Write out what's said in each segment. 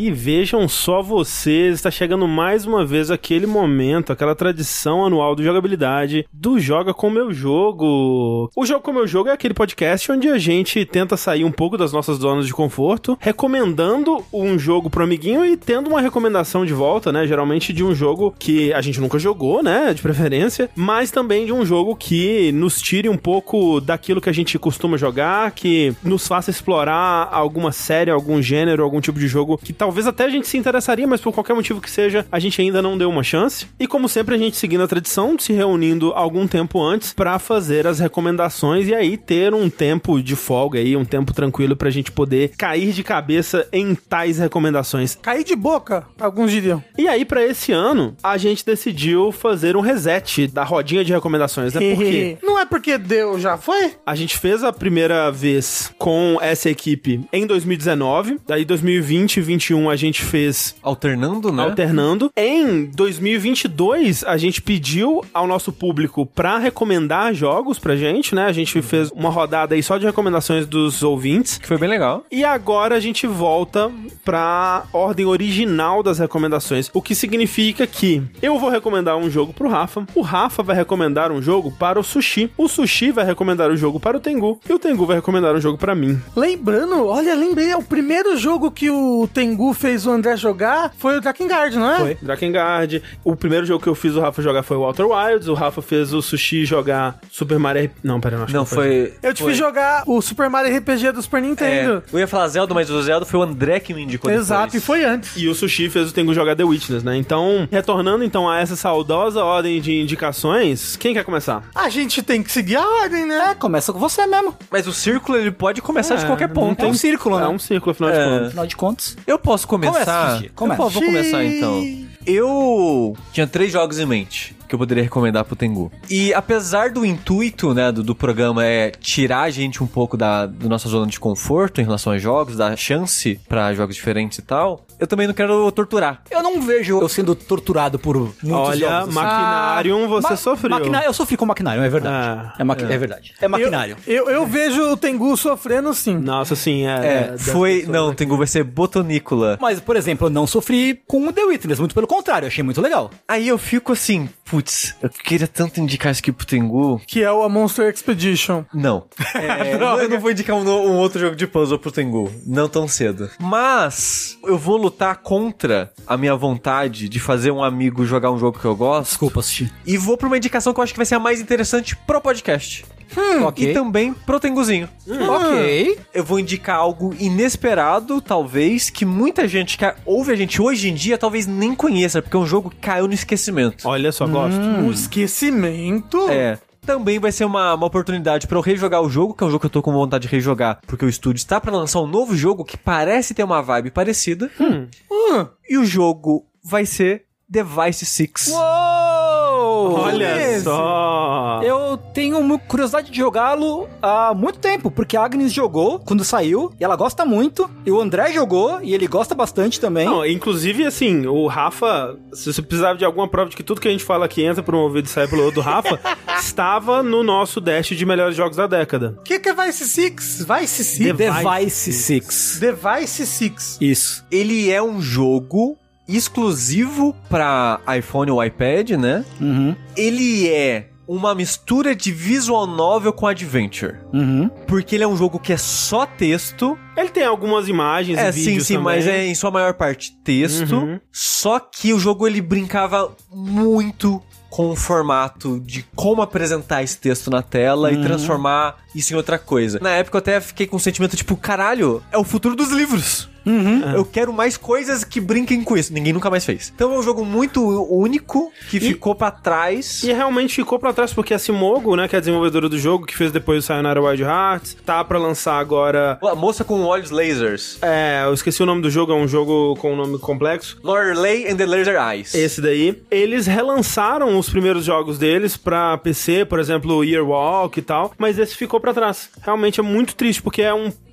E vejam só vocês, está chegando mais uma vez aquele momento, aquela tradição anual do Jogabilidade, do Joga Com Meu Jogo. O Joga Com Meu Jogo é aquele podcast onde a gente tenta sair um pouco das nossas zonas de conforto, recomendando um jogo pro amiguinho e tendo uma recomendação de volta, né? Geralmente de um jogo que a gente nunca jogou, né? De preferência, mas também de um jogo que nos tire um pouco daquilo que a gente costuma jogar, que nos faça explorar alguma série, algum gênero, algum tipo de jogo que talvez até a gente se interessaria, mas por qualquer motivo que seja, a gente ainda não deu uma chance. E como sempre, a gente seguindo a tradição, se reunindo algum tempo antes pra fazer as recomendações e aí ter um tempo de folga aí, um tempo tranquilo pra gente poder cair de cabeça em tais recomendações. Cair de boca, alguns diriam. E aí, pra esse ano, a gente decidiu fazer um reset da rodinha de recomendações, né? Por quê? Não é porque deu, já foi? A gente fez a primeira vez com essa equipe em 2019, daí 2020 e 2021 a gente fez... Alternando, né? Alternando. Em 2022, a gente pediu ao nosso público pra recomendar jogos pra gente, né? A gente fez uma rodada aí só de recomendações dos ouvintes. Que foi bem legal. E agora a gente volta pra ordem original das recomendações, o que significa que eu vou recomendar um jogo pro Rafa, o Rafa vai recomendar um jogo para o Sushi vai recomendar o jogo para o Tengu, e o Tengu vai recomendar um jogo pra mim. Lembrando, olha, lembrei, o primeiro jogo que o Tengu fez o André jogar foi o Drakengard, não é? Foi. Drakengard. O primeiro jogo que eu fiz o Rafa jogar foi o Outer Wilds, o Rafa fez o Sushi jogar Super Mario... Não, pera, não acho Não, que foi. Eu te fiz jogar o Super Mario RPG do Super Nintendo. Eu ia falar Zelda, mas o Zelda foi o André que me indicou Exato, depois. e foi antes. E o Sushi fez o Tengu jogar The Witness, né? Então, retornando então a essa saudosa ordem de indicações, quem quer começar? A gente tem que seguir a ordem, né? Começa com você mesmo. Mas o círculo, ele pode começar de qualquer ponto. É um círculo, né? É um círculo, afinal de contas. Afinal de contas. Eu posso começar? Começa, começa. Vou começar, então. Eu tinha 3 jogos em mente que eu poderia recomendar pro Tengu. E apesar do intuito, né, do programa é tirar a gente um pouco da nossa zona de conforto em relação a jogos, dar chance pra jogos diferentes e tal, eu também não quero torturar. Eu não vejo eu sendo torturado por muitos Olha, jogos. Maquinarium, você sofreu. Eu sofri com Maquinarium, é verdade. É verdade. É Maquinarium. Eu vejo o Tengu sofrendo, sim. Nossa, sim, Não, Tengu vai ser Botanícola. Mas, por exemplo, eu não sofri com o The Witness, muito pelo contrário, eu achei muito legal. Aí eu fico assim, putz, eu queria tanto indicar isso aqui pro Tengu. Que é o A Monster Expedition. Não. Eu não vou indicar um outro jogo de puzzle pro Tengu. Não tão cedo. Mas eu vou lutar contra a minha vontade de fazer um amigo jogar um jogo que eu gosto. Desculpa, assistir. E vou pra uma indicação que eu acho que vai ser a mais interessante pro podcast. Ok. E também pro Tenguzinho. Ok. Eu vou indicar algo inesperado, talvez, que muita gente que ouve a gente hoje em dia talvez nem conheça, porque é um jogo que caiu no esquecimento. Olha só, gosto. O esquecimento? Também vai ser uma oportunidade pra eu rejogar o jogo, que é um jogo que eu tô com vontade de rejogar, porque o estúdio está pra lançar um novo jogo que parece ter uma vibe parecida. E o jogo vai ser Device 6. Olha só. Eu tenho uma curiosidade de jogá-lo há muito tempo, porque a Agnes jogou quando saiu, e ela gosta muito, e o André jogou, e ele gosta bastante também. Não, inclusive, assim, o Rafa, se você precisava de alguma prova de que tudo que a gente fala aqui entra por um ouvido e sai pelo outro do Rafa, estava no nosso dash de melhores jogos da década. O que é Vice 6? Vice 6? Device 6. Device 6. Isso. Ele é um jogo exclusivo pra iPhone ou iPad, né? Ele é uma mistura de visual novel com adventure. Porque ele é um jogo que é só texto. Ele tem algumas imagens e vídeos sim, também. mas é em sua maior parte texto. Só que o jogo ele brincava muito com o formato de como apresentar esse texto na tela e transformar isso em outra coisa. Na época eu até fiquei com um sentimento tipo, caralho, é o futuro dos livros. Eu quero mais coisas que brinquem com isso. Ninguém nunca mais fez. Então é um jogo muito único que ficou pra trás. E realmente ficou pra trás porque a Simogo, né, que é a desenvolvedora do jogo, que fez depois o Sayonara Wild Hearts, tá pra lançar agora... A moça com olhos lasers. Eu esqueci o nome do jogo, é um jogo com um nome complexo. Lorelei and the Laser Eyes. Esse daí. Eles relançaram os primeiros jogos deles pra PC, por exemplo, o Yearwalk e tal, mas esse ficou pra trás. Realmente é muito triste, porque é um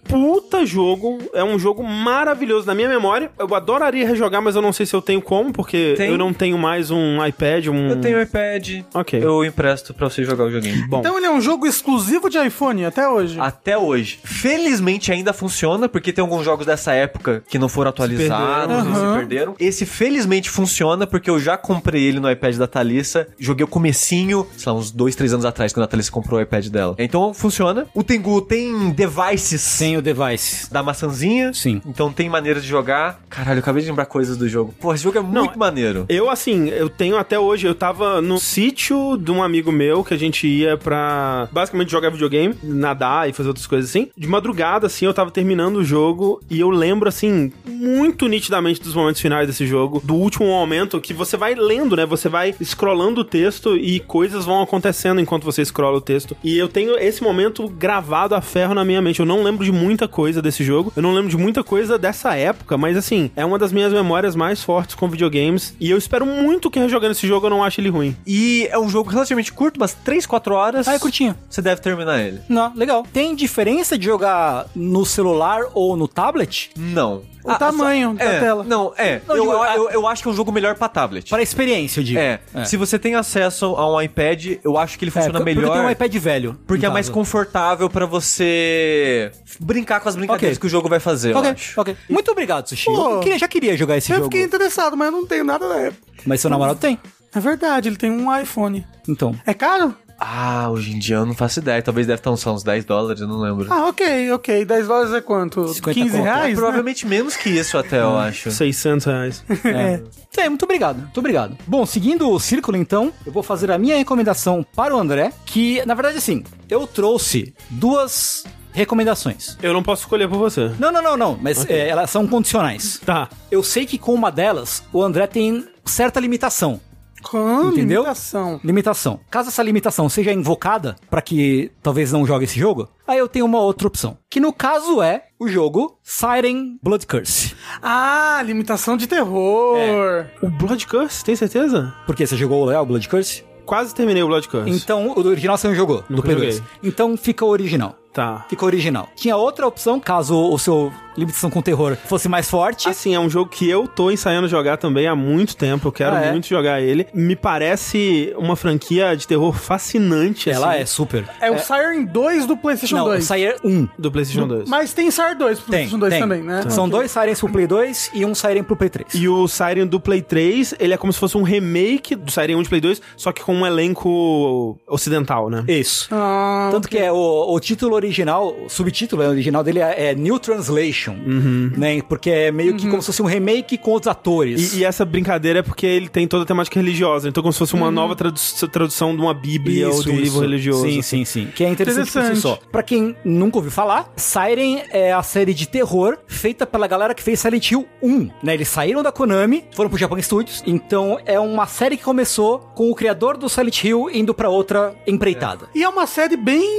puta jogo, é um jogo maravilhoso na minha memória. Eu adoraria rejogar, mas eu não sei se eu tenho como, porque eu não tenho mais um iPad, Eu tenho um iPad. Ok. Eu empresto pra você jogar o joguinho. Bom. Então ele é um jogo exclusivo de iPhone até hoje? Até hoje. Felizmente ainda funciona, porque tem alguns jogos dessa época que não foram atualizados e se perderam. Esse felizmente funciona, porque eu já comprei ele no iPad da Thalissa. Joguei o comecinho, sei lá, uns 2, 3 anos atrás, quando a Thalissa comprou o iPad dela. Então funciona. O Tengu tem devices. Tem o device. Da maçãzinha. Sim. Então tem maneiras de jogar. Caralho, eu acabei de lembrar coisas do jogo. Pô, esse jogo é muito maneiro. Eu tenho até hoje, eu tava no sítio de um amigo meu, que a gente ia pra, basicamente, jogar videogame, nadar e fazer outras coisas assim. De madrugada, assim, eu tava terminando o jogo e eu lembro, assim, muito nitidamente dos momentos finais desse jogo, do último momento que você vai lendo, né? Você vai scrollando o texto e coisas vão acontecendo enquanto você scrolla o texto. E eu tenho esse momento gravado a ferro na minha mente. Eu não lembro de muita coisa desse jogo, eu não lembro de muita coisa dessa época, mas assim, é uma das minhas memórias mais fortes com videogames e eu espero muito que rejogando esse jogo eu não ache ele ruim. E é um jogo relativamente curto, umas 3, 4 horas. Ah, é curtinho. Você deve terminar ele. Não, legal. Tem diferença de jogar no celular ou no tablet? Não. O tamanho da tela. Não, eu acho que é um jogo melhor pra tablet. Para experiência, eu digo. Se você tem acesso a um iPad, eu acho que ele funciona melhor. Porque tem um iPad velho. Porque é mais confortável pra você brincar com as brincadeiras que o jogo vai fazer, eu acho. Ok. Muito obrigado, Sushi. Pô, Eu já queria jogar esse jogo. Eu fiquei interessado, mas eu não tenho nada na época. Mas seu namorado tem. É verdade, ele tem um iPhone. Então. É caro? Ah, hoje em dia eu não faço ideia. Talvez deve estar uns $10, eu não lembro. Ah, ok. $10 é quanto? 50 15 conto. reais? Provavelmente menos que isso até, eu acho. R$600. Muito obrigado. Bom, seguindo o círculo, então, eu vou fazer a minha recomendação para o André, que, na verdade, assim, eu trouxe 2 recomendações. Eu não posso escolher por você. Não, mas elas são condicionais. Tá. Eu sei que com uma delas, o André tem certa limitação. Com Entendeu? limitação. Caso essa limitação seja invocada pra que talvez não jogue esse jogo, aí eu tenho uma outra opção. Que no caso é o jogo Siren Blood Curse. Ah, limitação de terror. O Blood Curse, tem certeza? Porque você jogou o Blood Curse? Quase terminei o Blood Curse. Então, o original você não jogou. Nunca do Play joguei. 2. Então fica o original. Tá. Ficou original. Tinha outra opção, caso o seu limitação com terror fosse mais forte. Assim, é um jogo que eu tô ensaiando jogar também há muito tempo. Eu quero muito jogar ele. Me parece uma franquia de terror fascinante. Ela assim. é super. É o Siren 2 do PlayStation 2. Não, o Siren 1. Do PlayStation 2. Mas tem Siren 2 pro PlayStation 2 também, né? São Ok. 2 Sirens pro Play 2 e um Siren pro Play 3. E o Siren do Play 3, ele é como se fosse um remake do Siren 1 de Play 2, só que com um elenco ocidental, né? Isso. Ah, Tanto que é o título original, o subtítulo original dele é New Translation, né? Porque é meio que como se fosse um remake com outros atores. E essa brincadeira é porque ele tem toda a temática religiosa, então como se fosse uma nova tradução de uma bíblia ou de um livro religioso. Sim. Que é interessante por si só. Pra quem nunca ouviu falar, Siren é a série de terror feita pela galera que fez Silent Hill 1, né? Eles saíram da Konami, foram pro Japan Studios, então é uma série que começou com o criador do Silent Hill indo pra outra empreitada. E é uma série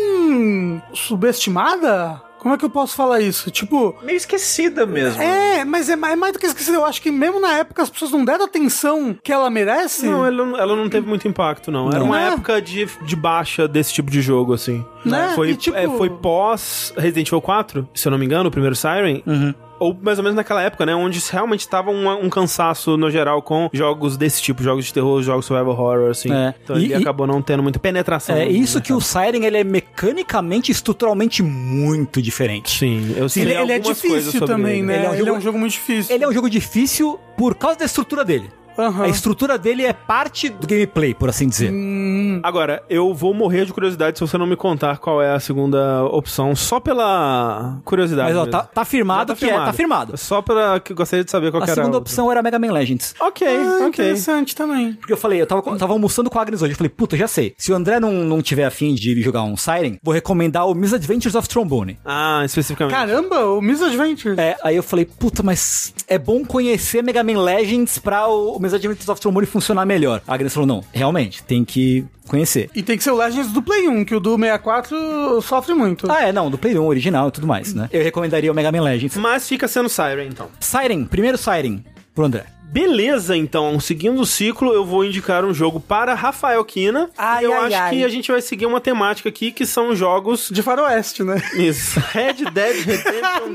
bem subestimada? Como é que eu posso falar isso? Tipo... Meio esquecida mesmo. Mas é mais do que esquecido. Eu acho que mesmo na época as pessoas não deram a atenção que ela merece. Não, ela não teve muito impacto, não. Era uma época de baixa desse tipo de jogo, assim. Né? Foi, E, tipo... foi pós Resident Evil 4, se eu não me engano, o primeiro Siren. Ou mais ou menos naquela época, né? Onde realmente tava um cansaço no geral com jogos desse tipo, jogos de terror, jogos survival horror, assim. Então ele acabou não tendo muita penetração. É isso que o Siren, ele é mecanicamente e estruturalmente muito diferente. Sim, eu sei. Ele é difícil também, né? Ele é um jogo muito difícil. Ele é um jogo difícil por causa da estrutura dele. A estrutura dele é parte do gameplay, por assim dizer. Agora, eu vou morrer de curiosidade se você não me contar qual é a segunda opção, só pela curiosidade. Mas ó, mesmo. tá firmado que tá firmado. Só pela que eu gostaria de saber qual que A era segunda opção era Mega Man Legends. Ok. Interessante também. Porque eu falei, eu tava almoçando com a Agnes hoje, eu falei, puta, já sei. Se o André não tiver afim de jogar um Siren, vou recomendar o Misadventures of Trombone. Ah, especificamente. Caramba, o Misadventures. Aí eu falei, puta, mas é bom conhecer Mega Man Legends pra o Misadventures of Trombone funcionar melhor. A Agnes falou, não, realmente, tem que conhecer. E tem que ser o Legends do Play 1, que o do 64 sofre muito. Do Play 1 original e tudo mais, né? Eu recomendaria o Mega Man Legends. Mas fica sendo Siren, então. Siren, primeiro Siren pro André. Beleza, então, seguindo o ciclo, eu vou indicar um jogo para Rafael Kina. E eu acho que a gente vai seguir uma temática aqui, que são jogos... de faroeste, né? Isso. Red Dead Redemption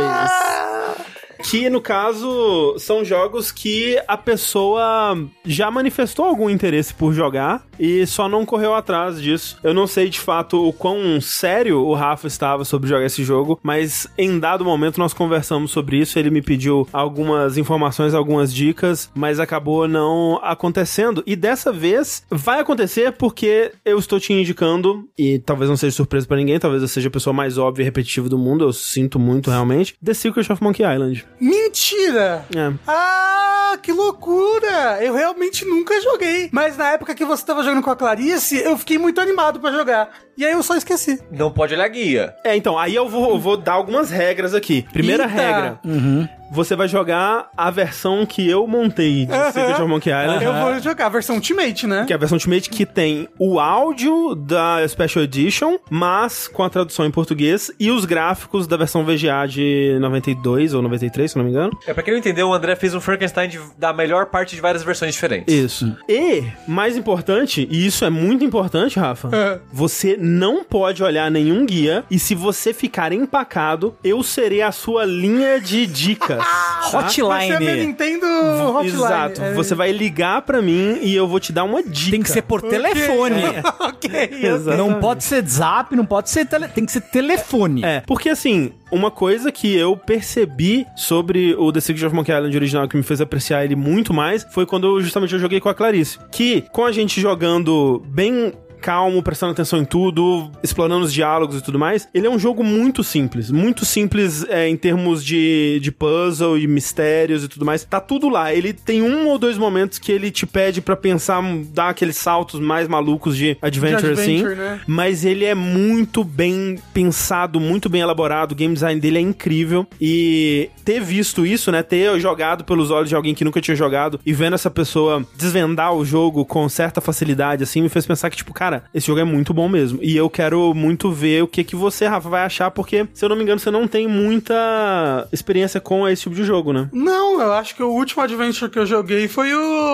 2. Que, no caso, são jogos que a pessoa já manifestou algum interesse por jogar e só não correu atrás disso. Eu não sei, de fato, o quão sério o Rafa estava sobre jogar esse jogo, mas em dado momento nós conversamos sobre isso, ele me pediu algumas informações, algumas dicas, mas acabou não acontecendo. E dessa vez vai acontecer porque eu estou te indicando, e talvez não seja surpresa pra ninguém, talvez eu seja a pessoa mais óbvia e repetitiva do mundo, eu sinto muito realmente, The Secret of Monkey Island. Mentira! É. Ah, que loucura! Eu realmente nunca joguei. Mas na época que você tava jogando com a Clarice, eu fiquei muito animado pra jogar. E aí eu só esqueci. Não pode olhar guia. Então, aí eu vou dar algumas regras aqui. Primeira regra. Você vai jogar a versão que eu montei de Secret of Monkey Island. Eu vou jogar a versão Ultimate, né? Que é a versão Ultimate que tem o áudio da Special Edition, mas com a tradução em português, e os gráficos da versão VGA de 92 ou 93, se não me engano. Pra quem não entendeu, o André fez um Frankenstein da melhor parte de várias versões diferentes. Isso. E, mais importante, e isso é muito importante, Rafa, você não pode olhar nenhum guia, e se você ficar empacado, eu serei a sua linha de dicas. Hotline. Vai ser a Nintendo Hotline. Exato. Você vai ligar pra mim e eu vou te dar uma dica. Tem que ser por telefone. Exato. Não pode ser zap, não pode ser tem que ser telefone. Porque assim, uma coisa que eu percebi sobre o The Secret of Monkey Island original que me fez apreciar ele muito mais foi quando eu joguei com a Clarice. Que, com a gente jogando bem calmo, prestando atenção em tudo, explorando os diálogos e tudo mais, ele é um jogo muito simples em termos de puzzle e mistérios e tudo mais, tá tudo lá. Ele tem um ou dois momentos que ele te pede pra pensar, dar aqueles saltos mais malucos de adventure assim, né? Mas ele é muito bem pensado, muito bem elaborado, o game design dele é incrível, e ter visto isso, né, ter jogado pelos olhos de alguém que nunca tinha jogado e vendo essa pessoa desvendar o jogo com certa facilidade, assim, me fez pensar que, tipo, cara, esse jogo é muito bom mesmo. E eu quero muito ver o que você, Rafa, vai achar, porque, se eu não me engano, você não tem muita experiência com esse tipo de jogo, né? Não, eu acho que o último adventure que eu joguei foi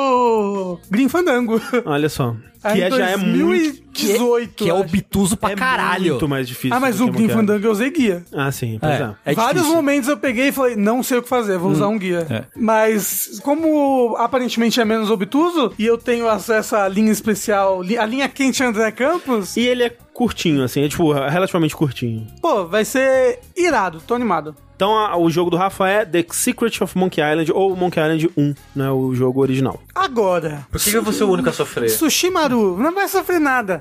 o Grim Fandango. Olha só. Que já é muito... 18, que é obtuso pra caralho. É muito mais difícil. Mas o Grim Fandango eu usei guia. Ah, sim. Pois é. Vários momentos eu peguei e falei, não sei o que fazer, vou usar um guia. Mas, como aparentemente é menos obtuso, e eu tenho acesso à linha especial, a linha quente André Campos... E ele é curtinho, assim, é tipo, relativamente curtinho. Pô, vai ser irado, tô animado. Então, o jogo do Rafa é The Secret of Monkey Island, ou Monkey Island 1, né, o jogo original. Agora... Por que eu vou ser o único a sofrer? Sushimaru, não vai sofrer nada.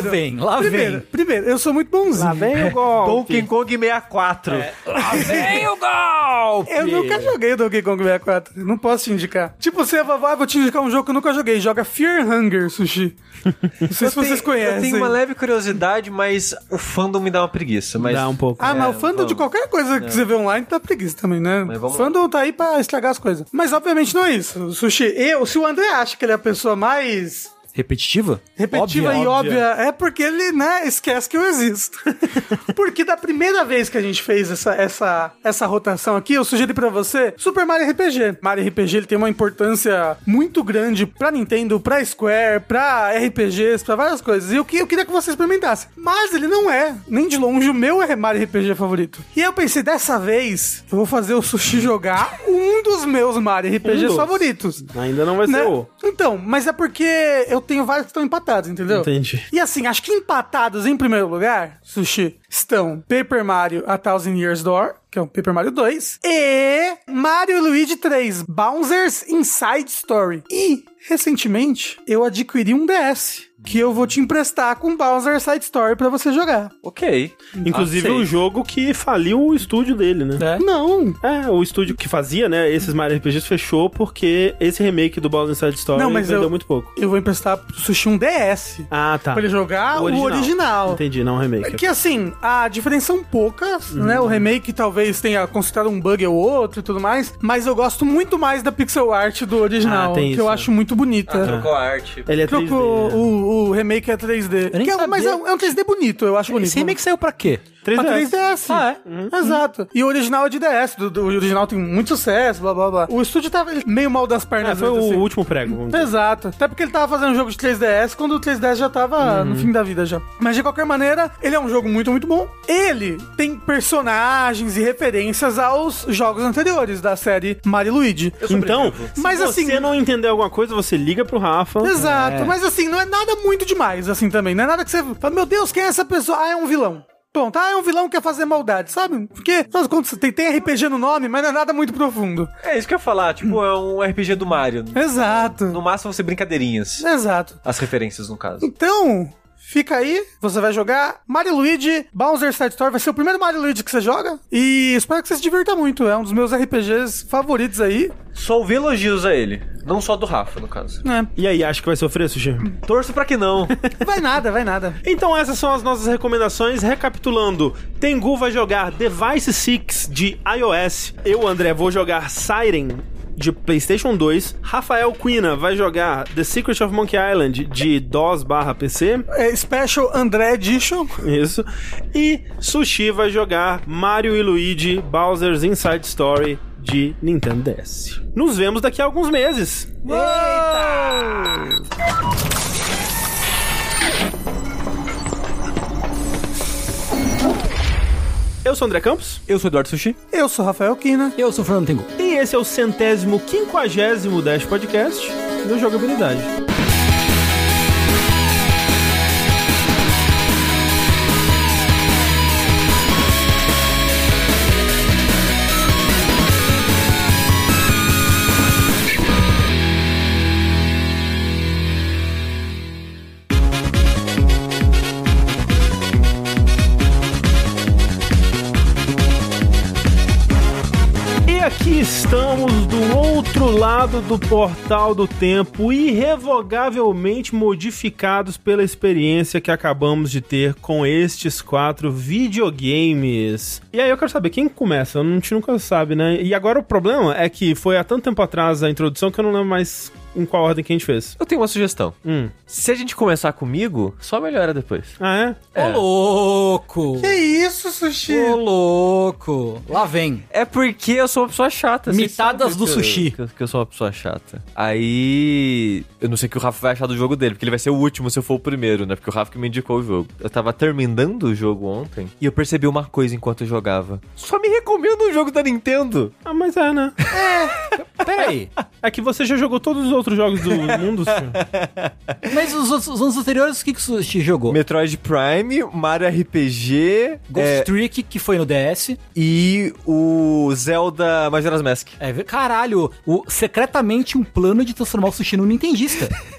Primeiro, eu sou muito bonzinho. Lá vem o golpe. Donkey Kong 64. Lá vem o golpe. Eu nunca joguei Donkey Kong 64, não posso te indicar. Tipo, você vou te indicar um jogo que eu nunca joguei, joga Fear Hunger, Sushi. Não sei se vocês conhecem. Eu tenho uma leve curiosidade, mas o fandom me dá uma preguiça. Mas... Dá um pouco. Mas o fandom de qualquer coisa que você vê online tá preguiça também, né? O fandom tá aí pra estragar as coisas. Mas obviamente não é isso. Sushi, se o André acha que ele é a pessoa mais... Repetitiva e óbvia. É porque ele, né, esquece que eu existo. Porque da primeira vez que a gente fez essa rotação aqui, eu sugeri pra você Super Mario RPG. Mario RPG, ele tem uma importância muito grande pra Nintendo, pra Square, pra RPGs, pra várias coisas. E eu queria que você experimentasse. Mas ele não é, nem de longe, o meu Mario RPG favorito. E aí eu pensei, dessa vez, eu vou fazer o Sushi jogar um dos meus Mario RPGs favoritos. Ainda não vai ser o... Então, mas é porque eu tenho vários que estão empatados, entendeu? Entendi. E assim, acho que empatados em primeiro lugar, Sushi, estão Paper Mario A Thousand Years Door, que é o Paper Mario 2, e Mario e Luigi 3, Bowser's Inside Story. E, recentemente, eu adquiri um DS, que eu vou te emprestar com Bowser's Side Story pra você jogar. Ok. Inclusive o jogo que faliu o estúdio dele, né? Não. O estúdio que fazia, né, esses Mario RPGs fechou porque esse remake do Bowser's Side Story vendeu muito pouco. Eu vou emprestar pro Sushi um DS. Ah, tá. Pra ele jogar o original. Entendi, não o remake. Que assim, a diferença são poucas, né? O remake talvez tenha considerado um bug ou outro e tudo mais, mas eu gosto muito mais da pixel art do original, que eu acho muito bonita. Trocou a arte. Ele é 3D. O remake é 3D. Mas é um 3D bonito, eu acho bonito. Esse remake saiu pra quê? Pra 3DS. Ah, Exato. E o original é de DS. O original tem muito sucesso, blá, blá, blá. O estúdio tava meio mal das pernas. Foi o assim. último prego. Vamos dizer. Exato. Até porque ele tava fazendo um jogo de 3DS quando o 3DS já tava no fim da vida já. Mas de qualquer maneira, ele é um jogo muito, muito bom. Ele tem personagens e referências aos jogos anteriores da série Mario e Luigi. Então, Mas se assim, você não entender alguma coisa, você liga pro Rafa. exato. Mas assim, não é nada muito demais, assim, também. Não é nada que você fala, meu Deus, quem é essa pessoa? Ah, é um vilão. Pronto, é um vilão que quer fazer maldade, sabe? Porque, afinal de contas, tem RPG no nome, mas não é nada muito profundo. É isso que eu ia falar, tipo, é um RPG do Mario. Exato. No máximo vão ser brincadeirinhas. Exato. As referências, no caso. Então, fica aí, você vai jogar Mario Luigi Bowser Side Story, vai ser o primeiro Mario Luigi que você joga, e espero que você se divirta muito, é um dos meus RPGs favoritos aí. Só ouvi elogios a ele, não só do Rafa, no caso. E aí, acha que vai sofrer, Sushi? Torço pra que não. Vai nada. Então essas são as nossas recomendações. Recapitulando, Tengu vai jogar Device 6 de iOS. Eu, André, vou jogar Siren de PlayStation 2. Rafael Quina vai jogar The Secret of Monkey Island de DOS/PC. Special André Edition. Isso. E Sushi vai jogar Mario e Luigi Bowser's Inside Story de Nintendo DS. Nos vemos daqui a alguns meses. Eu sou o André Campos. Eu sou o Eduardo Sushi. Eu sou Rafael Quina. Eu sou o Fernando Tengu. E esse é o 150º Dash Podcast do Jogabilidade. Aqui estamos do outro lado do portal do tempo, irrevogavelmente modificados pela experiência que acabamos de ter com estes 4 videogames. E aí eu quero saber, quem começa? A gente nunca sabe, né? E agora o problema é que foi há tanto tempo atrás a introdução que eu não lembro mais em qual ordem que a gente fez. Eu tenho uma sugestão. Se a gente começar comigo, só melhora depois. Ah, é? Ô, louco! Que isso, Sushi? Ô, louco! Lá vem. É porque eu sou uma pessoa chata. vocês Mitadas sabem do que Sushi. Que eu sou uma pessoa chata. Aí... Eu não sei o que o Rafa vai achar do jogo dele, porque ele vai ser o último se eu for o primeiro, né? Porque o Rafa que me indicou o jogo. Eu tava terminando o jogo ontem e eu percebi uma coisa enquanto eu jogava. Só me recomenda um jogo da Nintendo. Ah, mas é, né? Peraí. É que você já jogou todos os outros jogos do mundo, senhor. Mas os anos anteriores, o que o Sushi jogou? Metroid Prime, Mario RPG... Ghost Trick, que foi no DS. E o Zelda Majora's Mask. Caralho, secretamente um plano de transformar o Sushi no Nintendista.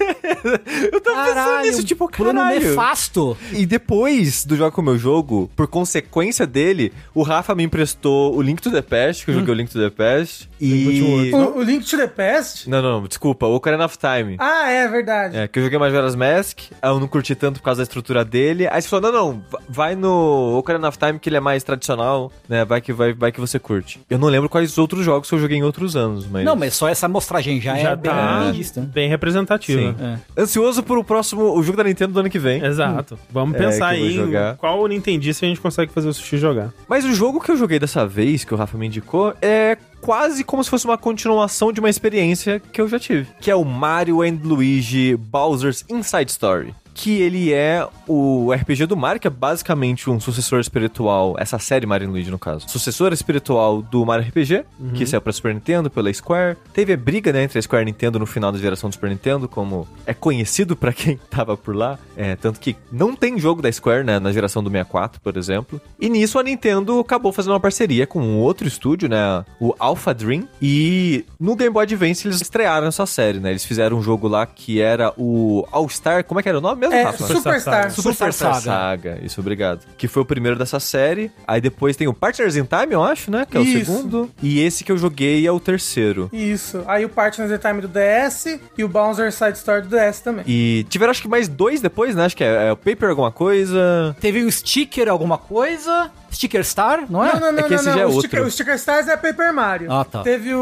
Eu tava pensando nisso, tipo, plano caralho. nefasto. E depois do Joga Com Meu Jogo, por consequência dele, o Rafa me emprestou o Link to the Past, que eu joguei o Link to the Past. E... O Link to the Past? Não, desculpa, o Ocarina of Time. Ah, é verdade. É, que eu joguei Majora's Mask, aí eu não curti tanto por causa da estrutura dele. Aí você falou, não, vai no Ocarina of Time, que ele é mais tradicional, né, vai que você curte. Eu não lembro quais outros jogos que eu joguei em outros anos, mas... Não, mas só essa amostragem já é bem nintendista. Bem representativo. Sim. Ansioso pro próximo, o jogo da Nintendo do ano que vem. Exato. Vamos pensar que eu vou aí jogar. em qual Nintendista a gente consegue fazer o Sushi jogar. Mas o jogo que eu joguei dessa vez, que o Rafa me indicou, é quase como se fosse uma continuação de uma experiência que eu já tive. Que é o Mario and Luigi Bowser's Inside Story. Que ele é o RPG do Mario, que é basicamente um sucessor espiritual, essa série Mario & Luigi no caso, sucessor espiritual do Mario RPG, que saiu pra Super Nintendo, pela Square. Teve a briga, né, entre a Square e a Nintendo no final da geração do Super Nintendo, como é conhecido pra quem tava por lá. Tanto que não tem jogo da Square, né, na geração do 64, por exemplo. E nisso a Nintendo acabou fazendo uma parceria com um outro estúdio, né, o Alpha Dream, e no Game Boy Advance eles estrearam essa série, né, eles fizeram um jogo lá que era o All-Star, como é que era o nome mesmo, Rafa? Superstar Saga. Isso, obrigado. Que foi o primeiro dessa série. Aí depois tem o Partners in Time, eu acho, né? Que é o segundo. E esse que eu joguei é o terceiro. Isso. Aí o Partners in Time do DS e o Bowser Side Story do DS também. E tiveram acho que mais 2 depois, né? Acho que é o Paper alguma coisa. Teve o Sticker alguma coisa. Sticker Star, não é? Não, É que esse já é outro. O Sticker Stars é Paper Mario. Ah, tá. Teve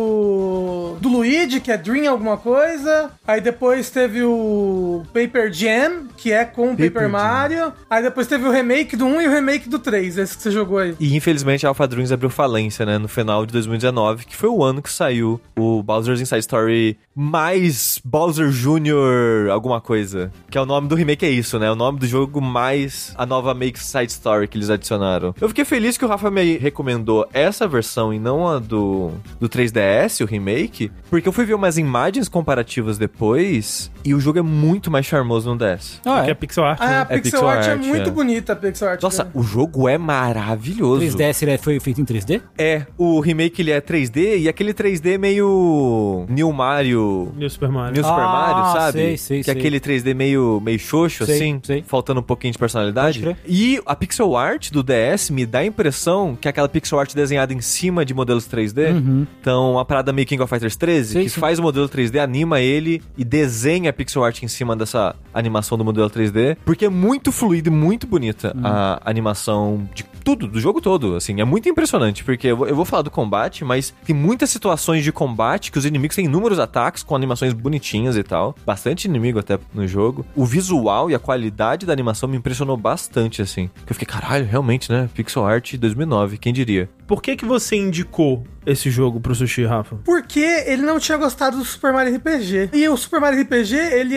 o do Luigi, que é Dream alguma coisa. Aí depois teve o Paper Jam, que é com Paper Mario. Aí depois teve o remake do 1 e o remake do 3, esse que você jogou aí. E infelizmente a Alpha Dreams abriu falência, né, no final de 2019, que foi o ano que saiu o Bowser's Inside Story mais Bowser Jr. alguma coisa. Que é o nome do remake, é isso, né? O nome do jogo mais a nova Make Side Story que eles adicionaram. Eu fiquei feliz que o Rafa me recomendou essa versão e não a do 3DS, o remake, porque eu fui ver umas imagens comparativas depois e o jogo é muito mais charmoso no DS. Que é pixel art. A né? pixel art é muito bonita, a pixel art. Nossa, o jogo é maravilhoso. 3DS ele foi feito em 3D? É, o remake ele é 3D e aquele 3D meio New Mario... New Super Mario. New Super Mario, sabe? sei. Que é aquele 3D meio xoxo, Sei, assim, sei. faltando um pouquinho de personalidade. Pode crer. E a pixel art do DS me dá a impressão que é aquela pixel art desenhada em cima de modelos 3D. Então, a parada meio King of Fighters 13, Sei, que sim. faz o modelo 3D, anima ele e desenha a pixel art em cima dessa animação do modelo 3D, porque é muito fluido e muito bonita a animação de tudo, do jogo todo, assim, é muito impressionante, porque eu vou falar do combate, mas tem muitas situações de combate que os inimigos têm inúmeros ataques com animações bonitinhas e tal, bastante inimigo até no jogo. O visual e a qualidade da animação me impressionou bastante, assim, que eu fiquei, caralho, realmente, né, pixel art 2009, quem diria? Por que você indicou esse jogo pro Sushi, Rafa? Porque ele não tinha gostado do Super Mario RPG. E o Super Mario RPG, ele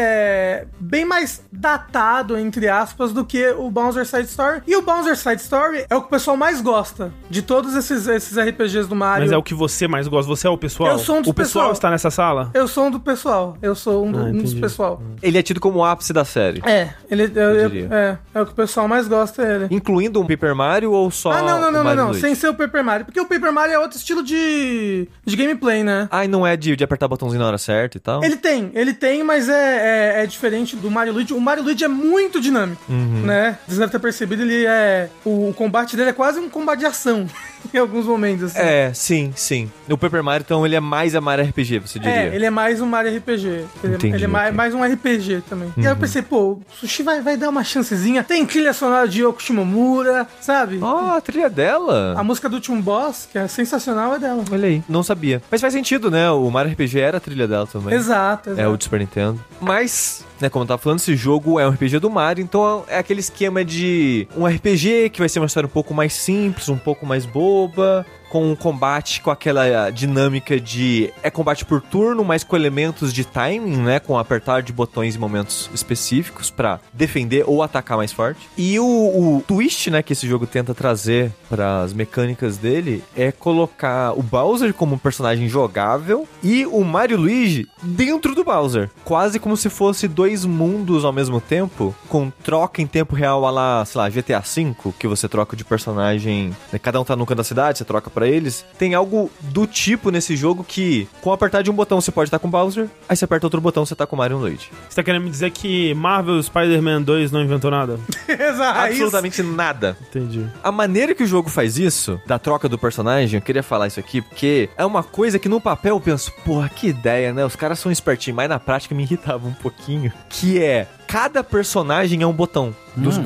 é bem mais datado, entre aspas, do que o Bowser's Side Story. E o Bowser's Side Story é o que o pessoal mais gosta de todos esses RPGs do Mario. Mas é o que você mais gosta? Você é o pessoal? Eu sou um dos O pessoal pessoal. está nessa sala? Eu sou um do pessoal. Eu sou um dos entendi. pessoal. Ele é tido como o ápice da série. Ele diria. é o que o pessoal mais gosta, ele. Incluindo um Paper Mario ou só Não, o Mario Luigi? sem ser o Paper Mario. Porque o Paper Mario é outro estilo de gameplay, né? Ah, e não é de apertar o botãozinho na hora certa e tal? Ele tem, mas é diferente do Mario Luigi. O Mario Luigi é muito dinâmico, né? Vocês devem ter percebido, ele é... O combate dele é quase um combate de ação, em alguns momentos, assim. É, sim. O Paper Mario, então, ele é mais a Mario RPG, você diria? Ele é mais um Mario RPG. Entendi, Ele é ok. mais um RPG também. E aí eu pensei, pô, o Sushi vai dar uma chancezinha. Tem trilha sonora de Yoko Shimomura, sabe? Ah, a trilha dela? A música do último boss, que é sensacional, é dela. Olha aí. Não sabia. Mas faz sentido, né? O Mario RPG era a trilha dela também. Exato. É o de Super Nintendo. Mas, né, como eu tava falando, esse jogo é um RPG do Mario, então é aquele esquema de um RPG que vai ser uma história um pouco mais simples, um pouco mais boba, com um combate com aquela dinâmica de... É combate por turno, mas com elementos de timing, né? Com apertar de botões em momentos específicos pra defender ou atacar mais forte. E o twist, né, que esse jogo tenta trazer pras mecânicas dele é colocar o Bowser como um personagem jogável e o Mario Luigi dentro do Bowser. Quase como se fosse dois mundos ao mesmo tempo, com troca em tempo real a lá, sei lá, GTA V, que você troca de personagem, né? Cada um tá no canto da cidade, você troca pra eles. Tem algo do tipo nesse jogo que, com apertar de um botão, você pode estar com o Bowser, aí você aperta outro botão, você tá com o Mario Luigi. Você tá querendo me dizer que Marvel Spider-Man 2 não inventou nada? Exato. Absolutamente nada. Entendi. A maneira que o jogo faz isso, da troca do personagem, eu queria falar isso aqui, porque é uma coisa que no papel eu penso, porra, que ideia, né? Os caras são espertinhos, mas na prática me irritava um pouquinho. Que é, cada personagem é um botão dos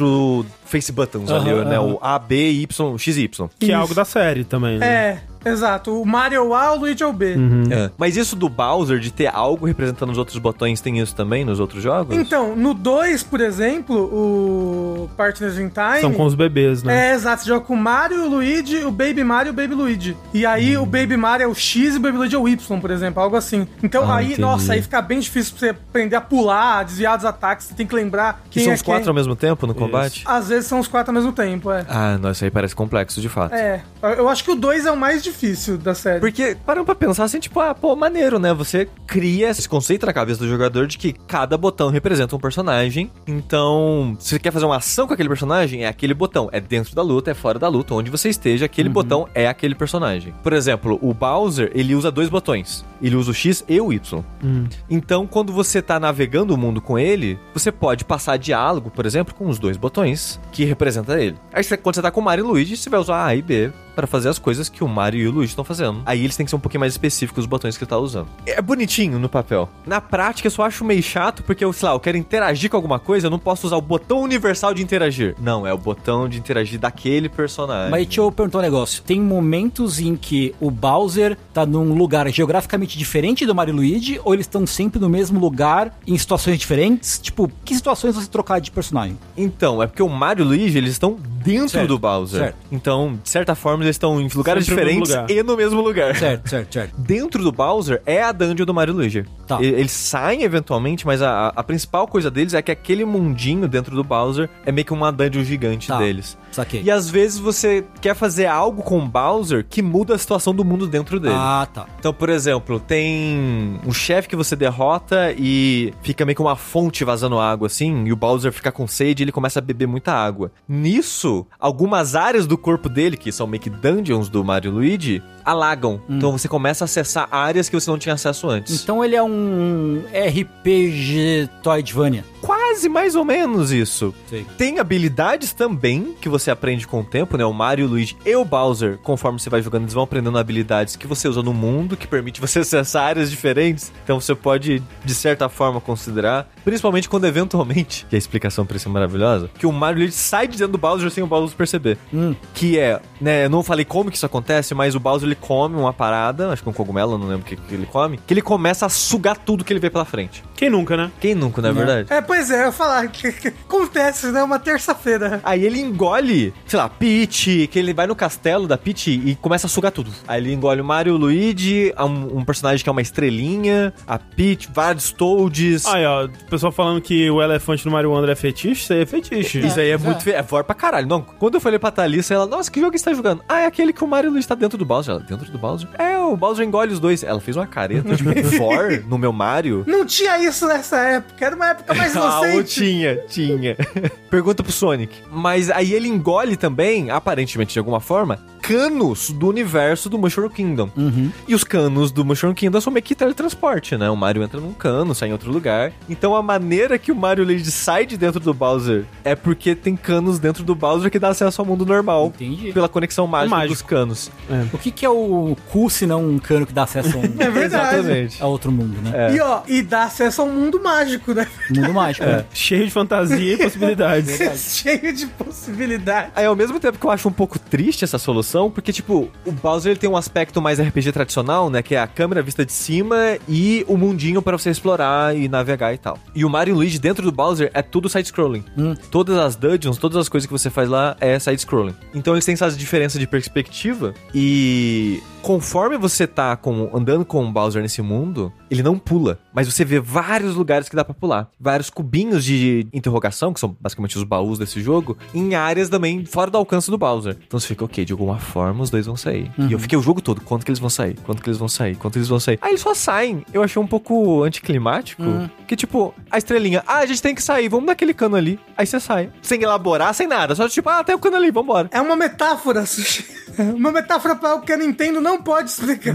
4 face buttons ali, né? O A, B, Y, X e Y. Que é algo da série também, né? Exato. O Mario é o A, o Luigi é o B. É. Mas isso do Bowser, de ter algo representando os outros botões, tem isso também nos outros jogos? Então, no 2, por exemplo, o Partners in Time... São com os bebês, né? Exato. Você joga com o Mario, o Luigi, o Baby Mario e o Baby Luigi. E aí o Baby Mario é o X e o Baby Luigi é o Y, por exemplo. Algo assim. Então aí, entendi. nossa, aí fica bem difícil pra você aprender a pular, a desviar dos ataques. Você tem que lembrar Que quem são é os 4 quem. ao mesmo tempo no combate? Às vezes são os 4 ao mesmo tempo, Ah, nossa, aí parece complexo, de fato. Eu acho que o 2 é o mais difícil da série. Porque, parando pra pensar assim, tipo, maneiro, né? Você cria esse conceito na cabeça do jogador de que cada botão representa um personagem. Então, se você quer fazer uma ação com aquele personagem, é aquele botão. É dentro da luta, é fora da luta. Onde você esteja, aquele botão é aquele personagem. Por exemplo, o Bowser, ele usa 2 botões. Ele usa o X e o Y. Então, quando você tá navegando o mundo com ele, você pode passar diálogo, por exemplo, com os 2 botões que representam ele. Aí, quando você tá com o Mario e Luigi, você vai usar A e B pra fazer as coisas que o Mario e o Luigi estão fazendo. Aí eles têm que ser um pouquinho mais específicos os botões que ele tá usando. É bonitinho no papel. Na prática, eu só acho meio chato, porque eu, sei lá, eu quero interagir com alguma coisa, eu não posso usar o botão universal de interagir. Não, é o botão de interagir daquele personagem. Mas deixa eu perguntar um negócio. Tem momentos em que o Bowser tá num lugar geograficamente diferente do Mario e Luigi, ou eles estão sempre no mesmo lugar, em situações diferentes? Tipo, que situações você trocar de personagem? Então, é porque o Mario e o Luigi, eles estão dentro do Bowser. Certo. Então, de certa forma, eles estão em lugares diferentes e no mesmo lugar. Certo. Dentro do Bowser é a dungeon do Mario e Luigi. Tá. Eles saem eventualmente, mas a principal coisa deles é que aquele mundinho dentro do Bowser é meio que uma dungeon gigante deles. Saquei. E às vezes você quer fazer algo com o Bowser que muda a situação do mundo dentro dele. Ah, tá. Então, por exemplo, tem um chefe que você derrota e fica meio que uma fonte vazando água, assim, e o Bowser fica com sede e ele começa a beber muita água. Nisso, algumas áreas do corpo dele, que são meio que dungeons do Mario e Luigi, alagam. Então você começa a acessar áreas que você não tinha acesso antes. Então ele é um RPG Toydvania. Quase mais ou menos isso. Sei. Tem habilidades também que você aprende com o tempo, né? O Mario, o Luigi e o Bowser, conforme você vai jogando, eles vão aprendendo habilidades que você usa no mundo, que permite você acessar áreas diferentes. Então você pode, de certa forma, considerar, principalmente quando eventualmente, que a explicação pra isso é maravilhosa, que o Mario e o Luigi sai de dentro do Bowser sem o Bowser perceber. Que é, né? Eu não falei como que isso acontece, mas o Bowser, ele come uma parada, acho que um cogumelo, eu não lembro o que ele come, que ele começa a sugar tudo que ele vê pela frente. Quem nunca, né? Quem nunca, não é verdade? Pois é, eu ia falar que acontece, né? Uma terça-feira. Aí ele engole, sei lá, Peach, que ele vai no castelo da Peach e começa a sugar tudo. Aí ele engole o Mario, o Luigi, um personagem que é uma estrelinha, a Peach, vários Toads. Aí, ó, o pessoal falando que o elefante do Mario Wonder é fetiche, isso aí é fetiche. Isso aí é muito feio, é for pra caralho. Não, quando eu falei pra Thalissa, ela, nossa, que jogo você tá jogando? Ah, é aquele que o Mario e o Luigi tá dentro do Bowser. Ela, dentro do Bowser? É, o Bowser engole os dois. Ela fez uma careta de for no meu Mario. Não tinha isso nessa época, era uma época mais inocente. Tinha. Pergunta pro Sonic. Mas aí ele engole também, aparentemente de alguma forma, canos do universo do Mushroom Kingdom. E os canos do Mushroom Kingdom são meio que teletransporte, né? O Mario entra num cano, sai em outro lugar. Então a maneira que o Mario e o Luigi sai de dentro do Bowser é porque tem canos dentro do Bowser que dá acesso ao mundo normal. Entendi. Pela conexão mágica dos canos. O que é o cu se não um cano que dá acesso a um... É verdade. Exatamente. a outro mundo, né? E dá acesso a um mundo mágico, né? Mundo mágico, né? Cheio de fantasia e possibilidades. Cheio de possibilidades. Aí, ao mesmo tempo que eu acho um pouco triste essa solução, porque, tipo, o Bowser ele tem um aspecto mais RPG tradicional, né? Que é a câmera vista de cima e o mundinho pra você explorar e navegar e tal. E o Mario e o Luigi dentro do Bowser é tudo side-scrolling. Todas as dungeons, todas as coisas que você faz lá é side-scrolling. Então eles têm essas diferenças de perspectiva e... conforme você tá andando com o Bowser nesse mundo, ele não pula, mas você vê vários lugares que dá pra pular. Vários cubinhos de interrogação, que são basicamente os baús desse jogo, em áreas também fora do alcance do Bowser. Então você fica, ok, de alguma forma os dois vão sair. E eu fiquei o jogo todo, quanto que eles vão sair? Quanto que eles vão sair? Quanto eles vão sair? Aí eles só saem. Eu achei um pouco anticlimático, que tipo, a estrelinha, a gente tem que sair, vamos naquele cano ali. Aí você sai. Sem elaborar, sem nada. Só tipo, tem o cano ali, vambora. É uma metáfora, Sushi. Uma metáfora para o que a Nintendo não pode explicar.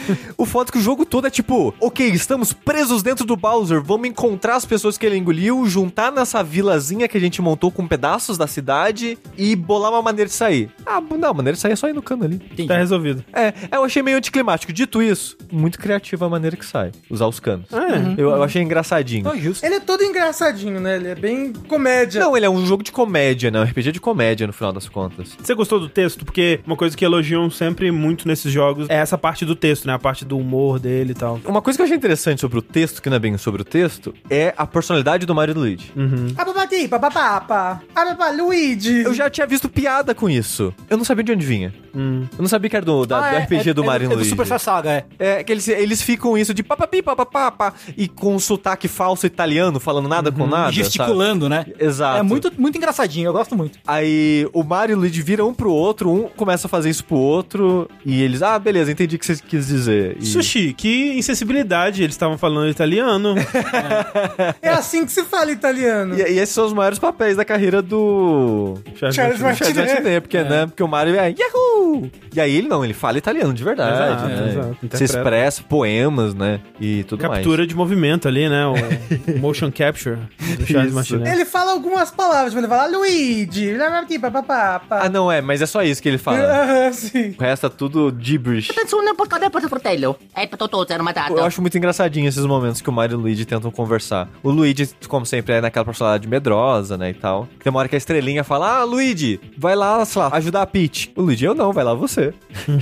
O foda é que o jogo todo é tipo, ok, estamos presos dentro do Bowser, vamos encontrar as pessoas que ele engoliu, juntar nessa vilazinha que a gente montou com pedaços da cidade e bolar uma maneira de sair. Não, a maneira de sair é só ir no cano ali. Entendi. Tá resolvido. Eu achei meio anticlimático. Dito isso, muito criativa a maneira que sai, usar os canos. Eu achei engraçadinho. Justo. Ele é todo engraçadinho, né? Ele é bem comédia. Não, ele é um jogo de comédia, né? Um RPG de comédia, no final das contas. Você gostou do texto? Porque uma coisa que elogiam sempre muito nesses jogos é essa parte do texto, né? A parte do humor dele e tal. Uma coisa que eu achei interessante sobre o texto, que não é bem sobre o texto, é a personalidade do Mario e do Luigi. Ababati, bababapa. Ababa, Luigi. Eu já tinha visto piada com isso. Eu não sabia de onde vinha. Eu não sabia que era do RPG do Mario e do Luigi. Super Saga, É que eles ficam isso de papapi, papapá, e com um sotaque falso italiano, falando nada com nada, gesticulando, sabe? né? Exato. É muito engraçadinho, eu gosto muito. Aí o Mario e o Luigi viram um pro outro, um começa a fazer isso pro outro, e eles, beleza, entendi o que você quis dizer. E... Sushi, que insensibilidade, eles estavam falando italiano. É assim que se fala italiano. E esses são os maiores papéis da carreira do Charles Martinet. Porque, né? Porque o Mario é Yahoo! E aí ele não, ele fala italiano de verdade, né? Exato. Se expressa poemas, né? E tudo mais. Captura de movimento ali, né? O motion capture do Charles Martinet. Ele fala algumas palavras, mas ele fala Luigi, Ah, não, mas é só isso que ele fala. sim. O resto é tudo gibberish. Eu acho muito engraçadinho esses momentos que o Mario e o Luigi tentam conversar. O Luigi, como sempre, é naquela personalidade medrosa, né, e tal. Tem uma hora que a estrelinha fala, Luigi, vai lá, sei lá, ajudar a Peach. O Luigi, eu não, vai lá você.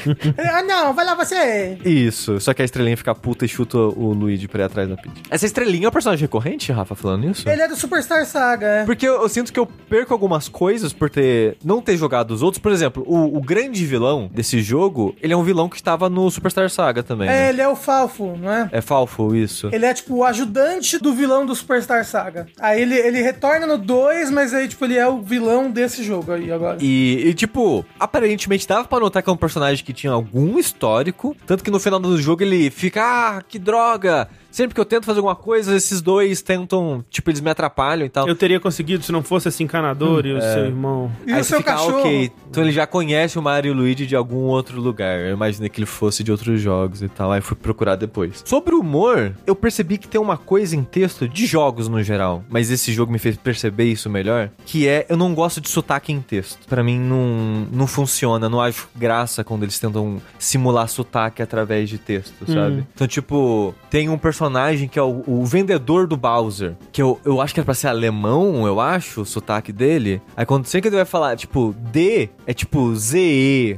Não, vai lá você. Isso, só que a estrelinha fica puta e chuta o Luigi pra ir atrás da Peach. Essa estrelinha é um personagem recorrente, Rafa, falando isso? Ele é do Superstar Saga, é. Porque eu sinto que eu perco algumas coisas por não ter jogado os outros. Por exemplo, o grande vilão desse jogo, ele é um vilão que estava no Superstar Saga também, né? Ele é o Falfo, não é? É Falfo, isso. Ele é, tipo, o ajudante do vilão do Superstar Saga. Aí ele retorna no 2, mas aí, tipo, ele é o vilão desse jogo aí agora. E tipo, aparentemente dava pra notar que é um personagem que tinha algum histórico, tanto que no final do jogo ele fica, que droga! Sempre que eu tento fazer alguma coisa, esses dois tentam, tipo, eles me atrapalham e tal. Eu teria conseguido se não fosse esse encanador e o seu irmão. E aí o seu fica, cachorro. ok, então ele já conhece o Mario e o Luigi de algum outro lugar. Eu imaginei que ele fosse de outros jogos e tal, aí fui procurar depois. Sobre o humor, eu percebi que tem uma coisa em texto de jogos no geral, mas esse jogo me fez perceber isso melhor, que é, eu não gosto de sotaque em texto. Pra mim não funciona, não acho graça quando eles tentam simular sotaque através de texto, sabe? Então, tipo, tem um personagem que é o vendedor do Bowser, que eu acho que era pra ser alemão, eu acho, o sotaque dele. Aí quando sempre que ele vai falar, tipo, D, é tipo Z-E.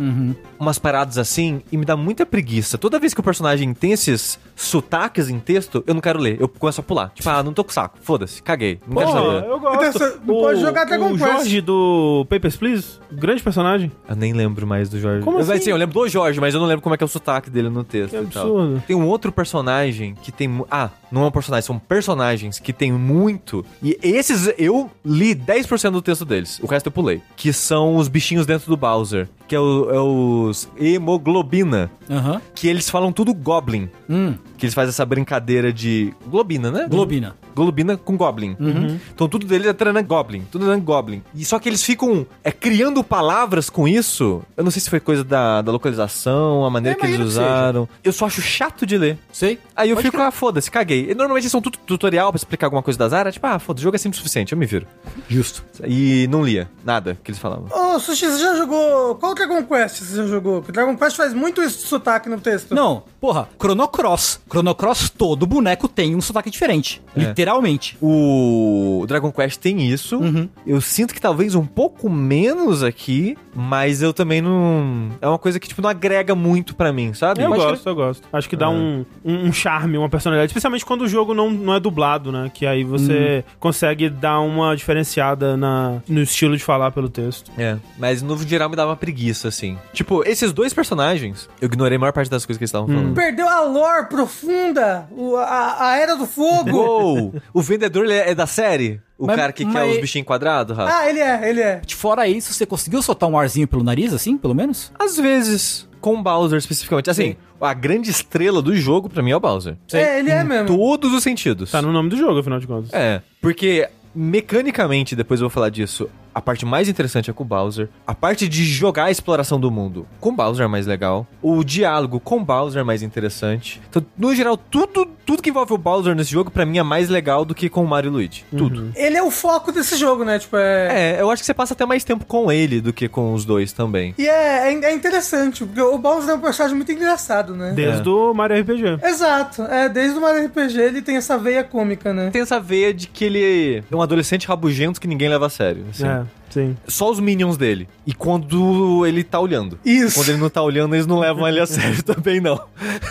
Umas paradas assim, e me dá muita preguiça. Toda vez que o personagem tem esses sotaques em texto, eu não quero ler. Eu começo a pular. Tipo, não tô com saco. Foda-se, caguei. Não quero saber. Eu gosto. Então, você não pode jogar Dragon Quest. O Jorge do Papers, Please, grande personagem. Eu nem lembro mais do Jorge. Como assim? Assim, eu lembro do Jorge, mas eu não lembro como é que é o sotaque dele no texto. Que e absurdo. tal. Tem um outro personagem que tem... não é um personagem, são personagens que tem muito... E esses, eu li 10% do texto deles. O resto eu pulei. Que são os bichinhos dentro do Bowser. Que é os hemoglobina. Que eles falam tudo Goblin. Que eles fazem essa brincadeira de... Globina, né? Globina com Goblin. Então tudo deles é treinando Goblin. Tudo treinando Goblin. E só que eles ficam criando palavras com isso. Eu não sei se foi coisa da localização, a maneira que eles usaram. Eu só acho chato de ler. Sei. Aí eu fico, foda-se, caguei. E normalmente eles são tudo tutorial pra explicar alguma coisa das áreas. Tipo, foda-se, o jogo é simples o suficiente, eu me viro. Justo. E não lia nada que eles falavam. Ô, Sushi, você já jogou... Qual Dragon Quest você já jogou? Porque Dragon Quest faz muito isso de sotaque no texto. Não, porra, Chrono Cross. Chrono Cross, todo boneco tem um sotaque diferente. Literalmente. O Dragon Quest tem isso. Eu sinto que talvez um pouco menos aqui, mas eu também não... É uma coisa que, tipo, não agrega muito pra mim, sabe? Eu gosto. Acho que dá um charme, uma personalidade. Especialmente quando o jogo não é dublado, né? Que aí você consegue dar uma diferenciada no estilo de falar pelo texto. Mas no geral me dá uma preguiça, assim. Tipo, esses dois personagens, eu ignorei a maior parte das coisas que eles estavam falando. Perdeu a lore profunda, a Era do Fogo. Uou! O vendedor ele é da série? O cara que quer os bichinhos quadrados, Rafa? Ele é. Fora isso, você conseguiu soltar um arzinho pelo nariz, assim, pelo menos? Às vezes, com o Bowser especificamente. Assim, a grande estrela do jogo pra mim é o Bowser. Ele é mesmo. Todos os sentidos. Tá no nome do jogo, afinal de contas. Porque mecanicamente, depois eu vou falar disso, a parte mais interessante é com o Bowser. A parte de jogar a exploração do mundo com o Bowser é mais legal. O diálogo com o Bowser é mais interessante. Então, no geral, tudo que envolve o Bowser nesse jogo, pra mim, é mais legal do que com o Mario e Luigi. Tudo. Ele é o foco desse jogo, né? Tipo, eu acho que você passa até mais tempo com ele do que com os dois também. E é interessante, porque o Bowser é um personagem muito engraçado, né? Desde o Mario RPG. Exato. Desde o Mario RPG ele tem essa veia cômica, né? Tem essa veia de que ele é um adolescente rabugento que ninguém leva a sério, assim. Sim. Só os minions dele. E quando ele tá olhando. Isso. Quando ele não tá olhando, eles não levam ele a sério também, não.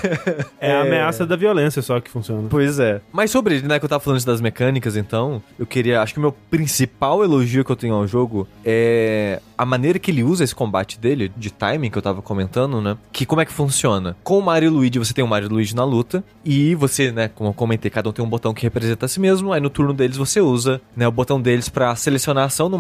É a ameaça da violência só que funciona. Pois é. Mas sobre ele, né, que eu tava falando isso das mecânicas, então, eu queria... Acho que o meu principal elogio que eu tenho ao jogo é a maneira que ele usa esse combate dele, de timing, que eu tava comentando, né? Que como é que funciona? Com o Mario e o Luigi, você tem o Mario e o Luigi na luta, e você, né, como eu comentei, cada um tem um botão que representa a si mesmo, aí no turno deles você usa, né, o botão deles pra selecionar a ação numa lista de ações,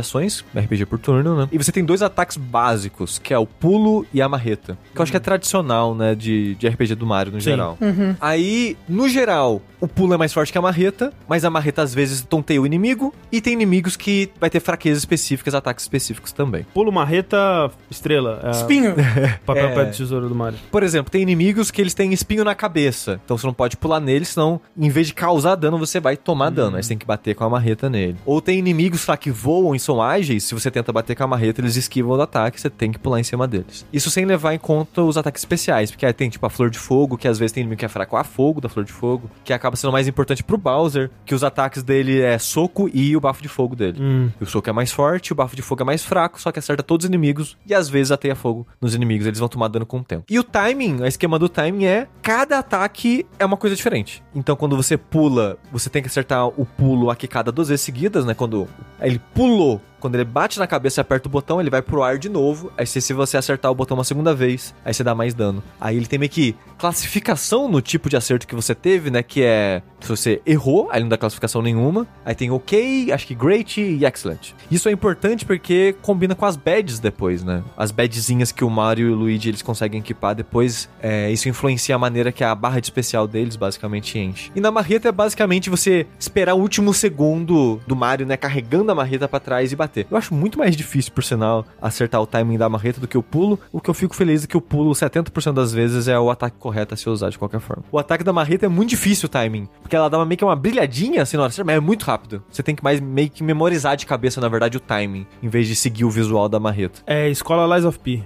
ações, RPG por turno, né? E você tem 2 ataques básicos, que é o pulo e a marreta. Que eu acho que é tradicional, né, de RPG do Mario no geral. Aí, no geral, o pulo é mais forte que a marreta, mas a marreta às vezes tonteia o inimigo, e tem inimigos que vai ter fraquezas específicas, ataques específicos também. Pulo, marreta, estrela. Espinho. Papel, pé de tesoura do Mario. Por exemplo, tem inimigos que eles têm espinho na cabeça, então você não pode pular neles, senão, em vez de causar dano, você vai tomar dano, aí você tem que bater com a marreta nele. Ou tem inimigos lá que voam e são ágeis, se você tenta bater com a marreta, eles esquivam do ataque, você tem que pular em cima deles. Isso sem levar em conta os ataques especiais, porque aí tem tipo a flor de fogo, que às vezes tem inimigo que é fraco a fogo da flor de fogo, que acaba sendo mais importante pro Bowser, que os ataques dele é soco e o bafo de fogo dele. E o soco é mais forte, o bafo de fogo é mais fraco, só que acerta todos os inimigos e às vezes ateia fogo nos inimigos, eles vão tomar dano com o tempo. E o timing, o esquema do timing é, cada ataque é uma coisa diferente. Então quando você pula, você tem que acertar o pulo a quicada 2 vezes seguidas, né? Quando ele pulou, quando ele bate na cabeça e aperta o botão, ele vai pro ar de novo. Aí se você acertar o botão uma segunda vez, aí você dá mais dano. Aí ele tem meio que classificação no tipo de acerto que você teve, né? Que é, se você errou, aí não dá classificação nenhuma. Aí tem ok, acho que great e excellent. Isso é importante porque combina com as badges depois, né? As badgezinhas que o Mario e o Luigi, eles conseguem equipar depois. Isso influencia a maneira que a barra de especial deles basicamente enche. E na marreta é basicamente você esperar o último segundo do Mario, né? Carregando a marreta pra trás e bater. Eu acho muito mais difícil, por sinal, acertar o timing da marreta do que o pulo. O que eu fico feliz é que o pulo, 70% das vezes, é o ataque correto a ser usado de qualquer forma. O ataque da marreta é muito difícil o timing, porque ela dá meio que uma brilhadinha assim na hora, mas é muito rápido. Você tem que meio que memorizar de cabeça, na verdade, o timing, em vez de seguir o visual da marreta. É, escola Lies of P.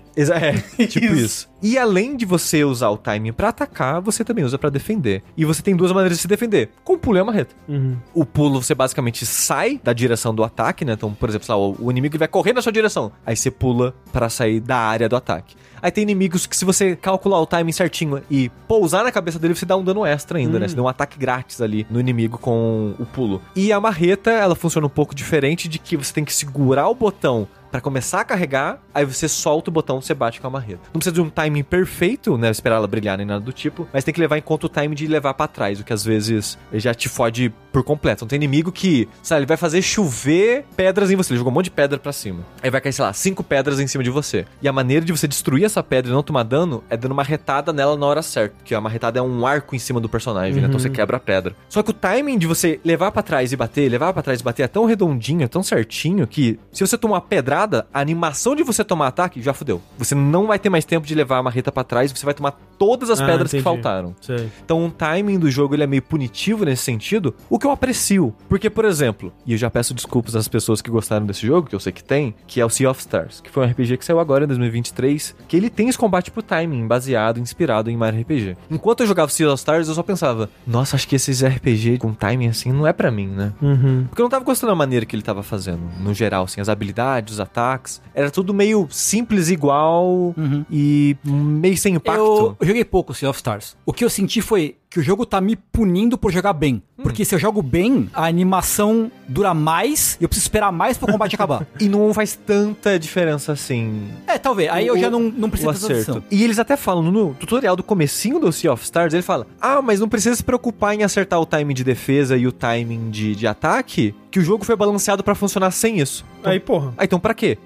Tipo isso. E além de você usar o timing pra atacar, você também usa pra defender. E você tem 2 maneiras de se defender, com o pulo e a marreta. O pulo, você basicamente sai da direção do ataque, né? Então, por exemplo, o inimigo vai correr na sua direção. Aí você pula pra sair da área do ataque. Aí tem inimigos que, se você calcular o timing certinho e pousar na cabeça dele, você dá um dano extra ainda, né? Você dá um ataque grátis ali no inimigo com o pulo. E a marreta, ela funciona um pouco diferente, de que você tem que segurar o botão pra começar a carregar, aí você solta o botão, você bate com a marreta. Não precisa de um timing perfeito, né, esperar ela brilhar nem nada do tipo, mas tem que levar em conta o timing de levar pra trás, o que às vezes já te fode por completo. Então tem inimigo que, sabe, ele vai fazer chover pedras em você, ele jogou um monte de pedra pra cima. Aí vai cair, sei lá, 5 pedras em cima de você. E a maneira de você destruir essa pedra e não tomar dano é dando uma marretada nela na hora certa, porque a marretada é um arco em cima do personagem, né, então você quebra a pedra. Só que o timing de você levar pra trás e bater, é tão redondinho, é tão certinho, que se você tomar uma pedrada, a animação de você tomar ataque já fudeu. Você não vai ter mais tempo de levar a marreta pra trás, você vai tomar todas as pedras que faltaram. Sei. Então o timing do jogo, ele é meio punitivo nesse sentido, o que eu aprecio. Porque, por exemplo, e eu já peço desculpas às pessoas que gostaram desse jogo, que eu sei que tem, que é o Sea of Stars, que foi um RPG que saiu agora em 2023, que ele tem esse combate por timing, baseado, inspirado em Mario RPG. Enquanto eu jogava Sea of Stars, eu só pensava, nossa, acho que esses RPG com timing assim não é pra mim, né? Porque eu não tava gostando da maneira que ele tava fazendo, no geral, assim, as habilidades, os ataques, era tudo meio simples, igual e meio sem impacto. Eu joguei pouco Sea of Stars. O que eu senti foi que o jogo tá me punindo por jogar bem. Porque se eu jogo bem, a animação dura mais e eu preciso esperar mais pro combate acabar. E não faz tanta diferença assim. Talvez. Aí eu já não preciso dessa atenção. E eles até falam, no tutorial do comecinho do Sea of Stars, ele fala, mas não precisa se preocupar em acertar o timing de defesa e o timing de ataque, que o jogo foi balanceado pra funcionar sem isso. Então, aí, porra. Então pra quê?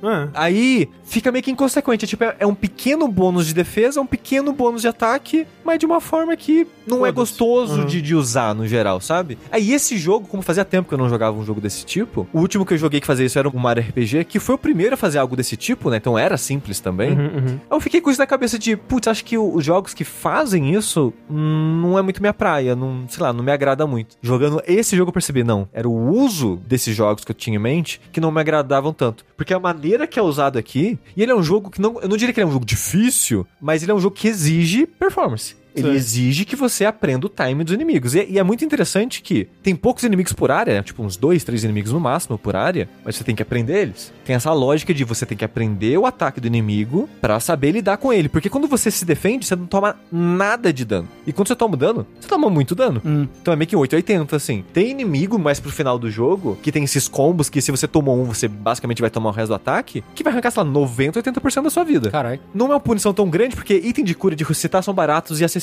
Aí fica meio que inconsequente. Tipo, é um pequeno bônus de defesa, um pequeno bônus de ataque, mas de uma forma que não é gostoso de usar no geral, sabe? Aí esse jogo, como fazia tempo que eu não jogava um jogo desse tipo, o último que eu joguei que fazia isso era um Mario RPG, que foi o primeiro a fazer algo desse tipo, né? Então era simples também. Eu fiquei com isso na cabeça de, putz, acho que os jogos que fazem isso não é muito minha praia, não, sei lá, não me agrada muito. Jogando esse jogo eu percebi, não, era o uso desses jogos que eu tinha em mente que não me agradavam tanto. Porque a maneira que é usado aqui, e ele é um jogo que eu não diria que ele é um jogo difícil, mas ele é um jogo que exige performance. Ele exige que você aprenda o time dos inimigos. E é muito interessante que tem poucos inimigos por área, né? Tipo uns 2, 3 inimigos no máximo por área, mas você tem que aprender eles. Tem essa lógica de você tem que aprender o ataque do inimigo pra saber lidar com ele. Porque quando você se defende, você não toma nada de dano. E quando você toma dano, você toma muito dano. Então é meio que 880, assim. Tem inimigo mais pro final do jogo, que tem esses combos que se você tomou um, você basicamente vai tomar o resto do ataque, que vai arrancar, sei lá, 90, 80% da sua vida. Caralho. Não é uma punição tão grande, porque item de cura de ressuscitar são baratos e acessíveis.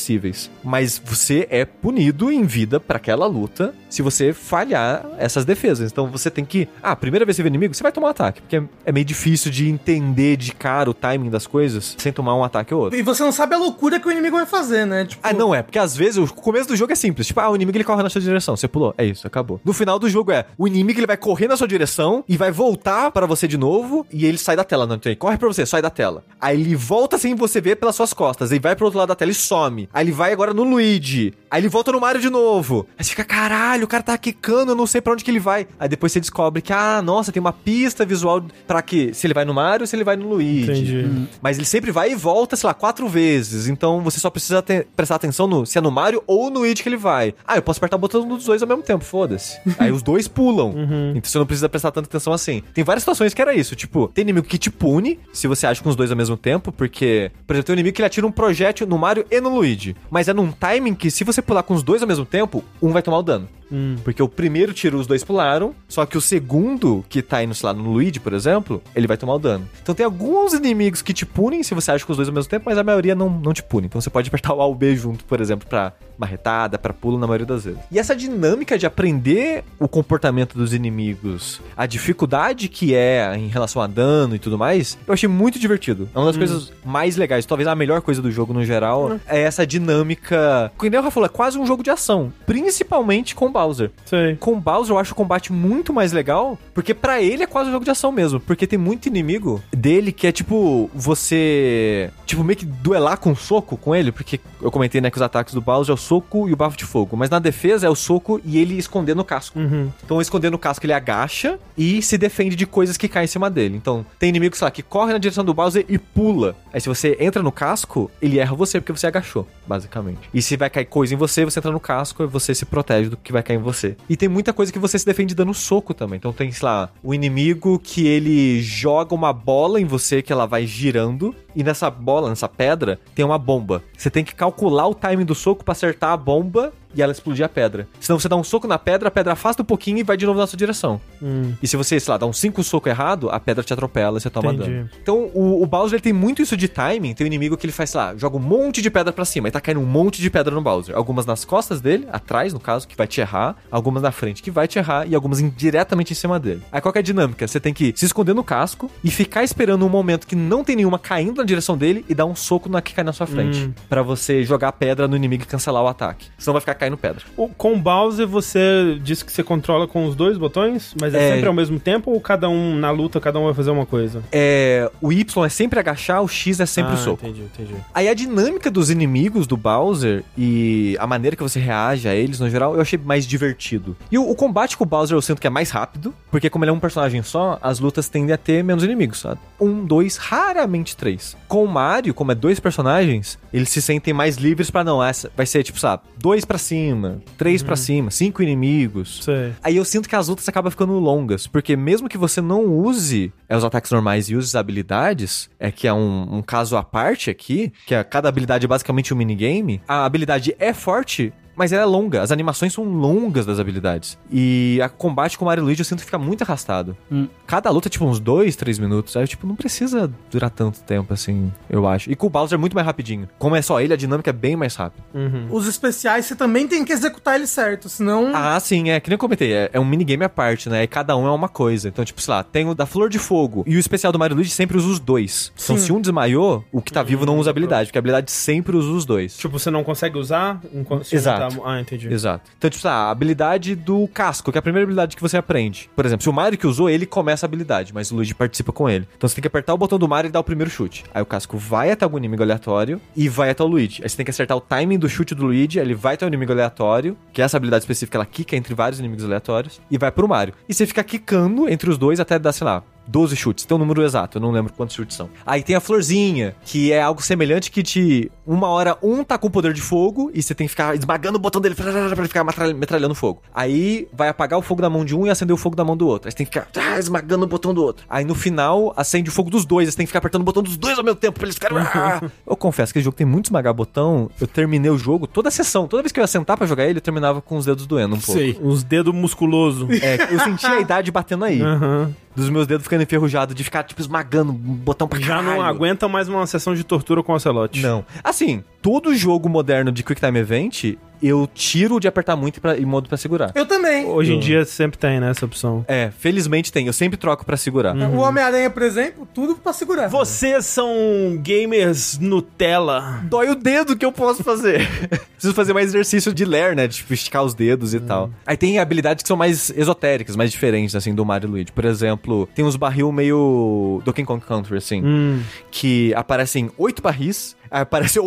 possíveis. Mas você é punido em vida pra aquela luta se você falhar essas defesas. Então você tem que... a primeira vez que você vê inimigo, você vai tomar um ataque. Porque é meio difícil de entender de cara o timing das coisas sem tomar um ataque ou outro. E você não sabe a loucura que o inimigo vai fazer, né? Tipo... não é. Porque às vezes o começo do jogo é simples. Tipo, o inimigo ele corre na sua direção. Você pulou. É isso, acabou. No final do jogo o inimigo ele vai correr na sua direção e vai voltar pra você de novo e ele sai da tela. Não, então ele corre pra você, sai da tela. Aí ele volta sem você ver pelas suas costas. Aí vai pro outro lado da tela e some. Aí ele vai agora no Luigi. Aí ele volta no Mario de novo. Aí você fica, caralho, o cara tá quicando, eu não sei pra onde que ele vai. Aí depois você descobre que, nossa, tem uma pista visual pra que se ele vai no Mario ou se ele vai no Luigi. Entendi. Mas ele sempre vai e volta, sei lá, 4 vezes. Então você só precisa prestar atenção se é no Mario ou no Luigi que ele vai. Eu posso apertar o botão dos dois ao mesmo tempo, foda-se. Aí os dois pulam. Então você não precisa prestar tanta atenção assim. Tem várias situações que era isso. Tipo, tem inimigo que te pune se você age com os dois ao mesmo tempo, porque, por exemplo, tem um inimigo que ele atira um projétil no Mario e no Luigi. Mas é num timing que se você pular com os dois ao mesmo tempo, um vai tomar o dano. Porque o primeiro tiro os dois pularam, só que o segundo, que tá indo, sei lá, no Luigi, por exemplo, ele vai tomar o dano. Então tem alguns inimigos que te punem se você age com os dois ao mesmo tempo, mas a maioria não te pune. Então você pode apertar o A ou o B junto, por exemplo, pra marretada, pra pulo na maioria das vezes. E essa dinâmica de aprender o comportamento dos inimigos, a dificuldade que é em relação a dano e tudo mais, eu achei muito divertido. É uma das coisas mais legais, talvez a melhor coisa do jogo no geral, é essa dinâmica. Como o Rafa falou, é quase um jogo de ação, principalmente com Bowser. Sei. Com Bowser eu acho o combate muito mais legal, porque pra ele é quase um jogo de ação mesmo, porque tem muito inimigo dele que é tipo, você meio que duelar com soco com ele, porque eu comentei, né, que os ataques do Bowser é o soco e o bafo de fogo, mas na defesa é o soco e ele esconder no casco. Então esconder no casco ele agacha e se defende de coisas que caem em cima dele. Então tem inimigo, sei lá, que corre na direção do Bowser e pula. Aí se você entra no casco, ele erra você porque você agachou, basicamente. E se vai cair coisa em você, você entra no casco e você se protege do que vai cair em você. E tem muita coisa que você se defende dando soco também. Então tem, sei lá, o inimigo que ele joga uma bola em você que ela vai girando e nessa bola, nessa pedra, tem uma bomba. Você tem que calcular o timing do soco pra acertar a bomba e ela explodir a pedra. Senão você dá um soco na pedra, a pedra afasta um pouquinho e vai de novo na sua direção. E se você, sei lá, dá uns 5 socos errado, a pedra te atropela e você toma dano. Então o Bowser ele tem muito isso de timing. Tem um inimigo que ele faz, sei lá, joga um monte de pedra pra cima e tá caindo um monte de pedra no Bowser. Algumas nas costas dele, atrás no caso, que vai te errar. Algumas na frente, que vai te errar. E algumas diretamente em cima dele. Aí qual que é a dinâmica? Você tem que se esconder no casco e ficar esperando um momento que não tem nenhuma caindo na direção dele e dar um soco na que cai na sua frente. Pra você jogar a pedra no inimigo e cancelar o ataque. Senão vai ficar caindo pedra. Com o Bowser, você disse que você controla com os dois botões, mas é sempre ao mesmo tempo ou cada um, na luta, cada um vai fazer uma coisa? O Y é sempre agachar, o X é sempre o soco. Entendi. Aí a dinâmica dos inimigos do Bowser e a maneira que você reage a eles, no geral, eu achei mais divertido. E o combate com o Bowser eu sinto que é mais rápido, porque como ele é um personagem só, as lutas tendem a ter menos inimigos, sabe? 1, 2, raramente 3. Com o Mario, como é 2 personagens, eles se sentem mais livres pra não, essa vai ser tipo, sabe, 2 pra cima, 3 pra cima, 5 inimigos. Sei. Aí eu sinto que as lutas acabam ficando longas, porque mesmo que você não use os ataques normais e use as habilidades, que é um caso à parte aqui, que cada habilidade é basicamente um minigame, a habilidade é forte, mas ela é longa. As animações são longas das habilidades. E a combate com o Mario e Luigi eu sinto que fica muito arrastado. Cada luta é tipo uns 2, 3 minutos. Aí não precisa durar tanto tempo assim, eu acho. E com o Bowser é muito mais rapidinho. Como é só ele, a dinâmica é bem mais rápida. Os especiais você também tem que executar eles certo, senão... Sim, que nem eu comentei. É um minigame à parte, né? E cada um é uma coisa. Então, tipo, sei lá, tem o da Flor de Fogo. E o especial do Mario e Luigi sempre usa os dois. Então, se um desmaiou, o que tá vivo não usa habilidade. Porque a habilidade sempre usa os dois. Tipo, você não consegue usar? Exato. Entendi. Exato. Então, tipo, a habilidade do casco, que é a primeira habilidade que você aprende. Por exemplo, se o Mario que usou, ele começa a habilidade, mas o Luigi participa com ele. Então você tem que apertar o botão do Mario e dar o primeiro chute. Aí o casco vai até algum inimigo aleatório e vai até o Luigi. Aí você tem que acertar o timing do chute do Luigi, aí ele vai até o inimigo aleatório, que é essa habilidade específica, ela quica entre vários inimigos aleatórios, e vai pro Mario. E você fica quicando entre os dois até dar, sei lá, 12 chutes, tem um número exato, eu não lembro quantos chutes são. Aí tem a florzinha, que é algo semelhante que uma hora tá com poder de fogo e você tem que ficar esmagando o botão dele pra ele ficar metralhando fogo. Aí vai apagar o fogo da mão de um e acender o fogo da mão do outro. Aí você tem que ficar esmagando o botão do outro. Aí no final acende o fogo dos dois, você tem que ficar apertando o botão dos dois ao mesmo tempo pra eles ficarem... Eu confesso que esse jogo tem muito esmagar botão. Eu terminei o jogo, toda a sessão, toda vez que eu ia sentar pra jogar ele, eu terminava com os dedos doendo um pouco. Sei, os dedos musculosos. Eu sentia a idade batendo aí. dos meus dedos ficando enferrujados, de ficar, tipo, esmagando botão pra Já caralho. não aguenta mais uma sessão de tortura com o Ocelot. Não. Assim, todo jogo moderno de Quick Time Event, eu tiro de apertar muito em modo pra segurar. Eu também. Hoje em dia sempre tem, né, essa opção. É, felizmente tem. Eu sempre troco pra segurar. O Homem-Aranha, por exemplo, tudo pra segurar. Vocês são gamers Nutella. Dói o dedo que eu posso fazer. Preciso fazer mais exercício de ler, né? Tipo, esticar os dedos e tal. Aí tem habilidades que são mais esotéricas, mais diferentes, assim, do Mario e Luigi. Por exemplo, tem uns barril meio Donkey Kong Country, assim, que aparecem 8 barris. Aparece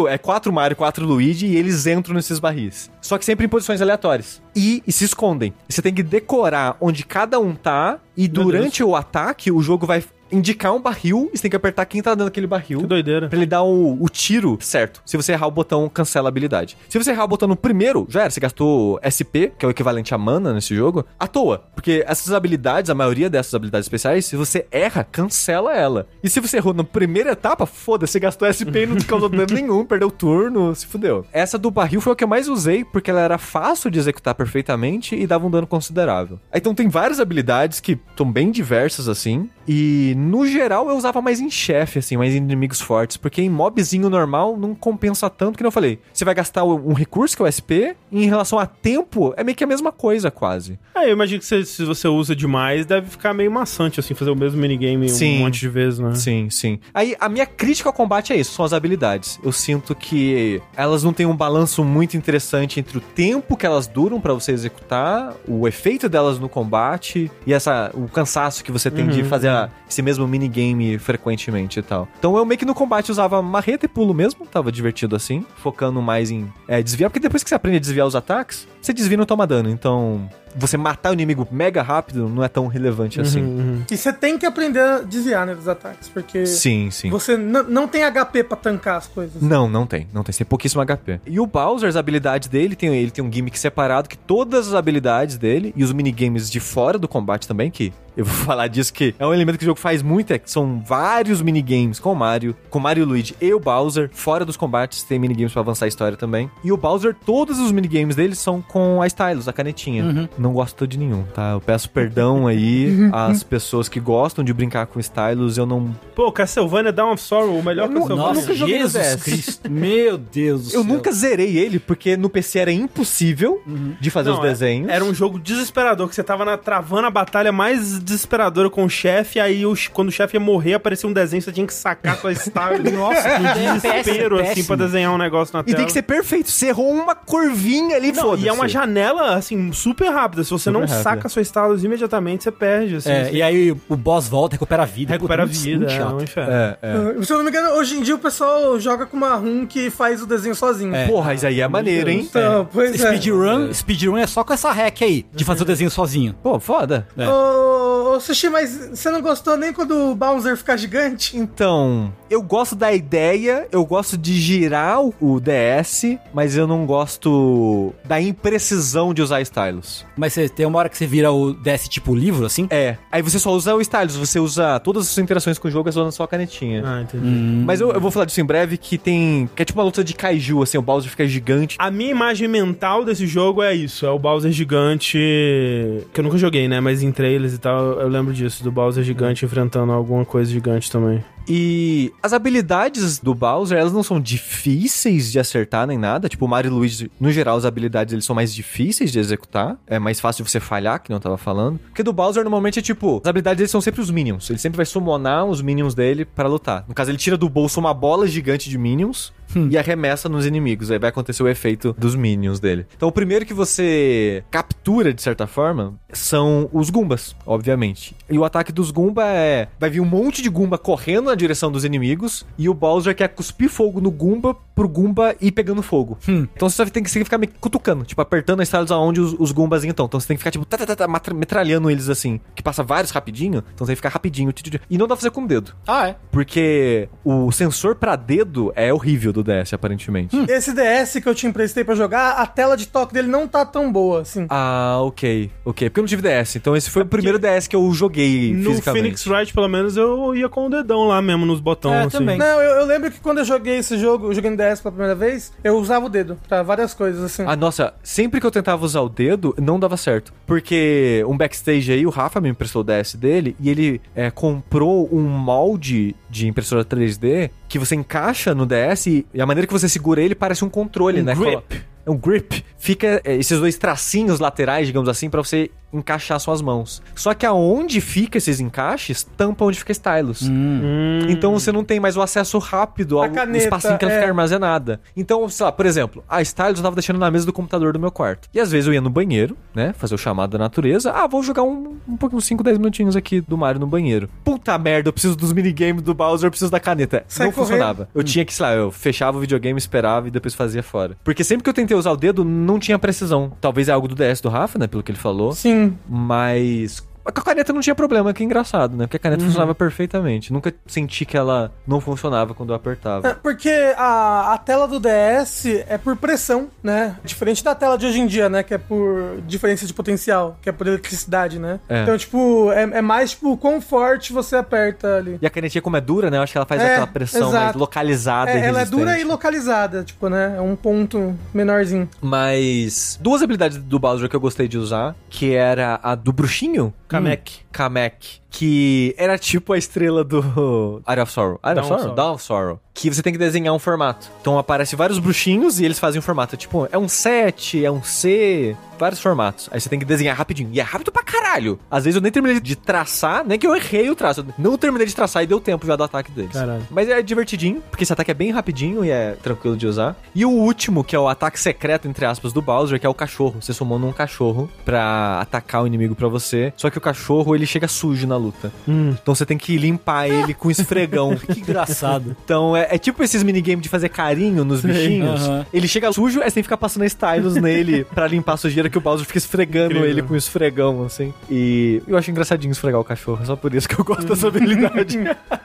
4 Mario, 4 Luigi, e eles entram nesses barris. Só que sempre em posições aleatórias. E se escondem. Você tem que decorar onde cada um tá, e durante o ataque, o jogo vai indicar um barril, e você tem que apertar quem tá dando aquele barril. Que doideira. Pra ele dar o tiro certo. Se você errar o botão, cancela a habilidade. Se você errar o botão no primeiro, já era. Você gastou SP, que é o equivalente a mana nesse jogo, à toa. Porque essas habilidades, a maioria dessas habilidades especiais, se você erra, cancela ela. E se você errou na primeira etapa, foda-se, você gastou SP e não te causou dano nenhum, perdeu o turno, se fudeu. Essa do barril foi o que eu mais usei, porque ela era fácil de executar perfeitamente e dava um dano considerável. Então tem várias habilidades que estão bem diversas, assim, e no geral eu usava mais em chefe, assim, mais em inimigos fortes, porque em mobzinho normal não compensa tanto, que nem eu falei. Você vai gastar um recurso que é o SP, e em relação a tempo, é meio que a mesma coisa, quase. Eu imagino que se você usa demais, deve ficar meio maçante, assim, fazer o mesmo minigame um monte de vezes, né? Sim, sim. Aí, a minha crítica ao combate é isso, são as habilidades. Eu sinto que elas não têm um balanço muito interessante entre o tempo que elas duram pra você executar, o efeito delas no combate, e o cansaço que você tem de fazer esse mesmo minigame frequentemente e tal. Então eu meio que no combate usava marreta e pulo mesmo, tava divertido assim, focando mais em desviar, porque depois que você aprende a desviar os ataques, você desvia e não toma dano, então você matar o inimigo mega rápido não é tão relevante assim. E você tem que aprender a desviar, né, dos ataques, porque Sim. você não tem HP pra tancar as coisas. Não tem. Você tem pouquíssimo HP. E o Bowser, as habilidades dele, ele tem um gimmick separado, que todas as habilidades dele, e os minigames de fora do combate também, que eu vou falar disso, que é um elemento que o jogo faz muito, que são vários minigames com o Mario e o Luigi e o Bowser. Fora dos combates tem minigames pra avançar a história também. E o Bowser, todos os minigames dele são com a Stylus, a canetinha. Não gosto de nenhum, tá? Eu peço perdão aí às pessoas que gostam de brincar com Stylus, eu não... Pô, Castlevania Dawn of Sorrow, o melhor Castlevania. Nossa, nunca joguei no Jesus DS. Cristo. Meu Deus do céu. Eu nunca zerei ele, porque no PC era impossível de fazer os desenhos. Era um jogo desesperador, que você tava travando a batalha mais desesperadora com o chefe, aí quando o chefe ia morrer, aparecia um desenho, você tinha que sacar sua style. Nossa, um desespero, assim, pra desenhar um negócio na tela. E tem que ser perfeito. Você errou uma curvinha ali, foda-se. E é uma janela, assim, super rápida. Se você não saca sua stylus imediatamente, você perde, assim. E aí o boss volta, recupera a vida. Recupera a Puta, vida, muito é chato. um inferno. Se eu não me engano, hoje em dia o pessoal joga com uma ROM que faz o desenho sozinho. Porra, isso aí é maneiro, hein? Então, pois é. Speedrun é só com essa hack aí, de fazer o desenho sozinho. Pô, foda. Ô, Sushi, mas você não gostou nem quando o Bowser fica gigante? Então, eu gosto da ideia, eu gosto de girar o DS, mas eu não gosto da imprecisão de usar stylus. Mas você tem uma hora que você vira o DS tipo livro, assim? Aí você só usa o stylus, você usa todas as suas interações com o jogo usando só a canetinha. Entendi. Mas eu vou falar disso em breve, que é tipo uma luta de kaiju, assim, o Bowser fica gigante. A minha imagem mental desse jogo é isso, é o Bowser gigante, que eu nunca joguei, né, mas em trailers e tal, eu lembro disso, do Bowser gigante enfrentando alguma coisa gigante também. E as habilidades do Bowser, elas não são difíceis de acertar nem nada. Tipo, o Mario e o Luigi, no geral, as habilidades eles são mais difíceis de executar. É mais fácil de você falhar, que não tava falando. Porque do Bowser, normalmente, é tipo... As habilidades deles são sempre os Minions. Ele sempre vai summonar os Minions dele para lutar. No caso, ele tira do bolso uma bola gigante de Minions e arremessa nos inimigos. Aí vai acontecer o efeito dos Minions dele. Então, o primeiro que você captura, de certa forma, são os Goombas, obviamente. E o ataque dos Goomba vai vir um monte de Goomba correndo na direção dos inimigos, e o Bowser quer cuspir fogo no Goomba pro Goomba ir pegando fogo. Então você só tem que ficar meio cutucando, tipo, apertando as styles aonde os Goombas estão. Então você tem que ficar, tipo, metralhando eles assim, que passa vários rapidinho, então você tem que ficar rapidinho. E não dá pra fazer com o dedo. Ah, é? Porque o sensor pra dedo é horrível do DS, aparentemente. Esse DS que eu te emprestei pra jogar, a tela de toque dele não tá tão boa, assim. Ah, ok. Porque eu não tive DS, então esse foi o primeiro DS que eu joguei no fisicamente. No Phoenix Wright, pelo menos, eu ia com o dedão lá mesmo, nos botões, assim. também. Não, eu lembro que quando eu joguei esse jogo, eu joguei no DS pela primeira vez, eu usava o dedo pra várias coisas, assim. Ah, nossa, sempre que eu tentava usar o dedo, não dava certo. Porque um backstage aí, o Rafa me emprestou o DS dele, e ele comprou um molde de impressora 3D que você encaixa no DS e a maneira que você segura ele parece um controle, né? Grip. É um grip. Fica esses dois tracinhos laterais, digamos assim, pra você encaixar suas mãos. Só que aonde fica esses encaixes, tampa onde fica stylus. Então você não tem mais o acesso rápido ao espacinho que ela fica armazenada. Então, sei lá, por exemplo, a stylus eu tava deixando na mesa do computador do meu quarto. E às vezes eu ia no banheiro, né, fazer o chamado da natureza. Ah, vou jogar um pouquinho, 5, 10 minutinhos aqui do Mario no banheiro. Puta merda, eu preciso dos minigames do Bowser, eu preciso da caneta. Não funcionava. Eu tinha que, sei lá, eu fechava o videogame, esperava e depois fazia fora. Porque sempre que eu tentei usar o dedo, não tinha precisão. Talvez é algo do DS do Rafa, né, pelo que ele falou. Sim. Mas com a caneta não tinha problema, que é engraçado, né? Porque a caneta funcionava perfeitamente. Nunca senti que ela não funcionava quando eu apertava. Porque a tela do DS é por pressão, né? Diferente da tela de hoje em dia, né? Que é por diferença de potencial, que é por eletricidade, né? Então, tipo, é mais, tipo, quão forte você aperta ali. E a canetinha, como é dura, né? Eu acho que ela faz aquela pressão mais localizada e ela resistente. é dura e localizada, tipo, né? É um ponto menorzinho. Mas duas habilidades do Bowser que eu gostei de usar, que era a do bruxinho. Kamek. Que era tipo a estrela do Area of Sorrow. Dawn of Sorrow. Que você tem que desenhar um formato. Então aparece vários bruxinhos e eles fazem um formato. Tipo, é um 7, é um C, vários formatos. Aí você tem que desenhar rapidinho. E é rápido pra caralho. Às vezes eu nem terminei de traçar, nem que eu errei o traço. Eu não terminei de traçar e deu tempo já do ataque deles. Caralho. Mas é divertidinho, porque esse ataque é bem rapidinho e é tranquilo de usar. E o último, que é o ataque secreto, entre aspas, do Bowser, que é o cachorro. Você summona um cachorro pra atacar o inimigo pra você. Só que o cachorro, ele chega sujo na luta. Então você tem que limpar ele com esfregão. Que engraçado. Então é tipo esses minigames de fazer carinho nos bichinhos. Ele chega sujo, aí você tem que ficar passando stylus nele pra limpar a sujeira, que o Bowser fica esfregando ele com esfregão, assim. E eu acho engraçadinho esfregar o cachorro. É só por isso que eu gosto dessa habilidade.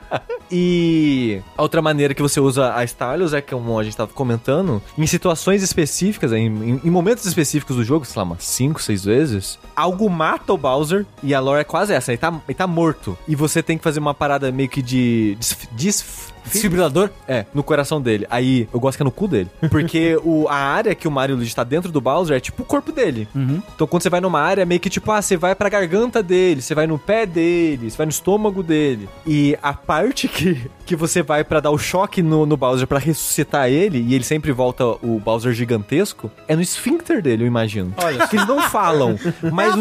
E a outra maneira que você usa a stylus é, como a gente tava comentando, em situações específicas, em momentos específicos do jogo, sei lá, umas 5, 6 vezes, algo mata o Bowser e a lore é quase essa, ele tá morto. E você tem que fazer uma parada meio que de desfibrilador? É, no coração dele. Aí, eu gosto que é no cu dele. Porque a área que o Mario Luigi tá dentro do Bowser é tipo o corpo dele. Então, quando você vai numa área, meio que tipo, você vai pra garganta dele, você vai no pé dele, você vai no estômago dele. E a parte que você vai pra dar o choque no Bowser pra ressuscitar ele, e ele sempre volta o Bowser gigantesco, é no esfíncter dele, eu imagino. Olha, que eles não falam. Mas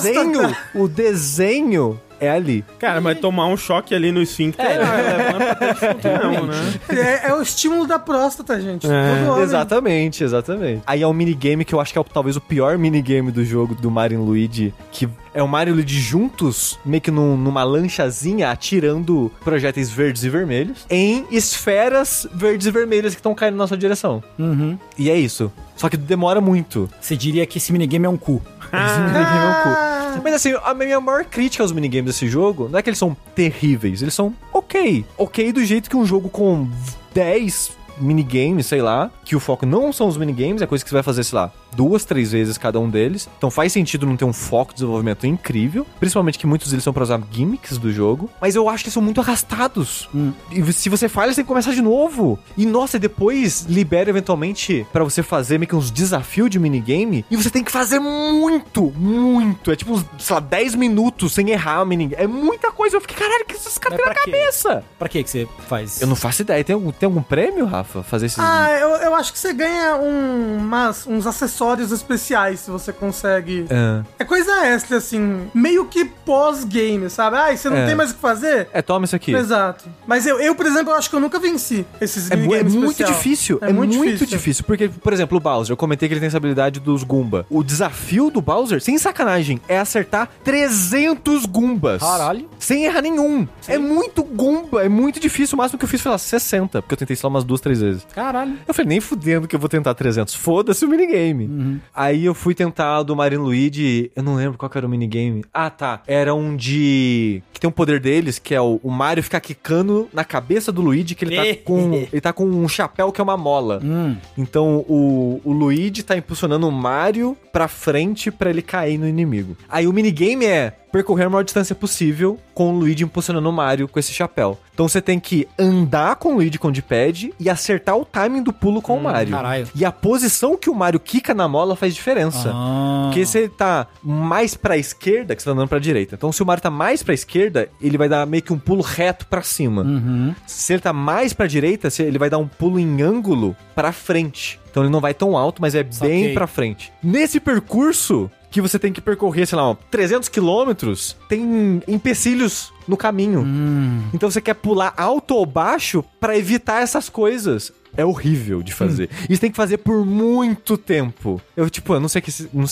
o desenho é ali. Cara, mas tomar um choque ali no esfíncter levanta até defunto mesmo, né? É o estímulo da próstata, gente. Exatamente. Aí é um minigame que eu acho que é talvez o pior minigame do jogo do Mario e Luigi, que é o Mario e Luigi juntos, meio que numa lanchazinha, atirando projéteis verdes e vermelhos em esferas verdes e vermelhas que estão caindo na nossa direção. E é isso. Só que demora muito. Você diria que esse minigame é um cu. Esse minigame é um cu. Mas assim, a minha maior crítica aos minigames desse jogo não é que eles são terríveis, eles são ok. Ok do jeito que um jogo com 10 minigames, sei lá, que o foco não são os minigames, é coisa que você vai fazer, sei lá, 2, 3 vezes cada um deles. Então faz sentido não ter um foco de desenvolvimento incrível, principalmente que muitos deles são pra usar gimmicks do jogo, mas eu acho que são muito arrastados. E se você falha, você tem que começar de novo. E nossa, depois libera eventualmente pra você fazer meio que uns desafios de minigame, e você tem que fazer muito. É tipo uns, sei lá, 10 minutos sem errar o minigame. É muita coisa. Eu fiquei, caralho, que esses caras têm na cabeça? Pra que você faz? Eu não faço ideia. Tem algum prêmio, Rafa? Fazer esses... eu acho que você ganha uns acessórios especiais se você consegue. É coisa extra, assim, meio que pós-game, sabe? Você não tem mais o que fazer? Toma isso aqui. Exato. Mas eu, por exemplo, eu acho que eu nunca venci esses minigames muito difícil. É muito difícil. Porque, por exemplo, o Bowser, eu comentei que ele tem essa habilidade dos Goomba. O desafio do Bowser, sem sacanagem, é acertar 300 Goombas. Caralho. Sem errar nenhum. Sim. É muito Goomba, é muito difícil. O máximo que eu fiz foi lá 60, porque eu tentei só umas 2, 3 vezes. Caralho. Eu falei, nem fudendo que eu vou tentar 300. Foda-se o minigame. minigame. Aí eu fui tentar do Mario Luigi, eu não lembro qual que era o minigame. Ah, tá. Era um de... que tem um poder deles, que é o Mario ficar quicando na cabeça do Luigi, que ele tá com um chapéu que é uma mola. Então o Luigi tá impulsionando o Mario pra frente pra ele cair no inimigo. Aí o minigame é percorrer a maior distância possível com o Luigi impulsionando o Mario com esse chapéu. Então você tem que andar com o Luigi com o D-pad e acertar o timing do pulo com o Mario. Caralho. E a posição que o Mario quica na mola faz diferença. Porque se ele tá mais pra esquerda, que você tá andando pra direita. Então se o Mario tá mais pra esquerda, ele vai dar meio que um pulo reto pra cima. Se ele tá mais pra direita, ele vai dar um pulo em ângulo pra frente. Então ele não vai tão alto, mas é bem pra frente. Nesse percurso que você tem que percorrer, sei lá, 300 quilômetros, tem empecilhos no caminho. Então você quer pular alto ou baixo pra evitar essas coisas. É horrível de fazer. Isso tem que fazer por muito tempo. Eu não sei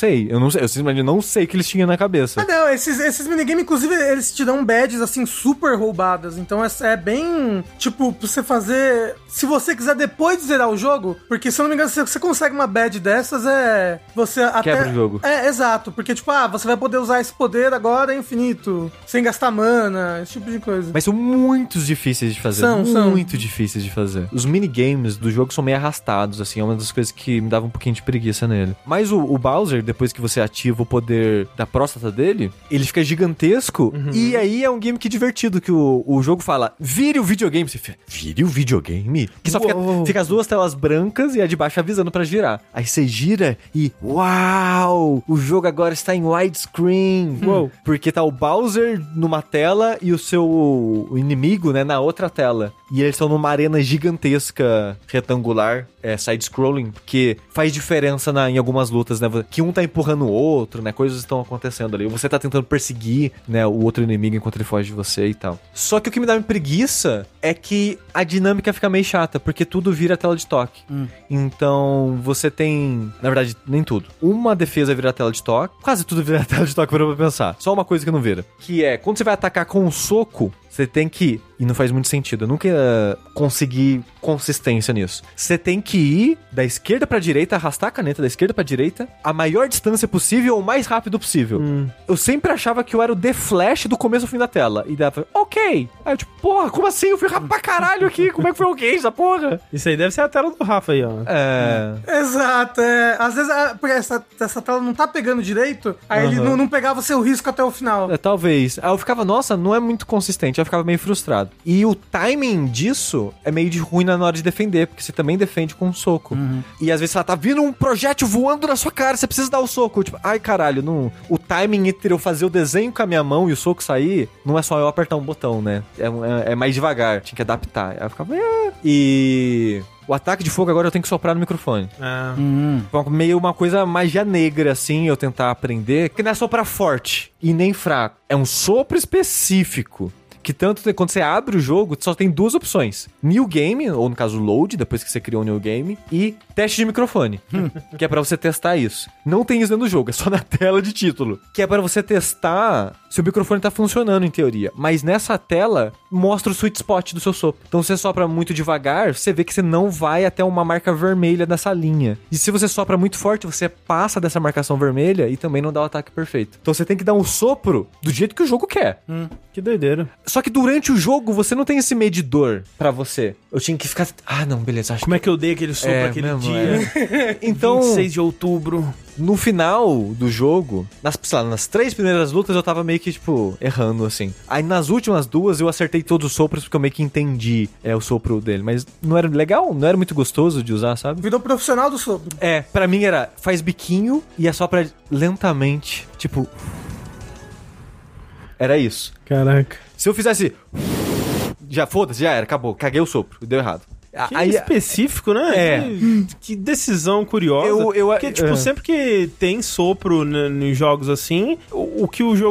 eu simplesmente não sei o que eles tinham na cabeça. Ah, não, esses minigames, inclusive, eles te dão badges, assim, super roubadas. Então é bem, tipo, pra você fazer... Se você quiser depois de zerar o jogo, porque, se eu não me engano, se você consegue uma badge dessas, você até... Quebra o jogo. Exato. Porque, tipo, você vai poder usar esse poder agora infinito, sem gastar mana, esse tipo de coisa. Mas são muito difíceis de fazer. São muito difíceis de fazer. Os minigames do jogo são meio arrastados, assim, é uma das coisas que me dava um pouquinho de preguiça nele. Mas o Bowser, depois que você ativa o poder da próstata dele, ele fica gigantesco, e aí é um game que divertido, que o jogo fala, vire o videogame. Você fica, vire o videogame? Que só fica as duas telas brancas e a de baixo avisando pra girar. Aí você gira e, uau, o jogo agora está em widescreen. Porque tá o Bowser numa tela e o seu inimigo, né, na outra tela. E eles estão numa arena gigantesca, retangular, side-scrolling, porque faz diferença em algumas lutas, né? Que um tá empurrando o outro, né? Coisas estão acontecendo ali. Você tá tentando perseguir, né, o outro inimigo enquanto ele foge de você e tal. Só que o que me dá preguiça é que a dinâmica fica meio chata, porque tudo vira tela de toque. Então, você tem... Na verdade, nem tudo. Uma defesa vira tela de toque. Quase tudo vira tela de toque, pra eu pensar. Só uma coisa que não vira. Que é, quando você vai atacar com um soco, você tem que... E não faz muito sentido. Eu nunca ia conseguir consistência nisso. Você tem que ir da esquerda pra direita, arrastar a caneta da esquerda pra direita, a maior distância possível ou o mais rápido possível. Eu sempre achava que eu era o The Flash do começo ao fim da tela. E daí ok. Aí eu tipo, porra, como assim? Eu fui rápido pra caralho aqui. Como é que foi ok essa porra? Isso aí deve ser a tela do Rafa aí, ó. Exato, Às vezes, porque essa tela não tá pegando direito, aí ele não pegava o seu risco até o final. Talvez. Aí eu ficava, nossa, não é muito consistente. Eu ficava meio frustrado. E o timing disso é meio ruim na hora de defender, porque você também defende com um soco. E às vezes ela tá vindo um projétil voando na sua cara, você precisa dar o soco. Tipo, ai caralho, não... O timing entre eu fazer o desenho com a minha mão e o soco sair, não é só eu apertar um botão, né? É mais devagar, tinha que adaptar. Aí eu ficava... E... O ataque de fogo agora eu tenho que soprar no microfone. Meio uma coisa magia negra, assim, eu tentar aprender. Que não é soprar forte e nem fraco. É um sopro específico. Que tanto quando você abre o jogo, só tem duas opções. New Game, ou no caso Load, depois que você criou o New Game, e teste de microfone, que é pra você testar isso. Não tem isso dentro do jogo, é só na tela de título. Que é pra você testar se o microfone tá funcionando, em teoria. Mas nessa tela, mostra o sweet spot do seu sopro. Então se você sopra muito devagar, você vê que você não vai até uma marca vermelha dessa linha. E se você sopra muito forte, você passa dessa marcação vermelha e também não dá o ataque perfeito. Então você tem que dar um sopro do jeito que o jogo quer. Que doideira. Só que durante o jogo, você não tem esse medidor pra você. Eu tinha que ficar... Ah, não, beleza. Como é que eu dei aquele sopro aquele mesmo, dia? Então... 26 de outubro. No final do jogo, nas 3 primeiras lutas, eu tava meio que, tipo, errando, assim. Aí nas últimas 2, eu acertei todos os sopros, porque eu meio que entendi o sopro dele. Mas não era legal, não era muito gostoso de usar, sabe? Virou profissional do sopro. Pra mim era, faz biquinho e assopra lentamente. Tipo... Era isso. Caraca. Se eu fizesse... Já foda-se, já era, acabou. Caguei o sopro, deu errado. Que específico, né? Que decisão curiosa. Porque, tipo, sempre que tem sopro em jogos assim, o que o jogo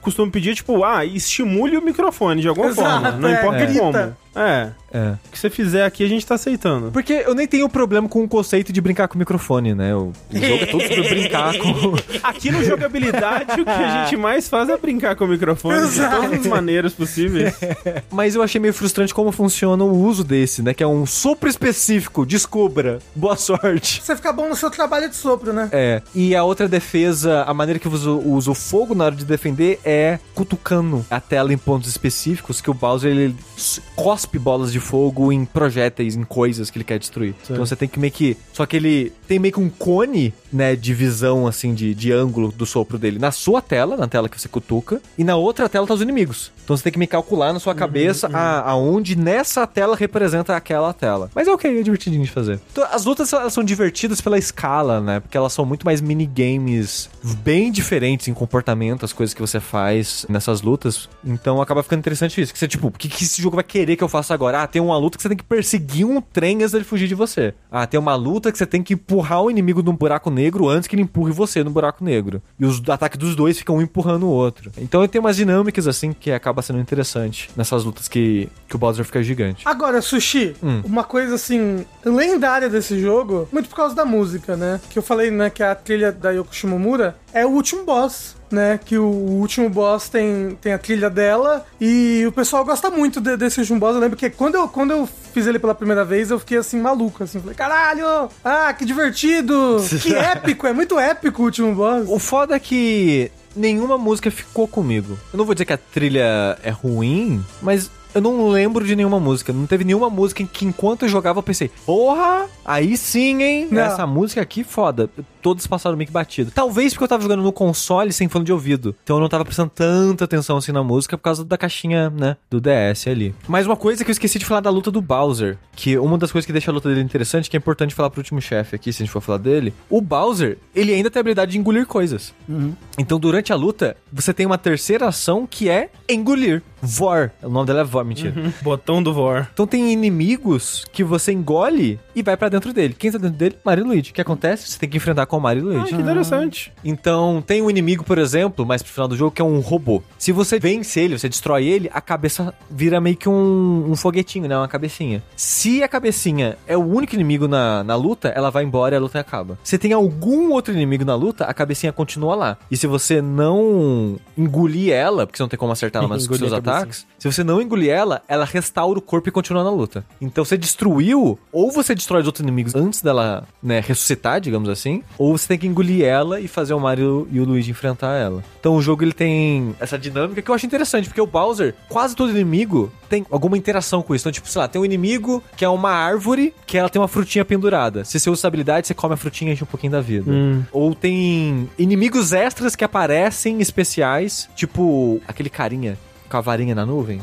costumam pedir, tipo, estimule o microfone de alguma forma. Não importa como. O que você fizer aqui, a gente tá aceitando. Porque eu nem tenho problema com o conceito de brincar com o microfone, né? O jogo é todo sobre brincar com... Aqui no Jogabilidade, o que a gente mais faz é brincar com o microfone de todas as maneiras possíveis. Mas eu achei meio frustrante como funciona o uso desse, né? Que é um sopro específico. Descubra. Boa sorte. Você fica bom no seu trabalho de sopro, né? E a outra defesa, a maneira que você usa o fogo na hora de defender é cutucando a tela em pontos específicos, que o Bowser, ele cospe bolas de fogo em projéteis, em coisas que ele quer destruir. Sim. Então você tem que meio que... Só que ele tem meio que um cone, né, de visão, assim, de ângulo do sopro dele na sua tela, na tela que você cutuca, e na outra tela tá os inimigos. Então você tem que me calcular na sua cabeça aonde nessa tela representa aquela tela. Mas é divertidinho de fazer. Então, as lutas, elas são divertidas pela escala, né? Porque elas são muito mais minigames bem diferentes em comportamento, as coisas que você faz nessas lutas. Então acaba ficando interessante isso. Que você, tipo, o que esse jogo vai querer que eu faça agora? Tem uma luta que você tem que perseguir um trem antes dele fugir de você. Tem uma luta que você tem que empurrar o inimigo num buraco negro antes que ele empurre você no buraco negro. E os ataques dos dois ficam um empurrando o outro. Então tem umas dinâmicas, assim, que acaba sendo interessante nessas lutas que o Bowser fica gigante. Agora, Sushi, uma coisa, assim, lendária desse jogo, muito por causa da música, né? Que eu falei, né, que a trilha da Yoko Shimomura é o último boss, né, que o último boss tem a trilha dela, e o pessoal gosta muito desse último boss. Eu lembro que quando eu fiz ele pela primeira vez, eu fiquei assim, maluco, assim, falei, caralho, que divertido, que épico, é muito épico o último boss. O foda é que nenhuma música ficou comigo. Eu não vou dizer que a trilha é ruim, mas eu não lembro de nenhuma música. Não teve nenhuma música em que, enquanto eu jogava, eu pensei, porra, aí sim, hein? Não. Essa música aqui, foda. Todos passaram meio que batido. Talvez porque eu tava jogando no console sem fone de ouvido. Então eu não tava prestando tanta atenção assim na música por causa da caixinha, né, do DS ali. Mas uma coisa que eu esqueci de falar da luta do Bowser, que uma das coisas que deixa a luta dele interessante, que é importante falar pro último chefe aqui, se a gente for falar dele, o Bowser, ele ainda tem a habilidade de engolir coisas. Então durante a luta, você tem uma terceira ação que é engolir. Vor. O nome dela é Vor, mentira. Botão do Vor. Então tem inimigos que você engole e vai pra dentro dele. Quem tá dentro dele? Mario e Luigi. O que acontece? Você tem que enfrentar com o Mario e Luigi. Que interessante. Então tem um inimigo, por exemplo, mais pro final do jogo, que é um robô. Se você vence ele, você destrói ele, a cabeça vira meio que um foguetinho, né? Uma cabecinha. Se a cabecinha é o único inimigo na luta, ela vai embora e a luta acaba. Se tem algum outro inimigo na luta, a cabecinha continua lá. E se você não engolir ela, porque você não tem como acertar ela mais com seus ataques, se você não engolir ela, ela restaura o corpo e continua na luta. Então você destruiu, ou você destrói os outros inimigos antes dela, né, ressuscitar, digamos assim, ou você tem que engolir ela e fazer o Mario e o Luigi enfrentar ela. Então o jogo, ele tem essa dinâmica que eu acho interessante, porque o Bowser, quase todo inimigo tem alguma interação com isso. Então, tipo, sei lá, tem um inimigo que é uma árvore que ela tem uma frutinha pendurada. Se você usa essa habilidade, você come a frutinha e enche um pouquinho da vida. Ou tem inimigos extras que aparecem especiais, tipo aquele carinha com a varinha na nuvem.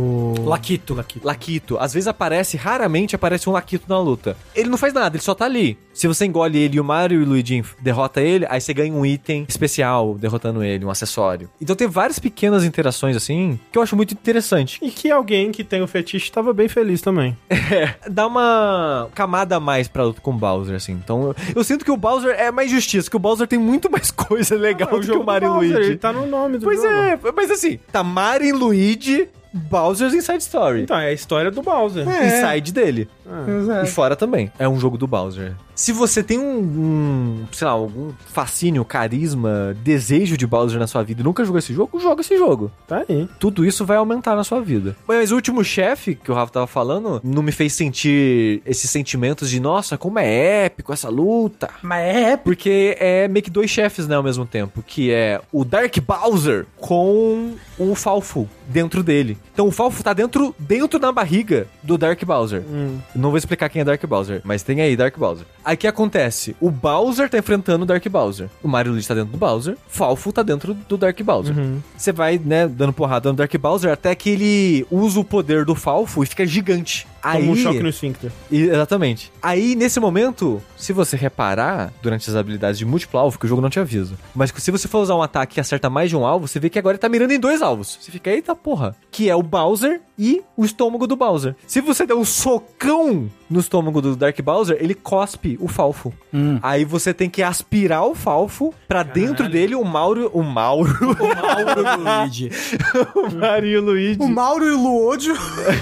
Laquito. Às vezes raramente aparece um Laquito na luta. Ele não faz nada, ele só tá ali. Se você engole ele e o Mario e o Luigi derrota ele, aí você ganha um item especial derrotando ele, um acessório. Então tem várias pequenas interações assim, que eu acho muito interessante. E que alguém que tem o fetiche tava bem feliz também. Dá uma camada a mais pra luta com o Bowser, assim. Então eu sinto que o Bowser é mais justiça, que o Bowser tem muito mais coisa legal do que o Mario e o Luigi. Ele tá no nome do jogo. Pois é, mas assim, tá Mario e Luigi, Bowser's Inside Story. Então, é a história do Bowser. Inside dele. E fora também. É um jogo do Bowser. Se você tem sei lá, algum fascínio, carisma, desejo de Bowser na sua vida e nunca jogou esse jogo, joga esse jogo. Tá aí. Tudo isso vai aumentar na sua vida. Mas o último chefe, que o Rafa tava falando, não me fez sentir esses sentimentos de, nossa, como é épico essa luta. Mas é épico. Porque é meio que dois chefes, né, ao mesmo tempo. Que é o Dark Bowser com o Falfo dentro dele. Então o Falfo tá dentro na barriga do Dark Bowser. Não vou explicar quem é Dark Bowser, mas tem aí Dark Bowser. Aí o que acontece? O Bowser tá enfrentando o Dark Bowser. O Mario Luigi tá dentro do Bowser. Falfo tá dentro do Dark Bowser. Você vai, né, dando porrada no Dark Bowser até que ele usa o poder do Falfo e fica gigante. Como um choque no esfíncter. Exatamente. Aí, nesse momento, se você reparar, durante as habilidades de múltiplo alvo, que o jogo não te avisa, mas se você for usar um ataque que acerta mais de um alvo, você vê que agora ele tá mirando em 2 alvos. Você fica, eita porra. Que é o Bowser e o estômago do Bowser. Se você der um socão no estômago do Dark Bowser, ele cospe o Falfo. Aí você tem que aspirar o Falfo pra dentro dele o Mario... O Mario e o Luigi. O Mario e o Luigi. O Mauro e o Luodio.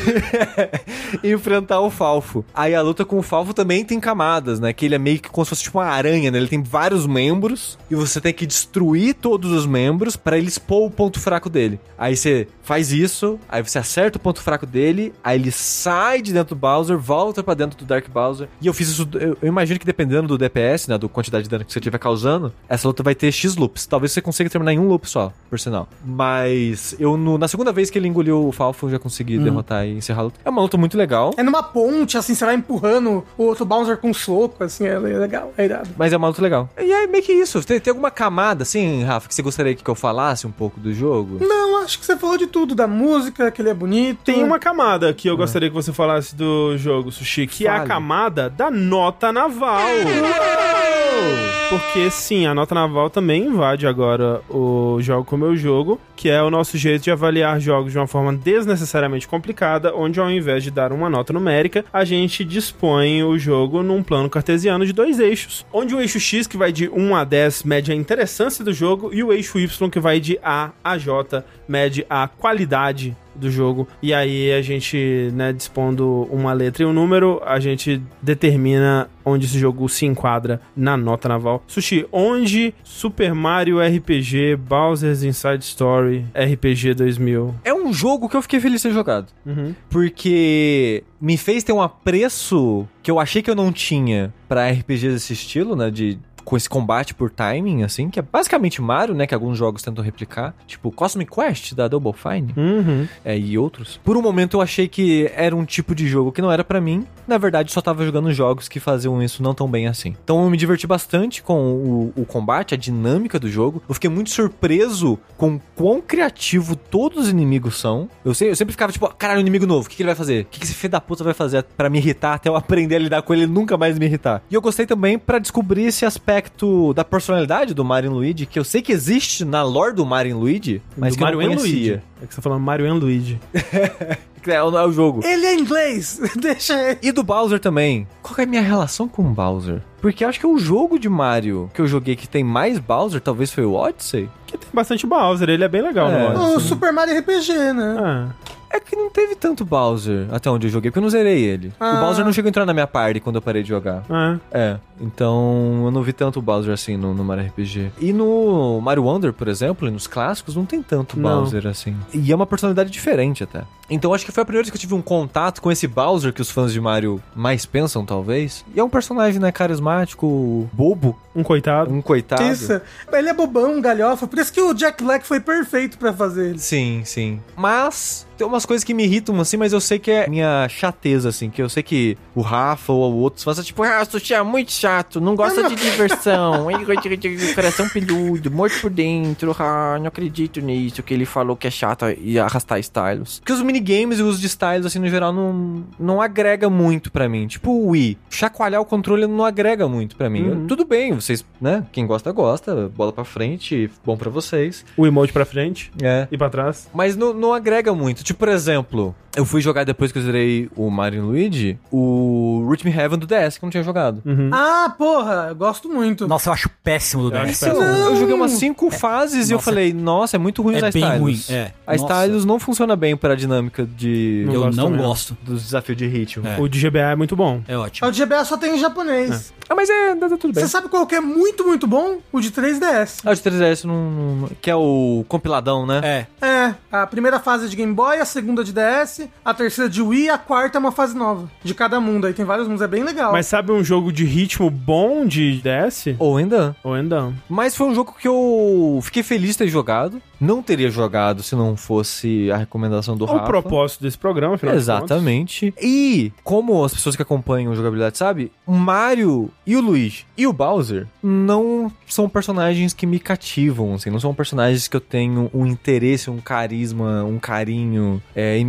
Enfrentar o Falfo. Aí a luta com o Falfo também tem camadas, né? Que ele é meio que como se fosse tipo uma aranha, né? Ele tem vários membros e você tem que destruir todos os membros pra ele expor o ponto fraco dele. Aí você faz isso, aí você acerta o ponto fraco dele, aí ele sai de dentro do Bowser, volta pra dentro do Dark Bowser. E eu fiz isso, eu imagino que dependendo do DPS, né? Da quantidade de dano que você estiver causando, essa luta vai ter X loops. Talvez você consiga terminar em um loop só, por sinal. Mas eu, na segunda vez que ele engoliu o Falfo, eu já consegui derrotar e encerrar a luta. É uma luta muito legal. É numa ponte, assim, você vai empurrando o outro Bowser com um soco, assim, é legal, é irado. Mas é uma luta legal. E é meio que isso. Tem alguma camada, assim, Rafa, que você gostaria que eu falasse um pouco do jogo? Não, acho que você falou de tudo, da música, que ele é bonito. Tem uma camada que eu gostaria que você falasse do jogo, Sushi, que é a camada da nota naval. Porque, sim, a nota naval também invade agora o Jogo Como Eu Jogo, que é o nosso jeito de avaliar jogos de uma forma desnecessariamente complicada, onde ao invés de dar uma nota numérica, a gente dispõe o jogo num plano cartesiano de 2 eixos, onde o eixo X, que vai de 1 a 10, mede a interessância do jogo, e o eixo Y, que vai de A a J, mede a qualidade do jogo. E aí a gente, né, dispondo uma letra e um número, a gente determina onde esse jogo se enquadra na nota naval. Sushi, onde Super Mario RPG Bowser's Inside Story RPG 2000? É um jogo que eu fiquei feliz de ter jogado. Porque me fez ter um apreço que eu achei que eu não tinha pra RPGs desse estilo, né, com esse combate por timing, assim, que é basicamente Mario, né, que alguns jogos tentam replicar, tipo Cosmic Quest, da Double Fine, e outros. Por um momento eu achei que era um tipo de jogo que não era pra mim, na verdade só tava jogando jogos que faziam isso não tão bem assim. Então eu me diverti bastante com o combate, a dinâmica do jogo, eu fiquei muito surpreso com quão criativo todos os inimigos são. Eu sempre ficava tipo, caralho, inimigo novo, o que ele vai fazer? O que esse filho da puta vai fazer pra me irritar, até eu aprender a lidar com ele e nunca mais me irritar? E eu gostei também pra descobrir esse aspecto da personalidade do Mario e Luigi, que eu sei que existe na lore do Mario e Luigi, mas do que Mario eu não conhecia. Luigi. É que você tá falando Mario e Luigi. É o jogo. Ele é inglês, deixa ele. E do Bowser também. Qual que é a minha relação com o Bowser? Porque eu acho que o jogo de Mario que eu joguei que tem mais Bowser, talvez foi o Odyssey. Que tem bastante Bowser, ele é bem legal no Odyssey. O Super Mario RPG, né? É que não teve tanto Bowser até onde eu joguei, porque eu não zerei ele. O Bowser não chegou a entrar na minha party quando eu parei de jogar. Então eu não vi tanto Bowser assim no Mario RPG. E no Mario Wonder, por exemplo, e nos clássicos, não tem tanto Bowser assim. E é uma personalidade diferente até. Então acho que foi a primeira vez que eu tive um contato com esse Bowser que os fãs de Mario mais pensam, talvez. E é um personagem, né, carismático, bobo. Um coitado. Isso. Ele é bobão, galhofa. Por isso que o Jack Black foi perfeito pra fazer ele. Sim. Mas tem umas coisas que me irritam, assim, mas eu sei que é minha chateza, assim, que eu sei que o Rafa ou outros fazem, tipo, Sushi é muito chato, não gosta de diversão, coração peludo, morto por dentro, não acredito nisso, que ele falou que é chato e arrastar stylos. Porque os minigames e o uso de stylos, assim, no geral, não agrega muito pra mim. Tipo o Wii, chacoalhar o controle não agrega muito pra mim. Tudo bem, vocês, né, quem gosta, bola pra frente, bom pra vocês. O emote pra frente e pra trás. Mas não agrega muito. Tipo, por exemplo, eu fui jogar depois que eu zerei o Mario e Luigi, o Rhythm Heaven do DS, que eu não tinha jogado. Ah, porra, eu gosto muito. Nossa, eu acho péssimo do DS. Eu joguei umas 5 fases e eu falei, nossa, é muito ruim usar bem stylus. ruim, A stylus não funciona bem para a dinâmica de... Eu não gosto. Dos desafios de ritmo. O de GBA é muito bom. É ótimo. O de GBA só tem em japonês. Mas tá tudo bem. Você sabe qual que é muito, muito bom? O de 3DS. O de 3DS não... Que é o compiladão, né? A primeira fase é de Game Boy, a segunda de DS, a terceira de Wii, a quarta é uma fase nova. De cada mundo. Aí tem vários mundos, é bem legal. Mas sabe um jogo de ritmo bom de DS? Ou ainda. Mas foi um jogo que eu fiquei feliz de ter jogado. Não teria jogado se não fosse a recomendação do Rafa. O propósito desse programa, afinal Exatamente. De contas. E, como as pessoas que acompanham a jogabilidade sabem, o Mario e o Luigi e o Bowser não são personagens que me cativam, assim, não são personagens que eu tenho um interesse, um carisma, um carinho imediato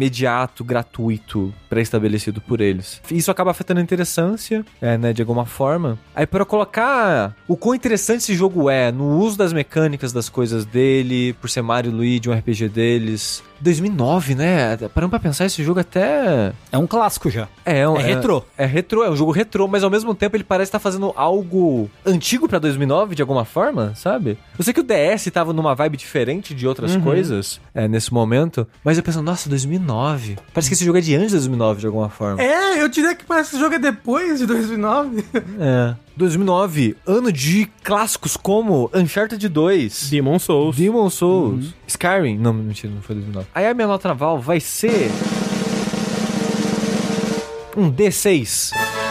contrato gratuito pré-estabelecido por eles. Isso acaba afetando a interessância, né, de alguma forma. Aí para colocar o quão interessante esse jogo é no uso das mecânicas das coisas dele, por ser Mario e Luigi, um RPG deles... 2009, né? Parando pra pensar, esse jogo até... É um clássico já. É retrô. É retrô, é um jogo retrô, mas ao mesmo tempo ele parece estar fazendo algo antigo pra 2009, de alguma forma, sabe? Eu sei que o DS tava numa vibe diferente de outras coisas, nesse momento, mas eu penso, nossa, 2009. Parece que esse jogo é de antes de 2009, de alguma forma. Eu diria que parece que esse jogo é depois de 2009. 2009, ano de clássicos como Uncharted 2, Demon's Souls, Skyrim, não, mentira, não foi 2009. Aí a minha nota naval vai ser um D6.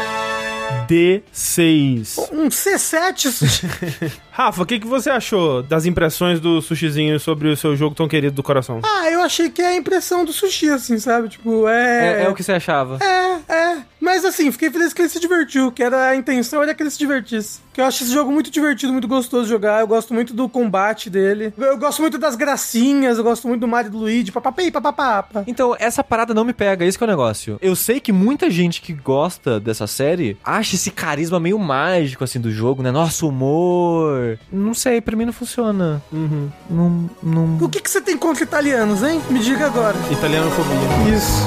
Um C7. Rafa, o que você achou das impressões do Sushizinho sobre o seu jogo tão querido do coração? Eu achei que é a impressão do Sushi, assim, sabe? Tipo, É o que você achava. Mas assim, fiquei feliz que ele se divertiu, que era a intenção era que ele se divertisse. Que eu acho esse jogo muito divertido, muito gostoso de jogar. Eu gosto muito do combate dele. Eu gosto muito das gracinhas, eu gosto muito do Mario e do Luigi, papapá. Então, essa parada não me pega, esse que é o negócio. Eu sei que muita gente que gosta dessa série acha esse carisma meio mágico, assim, do jogo, né? Nossa, humor. Não sei, pra mim não funciona. Não... O que você tem contra italianos, hein? Me diga agora. Italianofobia. Isso.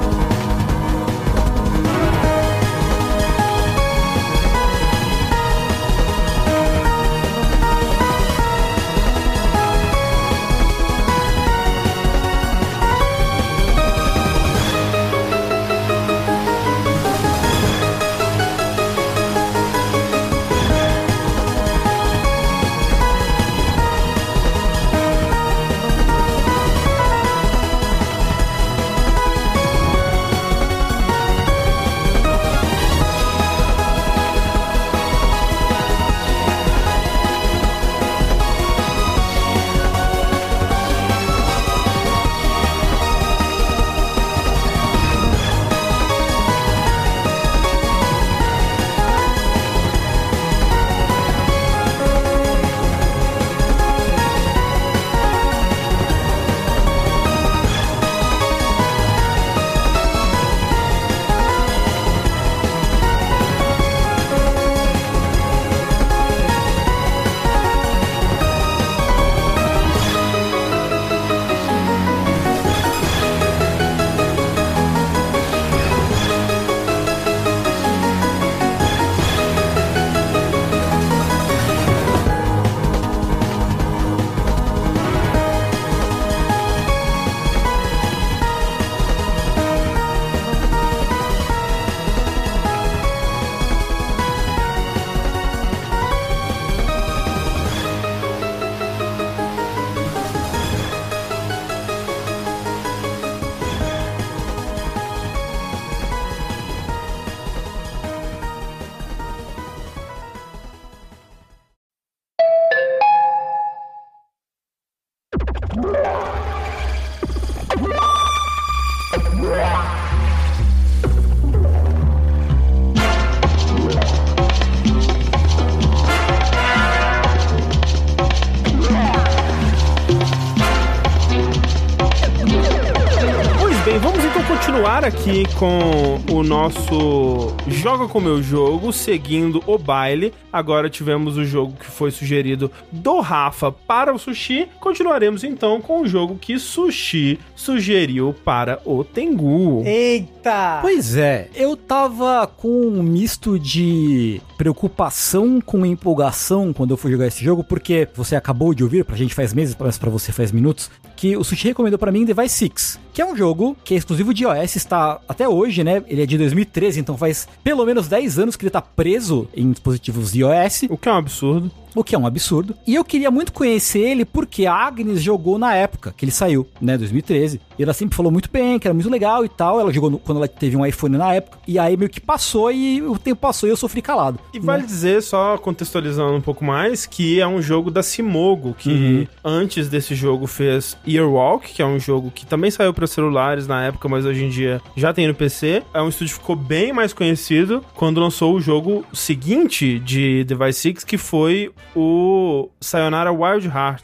continuar aqui com o nosso Joga com Meu Jogo, seguindo o baile. Agora tivemos o jogo que foi sugerido do Rafa para o Sushi. Continuaremos então com o jogo que Sushi sugeriu para o Tengu. Eita! Pois é, eu tava com um misto de preocupação com empolgação quando eu fui jogar esse jogo, porque você acabou de ouvir, pra gente faz meses, mas pra você faz minutos, que o Sushi recomendou pra mim Device 6, que é um jogo que é exclusivo de iOS, está até hoje, né? Ele é de 2013, então faz pelo menos 10 anos que ele tá preso em dispositivos iOS. O que é um absurdo. O que é um absurdo. E eu queria muito conhecer ele porque a Agnes jogou na época que ele saiu, né, 2013. E ela sempre falou muito bem, que era muito legal e tal. Ela jogou quando ela teve um iPhone na época. E aí meio que passou e o tempo passou e eu sofri calado. E vale dizer, só contextualizando um pouco mais, que é um jogo da Simogo, que antes desse jogo fez Earwalk, que é um jogo que também saiu para celulares na época, mas hoje em dia já tem no PC. É um estúdio que ficou bem mais conhecido quando lançou o jogo seguinte de Device 6, que foi o Sayonara Wild Hearts,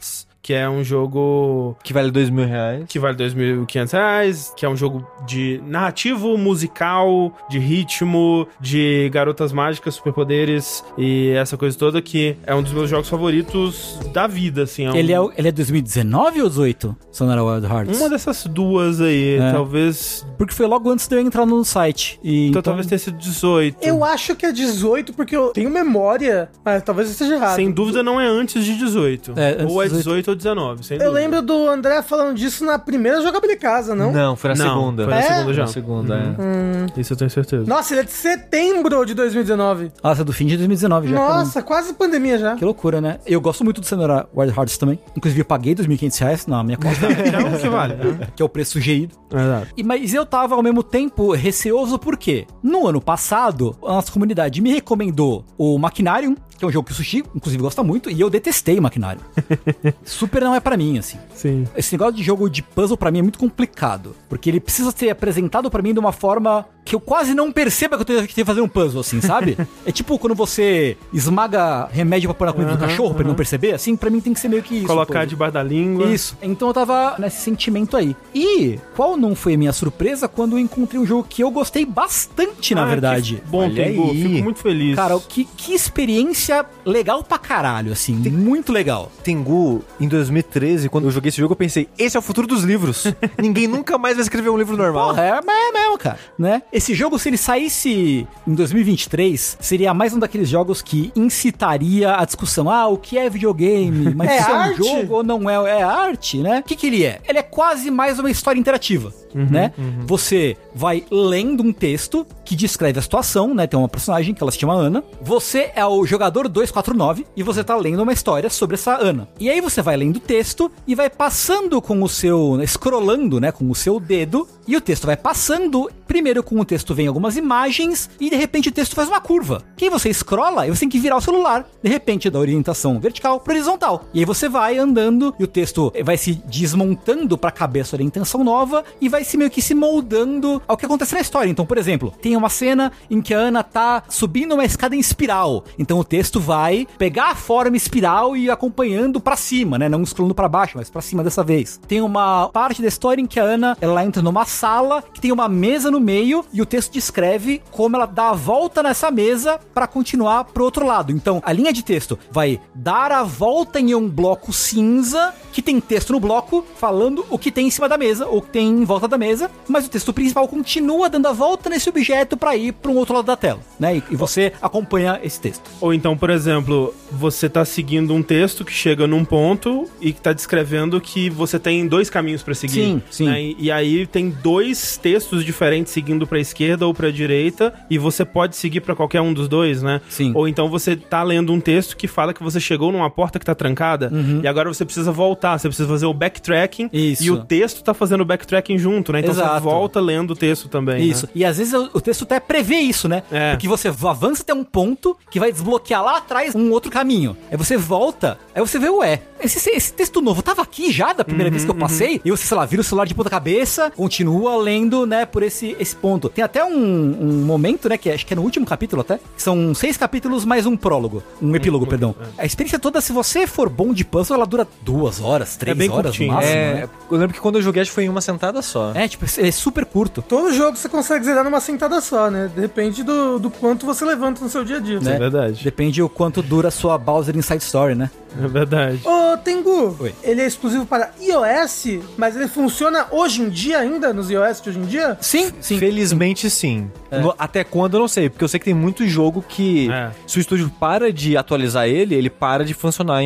que é um jogo... Que vale R$2.000. Que vale R$2.500, que é um jogo de narrativo, musical, de ritmo, de garotas mágicas, superpoderes e essa coisa toda, que é um dos meus jogos favoritos da vida, assim. Ele é 2019 ou 18? Sonora Wild Hearts? Uma dessas duas aí, talvez... Porque foi logo antes de eu entrar no site. Então talvez tenha sido 18. Eu acho que é 18, porque eu tenho memória, mas talvez eu esteja errado. Sem dúvida não é antes de 18. Antes ou é de 18 ou 19, sem Eu dúvida. lembro do André falando disso na primeira jogabilidade casa, não? Não, foi na segunda. Foi na segunda já. Na segunda, Isso eu tenho certeza. Nossa, ele é de setembro de 2019. Nossa, do fim de 2019 já. Nossa, quase pandemia já. Que loucura, né? Eu gosto muito do Sonora Wild Hearts também. Inclusive, eu paguei R$2.500 na minha conta. Que é o que vale, né? Que é o preço sugerido. Exato. Mas eu tava, ao mesmo tempo, receoso porque no ano passado, a nossa comunidade me recomendou o Machinarium, que é um jogo que o Sushi, inclusive, gosta muito, e eu detestei o Machinarium. Super não é pra mim, assim. Sim. Esse negócio de jogo de puzzle pra mim é muito complicado, porque ele precisa ser apresentado pra mim de uma forma que eu quase não perceba que eu tenho que fazer um puzzle, assim, sabe? É tipo quando você esmaga remédio pra pôr na comida do cachorro pra ele não perceber, assim, pra mim tem que ser meio que isso. Colocar debaixo da língua. Isso. Então eu tava nesse sentimento aí. E qual não foi a minha surpresa quando eu encontrei um jogo que eu gostei bastante, na verdade. Que bom, Tengu. Fico muito feliz. Cara, que experiência legal pra caralho, assim. Muito legal. Tengu, em 2013, quando eu joguei esse jogo, eu pensei, esse é o futuro dos livros. Ninguém nunca mais vai escrever um livro normal. Porra, é mesmo, cara. Né? Esse jogo, se ele saísse em 2023, seria mais um daqueles jogos que incitaria a discussão. Ah, o que é videogame? Mas É isso arte? é um jogo ou não é? É arte, né? O que ele é? Ele é quase mais uma história interativa, né? Você vai lendo um texto que descreve a situação, né? Tem uma personagem que ela se chama Ana. Você é o jogador 249 e você tá lendo uma história sobre essa Ana. E aí você vai lendo o texto e vai passando com o seu... scrollando, né? Com o seu dedo. E o texto vai passando. Primeiro com o texto vem algumas imagens e de repente o texto faz uma curva. Que aí você scrolla e você tem que virar o celular. De repente da orientação vertical para horizontal. E aí você vai andando e o texto vai se desmontando para caber a sua orientação nova e vai se meio que se moldando ao que acontece na história. Então, por exemplo, tem uma cena em que a Ana tá subindo uma escada em espiral. Então o texto vai pegar a forma espiral e ir acompanhando pra cima, né? Não scrollando pra baixo, mas pra cima dessa vez. Tem uma parte da história em que a Ana, ela entra numa sala que tem uma mesa no meio e o texto descreve como ela dá a volta nessa mesa pra continuar pro outro lado. Então, a linha de texto vai dar a volta em um bloco cinza que tem texto no bloco falando o que tem em cima da mesa ou o que tem em volta da mesa, mas o texto principal continua dando a volta nesse objeto pra ir para um outro lado da tela, né? E você acompanha esse texto. Ou então, por exemplo, você tá seguindo um texto que chega num ponto e que tá descrevendo que você tem dois caminhos pra seguir. Sim, sim. Né? E aí tem dois textos diferentes seguindo pra esquerda ou pra direita e você pode seguir pra qualquer um dos dois, né? Sim. Ou então você tá lendo um texto que fala que você chegou numa porta que tá trancada e agora você precisa voltar, você precisa fazer o backtracking. Isso. E o texto tá fazendo o backtracking junto, né? Então Exato. você volta lendo o texto também. Isso. Né? E às vezes o texto até prevê isso, né? É. Porque você avança até um ponto que vai desbloquear lá atrás um outro caminho. Aí você volta, aí você vê, ué, esse texto novo tava aqui já da primeira vez que eu passei, e você, sei lá, vira o celular de ponta cabeça, continua lendo, né, por esse ponto. Tem até um momento, né, que acho que é no último capítulo até, que são 6 capítulos mais um prólogo, um epílogo, perdão. A experiência toda, se você for bom de puzzle, ela dura 2 horas, 3 bem horas curtinho. no máximo, né? Eu lembro que quando eu joguei, acho que foi em uma sentada só. É, tipo, é super curto. Todo jogo você consegue zerar numa sentada só, né? Depende do quanto você levanta no seu dia a dia. Né? É verdade. Depende o quanto dura a sua Bowser Inside Story, né? É verdade. Ô, Tengu, Oi. ele é exclusivo para iOS, mas ele funciona hoje em dia ainda, nos iOS de hoje em dia? Sim, sim. Felizmente sim. Até quando eu não sei, porque eu sei que tem muito jogo que se o estúdio para de atualizar ele para de funcionar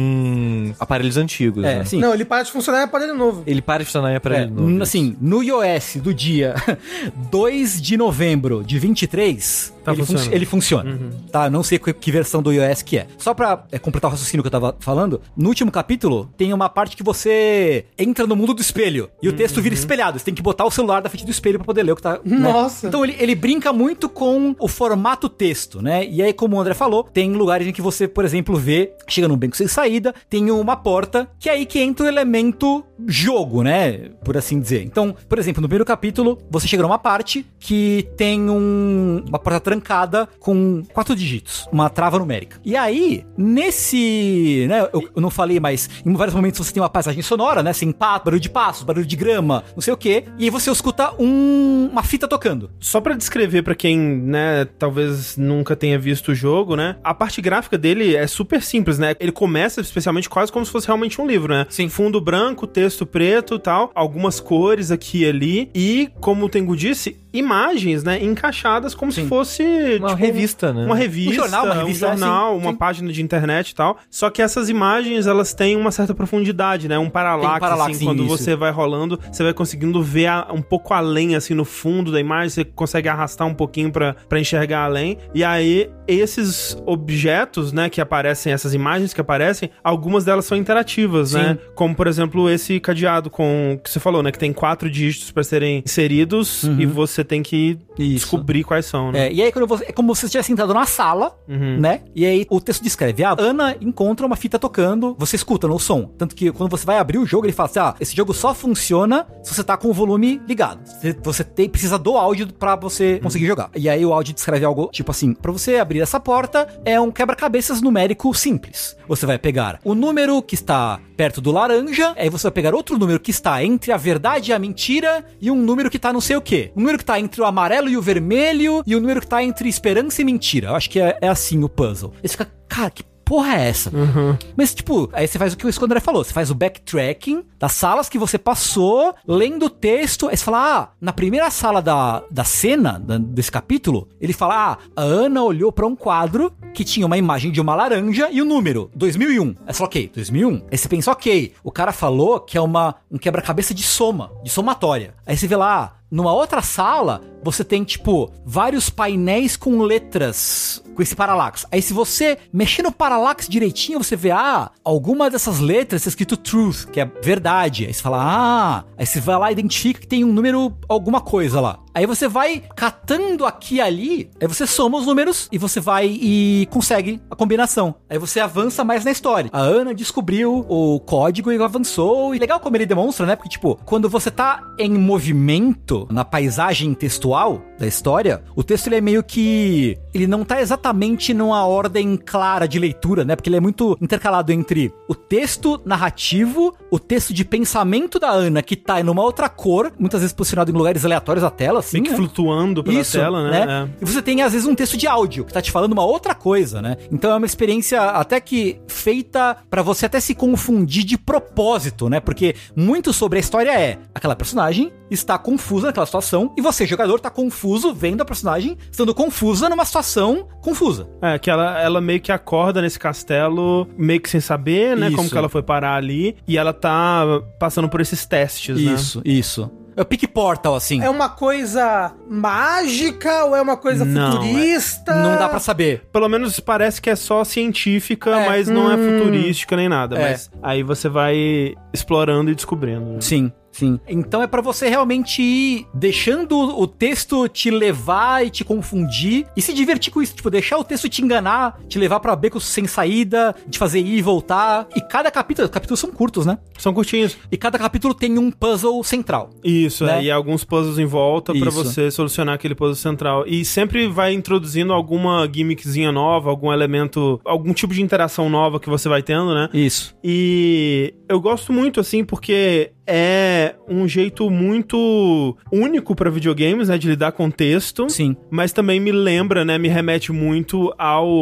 em aparelhos antigos, né? Sim. Não, ele para de funcionar em aparelho novo. Ele para de funcionar em aparelho novo. Assim, no iOS do dia 2 de novembro de 23, ele funciona. Tá? Não sei que versão do iOS que é. Só pra completar o raciocínio que eu tava falando, no último capítulo tem uma parte que você entra no mundo do espelho e o texto vira espelhado. Você tem que botar o celular da frente do espelho pra poder ler o que tá... Nossa! Né? Então ele brinca muito com o formato texto, né? E aí, como o André falou, tem lugares em que você, por exemplo, vê, chega num beco sem saída, tem uma porta, que é aí que entra o elemento jogo, né? Por assim dizer. Então, por exemplo, no primeiro capítulo, você chega numa parte que tem uma porta trancada com 4 dígitos, uma trava numérica. E aí, nesse que, né, eu não falei, mas em vários momentos você tem uma paisagem sonora, né, assim, barulho de passos, barulho de grama, não sei o quê, e aí você escuta uma fita tocando. Só pra descrever pra quem, né, talvez nunca tenha visto o jogo, né, a parte gráfica dele é super simples, né, ele começa especialmente quase como se fosse realmente um livro, né. Sim. Fundo branco, texto preto e tal, algumas cores aqui e ali, e, como o Tengu disse, imagens, né, encaixadas como se fosse... Uma revista, né? Uma revista, um jornal, uma página de internet e tal. Só que essas imagens, elas têm uma certa profundidade, né? Um paralaxe, assim, quando você vai rolando, você vai conseguindo ver um pouco além, assim, no fundo da imagem, você consegue arrastar um pouquinho pra enxergar além. E aí, esses objetos, né, que aparecem, essas imagens que aparecem, algumas delas são interativas, né? Como, por exemplo, esse cadeado que você falou, né? Que tem 4 dígitos pra serem inseridos e você tem que descobrir quais são, né? E aí, é como se você estivesse sentado na sala, né? E aí, o texto descreve, Ana encontra uma fita tocando, você escuta no som. Tanto que quando você vai abrir o jogo, ele fala assim, esse jogo só funciona se você tá com o volume ligado. Você precisa do áudio pra você conseguir jogar. E aí, o áudio descreve algo tipo assim, pra você abrir essa porta, é um quebra-cabeças numérico simples. Você vai pegar o número que está perto do laranja, aí você vai pegar outro número que está entre a verdade e a mentira, e um número que tá não sei o quê. Um número que tá entre o amarelo e o vermelho, e um número que tá entre esperança e mentira. Eu acho que é assim o puzzle. Aí você fica, cara, que porra é essa? Mas, tipo, aí você faz o que o Escondré falou. Você faz o backtracking das salas que você passou, lendo o texto. Aí você fala, na primeira sala da cena, desse capítulo, ele fala, a Ana olhou pra um quadro que tinha uma imagem de uma laranja e o número, 2001. Aí você fala, ok, 2001. Aí você pensa, ok, o cara falou que é um quebra-cabeça de soma, de somatória. Aí você vê lá, numa outra sala, você tem, tipo, vários painéis com letras, com esse paralaxe. Aí se você mexer no paralaxe direitinho, você vê, alguma dessas letras é escrito truth, que é verdade. Aí você fala, aí você vai lá e identifica que tem um número, alguma coisa lá. Aí você vai catando aqui e ali, aí você soma os números e você vai e consegue a combinação. Aí você avança mais na história. A Ana descobriu o código e avançou. E legal como ele demonstra, né? Porque, tipo, quando você tá em movimento na paisagem textual da história, o texto ele é meio que... ele não tá exatamente numa ordem clara de leitura, né? Porque ele é muito intercalado entre o texto narrativo, o texto de pensamento da Ana, que tá numa outra cor, muitas vezes posicionado em lugares aleatórios da tela, assim, meio que flutuando pela tela, né? E você tem, às vezes, um texto de áudio, que tá te falando uma outra coisa, né? Então é uma experiência até que feita pra você até se confundir de propósito, né? Porque muito sobre a história é aquela personagem está confusa naquela situação e você, jogador, tá confuso vendo a personagem estando confusa numa situação confusa. É, que ela meio que acorda nesse castelo, meio que sem saber, né? Como que ela foi parar ali, e ela tá passando por esses testes, né? Isso. É o Pick Portal, assim. É uma coisa mágica ou é uma coisa futurista? Não dá pra saber. Pelo menos parece que é só científica, mas não é futurística nem nada. Mas aí você vai explorando e descobrindo, né? Sim. Então é pra você realmente ir deixando o texto te levar e te confundir e se divertir com isso. Tipo, deixar o texto te enganar, te levar pra becos sem saída, te fazer ir e voltar. E cada capítulo... Os capítulos são curtos, né? São curtinhos. E cada capítulo tem um puzzle central. Isso, né? E alguns puzzles em volta pra você solucionar aquele puzzle central. E sempre vai introduzindo alguma gimmickzinha nova, algum elemento, algum tipo de interação nova que você vai tendo, né? Isso. E eu gosto muito, assim, porque é um jeito muito único pra videogames, né, de lidar com texto. Sim. Mas também me lembra, né, me remete muito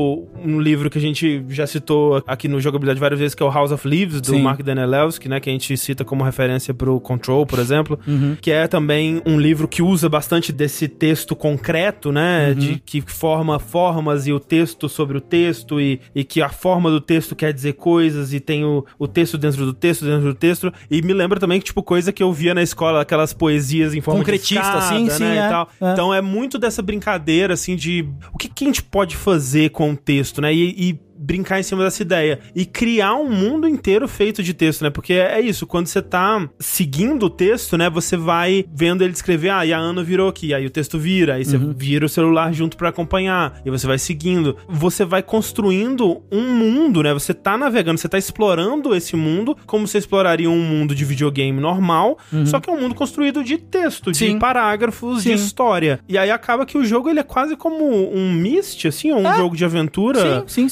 um livro que a gente já citou aqui no Jogabilidade várias vezes, que é o House of Leaves, do Mark Danielewski, né, que a gente cita como referência pro Control, por exemplo, que é também um livro que usa bastante desse texto concreto, né, de que forma formas e o texto sobre o texto e que a forma do texto quer dizer coisas e tem o texto dentro do texto, e me lembra também que, tipo, coisa que eu via na escola, aquelas poesias em forma concretista, de escada, assim, né, e tal. Então é muito dessa brincadeira, assim, de o que a gente pode fazer com o texto, né, e brincar em cima dessa ideia e criar um mundo inteiro feito de texto, né? Porque é isso, quando você tá seguindo o texto, né? Você vai vendo ele descrever, e a Ana virou aqui, aí o texto vira, aí você vira o celular junto pra acompanhar, e você vai seguindo. Você vai construindo um mundo, né? Você tá navegando, você tá explorando esse mundo como você exploraria um mundo de videogame normal, só que é um mundo construído de texto, de parágrafos, de história. E aí acaba que o jogo, ele é quase como um Myst, assim, ou um jogo de aventura tradicional,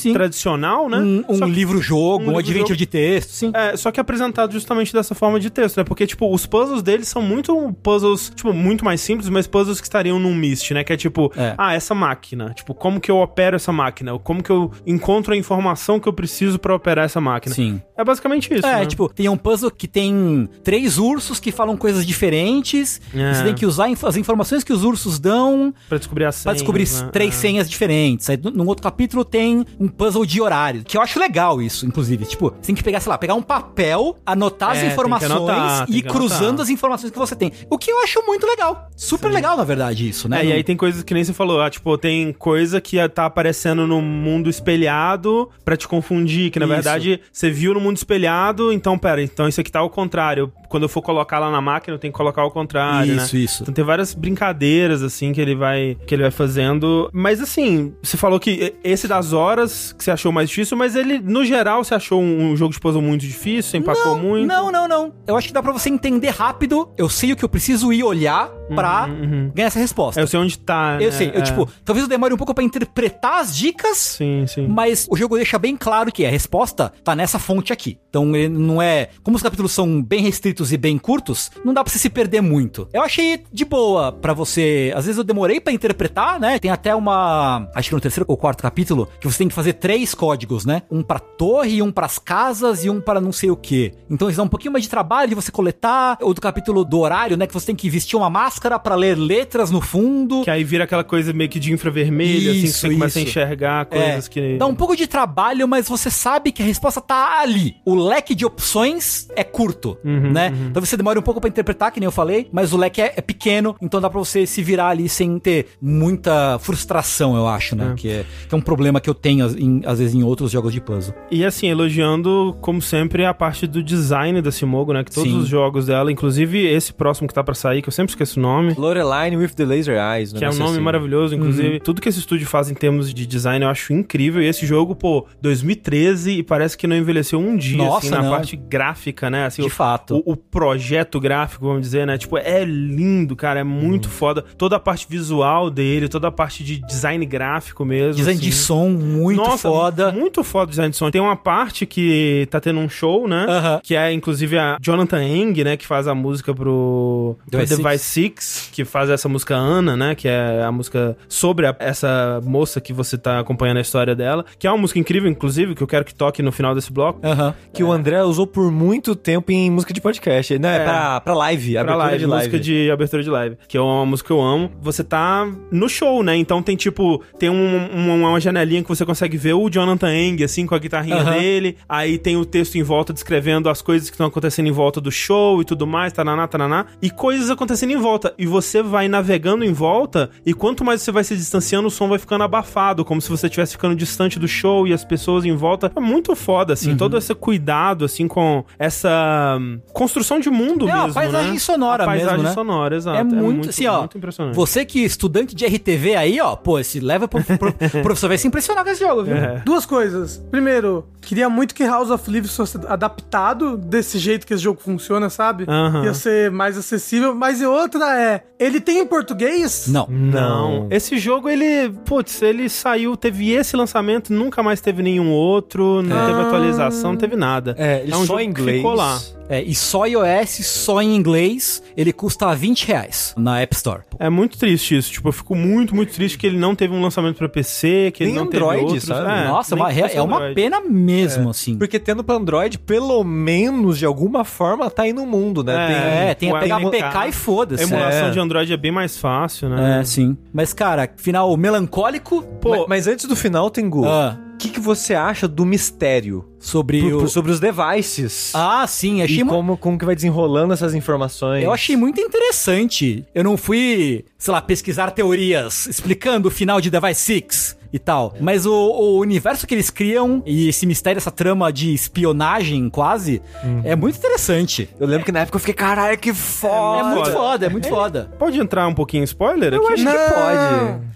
tradicional, né? Um livro-jogo, um adventure de texto, sim. Só que apresentado justamente dessa forma de texto, né? Porque, tipo, os puzzles deles são muito puzzles, tipo, muito mais simples, mas puzzles que estariam num Myst, né? Que é tipo, essa máquina. Tipo, como que eu opero essa máquina? Como que eu encontro a informação que eu preciso pra operar essa máquina? Sim. É basicamente isso, né? Tipo, tem um puzzle que tem 3 ursos que falam coisas diferentes. Você tem que usar as informações que os ursos dão pra descobrir as senhas. Pra descobrir 3 senhas diferentes. Aí, num outro capítulo, tem um puzzle de horário. Que eu acho legal isso, inclusive. Tipo, você tem que pegar, sei lá, pegar um papel, anotar as informações e ir cruzando as informações que você tem. O que eu acho muito legal. Super legal, na verdade, isso, né? E aí tem coisas que nem você falou. Tipo, tem coisa que tá aparecendo no mundo espelhado pra te confundir. Que, na verdade, você viu no mundo espelhado, então, então isso aqui tá ao contrário. Quando eu for colocar lá na máquina, eu tenho que colocar ao contrário, né? Isso. Então tem várias brincadeiras, assim, que ele vai fazendo. Mas, assim, você falou que esse das horas que você achou mais difícil, mas ele, no geral, você achou um jogo de puzzle muito difícil? Você empacou muito? Não. Eu acho que dá pra você entender rápido. Eu sei o que eu preciso ir olhar pra ganhar essa resposta. Eu sei onde tá, né? Eu sei. Tipo, talvez eu demore um pouco pra interpretar as dicas. Sim. Mas o jogo deixa bem claro que a resposta tá nessa fonte aqui. Então, ele não é... Como os capítulos são bem restritos e bem curtos, não dá pra você se perder muito. Eu achei de boa pra você... Às vezes eu demorei pra interpretar, né? Tem até uma... Acho que no 3º ou 4º capítulo, que você tem que fazer 3 códigos, né? Um pra torre, um pras casas e um para não sei o quê. Então, isso dá um pouquinho mais de trabalho de você coletar. Ou do capítulo do horário, né? Que você tem que vestir uma máscara pra ler letras no fundo. Que aí vira aquela coisa meio que de infravermelho, assim, que você começa a enxergar coisas que... Dá um pouco de trabalho, mas você sabe que a resposta tá ali. O leque de opções é curto, né? Então você demora um pouco pra interpretar, que nem eu falei, mas o leque é pequeno, então dá pra você se virar ali sem ter muita frustração, eu acho, né? Que é um problema que eu tenho, às vezes, em outros jogos de puzzle. E assim, elogiando, como sempre, a parte do design da Simogo, né? Que todos os jogos dela, inclusive esse próximo que tá pra sair, que eu sempre esqueço o nome. Loreline with the Laser Eyes. Que é um nome maravilhoso, inclusive. Tudo que esse estúdio faz em termos de design eu acho incrível. E esse jogo, 2013, e parece que não envelheceu um dia, assim, na parte gráfica, né? Assim, de fato. O projeto gráfico, vamos dizer, né? Tipo, é lindo, cara, é muito foda. Toda a parte visual dele, toda a parte de design gráfico mesmo. Design assim. de som, muito foda. Muito foda o design de som. Tem uma parte que tá tendo um show, né? Que é, inclusive, a Jonathan Eng, né? Que faz a música pro Device 6, que faz essa música Ana, né? Que é a música sobre essa moça que você tá acompanhando a história dela. Que é uma música incrível, inclusive, que eu quero que toque no final desse bloco. Que o André usou por muito tempo em música de podcast, né? Pra live, abertura de live. Música de abertura de live, que é uma música que eu amo. Você tá no show, né? Então tem uma janelinha que você consegue ver o Jonathan Eng, assim, com a guitarrinha dele. Aí tem o texto em volta descrevendo as coisas que estão acontecendo em volta do show e tudo mais, tananá. E coisas acontecendo em volta. E você vai navegando em volta, e quanto mais você vai se distanciando, o som vai ficando abafado, como se você estivesse ficando distante do show e as pessoas em volta. É muito foda, assim, todo esse cuidado, assim, com essa construção de mundo mesmo, a paisagem né? sonora mesmo, paisagem né? sonora, exato. É muito assim, ó, muito impressionante. Você que é estudante de RTV aí, ó, se leva pro professor, vai se impressionar com esse jogo, viu? 2 coisas. Primeiro, queria muito que House of Leaves fosse adaptado desse jeito que esse jogo funciona, sabe? Ia ser mais acessível. Mas e outra ele tem em português? Não. Esse jogo, ele saiu, teve esse lançamento, nunca mais teve nenhum outro, não teve atualização, não teve nada. Ele é um só jogo em inglês. Que ficou lá. E só iOS, só em inglês, ele custa R$20 na App Store. É muito triste isso, tipo, eu fico muito, muito triste que ele não teve um lançamento pra PC, que ele não Android, teve outros. sabe? Nossa, é uma pena mesmo, assim. Porque tendo pra Android, pelo menos, de alguma forma, tá aí no mundo, né? Tem a pegar PK e foda-se. A emulação de Android é bem mais fácil, né? Sim. Mas, cara, final melancólico. Mas antes do final, Tengu, o que você acha do mistério? Sobre os devices. Sim, achei como que vai desenrolando essas informações. Eu achei muito interessante. Eu não fui, sei lá, pesquisar teorias explicando o final de Device 6 e tal. Mas o universo que eles criam e esse mistério, essa trama de espionagem quase, é muito interessante. Eu lembro que na época eu fiquei, caralho, que foda. É muito foda. Pode entrar um pouquinho em spoiler aqui? Eu acho que pode.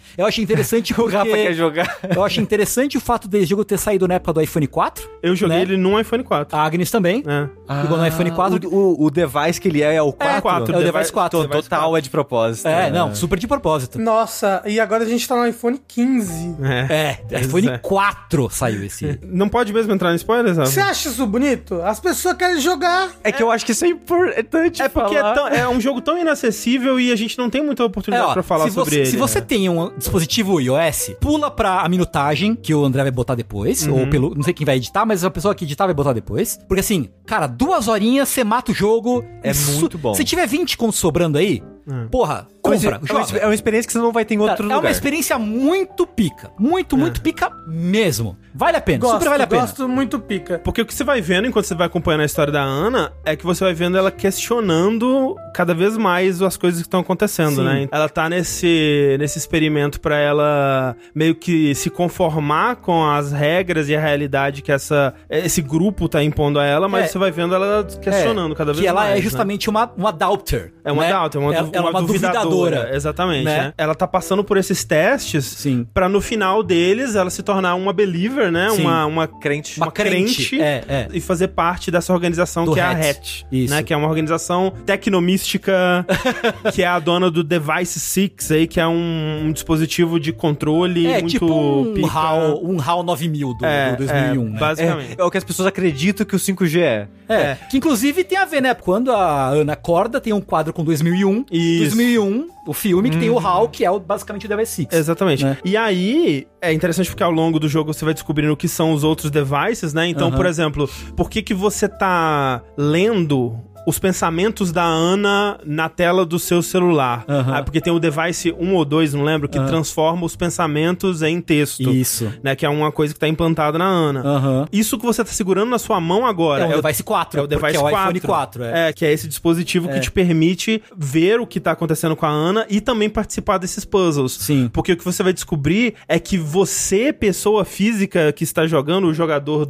Eu acho interessante porque... O Rafa quer jogar. Eu acho interessante o fato desse jogo ter saído na época do iPhone 4. Eu joguei né? ele no iPhone 4. A Agnes também. Jogou no iPhone 4. O device que ele é o 4? 4. É o device 4. Total é de propósito. Não, super de propósito. Nossa, e agora a gente tá no iPhone 15. iPhone 4 saiu esse. Não pode mesmo entrar em spoilers, Rafa? Você acha isso bonito? As pessoas querem jogar. É que eu acho que isso é importante. É porque é um jogo tão inacessível e a gente não tem muita oportunidade pra falar sobre ele. Se você tem um dispositivo iOS, pula pra a minutagem, que o André vai botar depois, ou pelo... Não sei quem vai editar, mas a pessoa que editar vai botar depois. Porque assim, cara, 2 horinhas, você mata o jogo. É muito bom. Se tiver 20 contos sobrando aí, porra, compra, joga. É uma experiência que você não vai ter em outro lugar. É uma experiência muito pica. Muito pica mesmo. Vale a pena, super vale a pena. Gosto muito pica. Porque o que você vai vendo enquanto você vai acompanhando a história da Ana é que você vai vendo ela questionando cada vez mais as coisas que estão acontecendo, né? Ela tá nesse experimento pra ela meio que se conformar com as regras e a realidade que esse grupo tá impondo a ela, mas você vai vendo ela questionando cada vez mais. Que ela é justamente uma doubter. É uma doubter, ela é uma duvidadora. Exatamente, né? Ela tá passando por esses testes pra no final deles ela se tornar uma believer, né? Uma crente. Uma crente. E fazer parte dessa organização que é a Hatch. Isso. Né? Que é uma organização tecnomística que é a dona do Device 6 aí, que é um dispositivo de controle muito tipo um pica. HAL 9000 do 2001. Né? Basicamente. É o que as pessoas acreditam que o 5G é. Que inclusive tem a ver, né? Quando a Ana acorda, tem um quadro com 2001. Isso. 2001, o filme, que tem o HAL, que é basicamente o Device 6. Exatamente. Né? E aí, é interessante porque ao longo do jogo você vai descobrindo o que são os outros devices, né? Então, por exemplo, por que você tá lendo os pensamentos da Ana na tela do seu celular? Porque tem o device 1 ou 2, não lembro, que transforma os pensamentos em texto. Isso. Né? Que é uma coisa que tá implantada na Ana. Isso que você tá segurando na sua mão agora é o device 4. É o device 4. É o iPhone 4. Que é esse dispositivo que te permite ver o que tá acontecendo com a Ana e também participar desses puzzles. Sim. Porque o que você vai descobrir é que você, pessoa física que está jogando, o jogador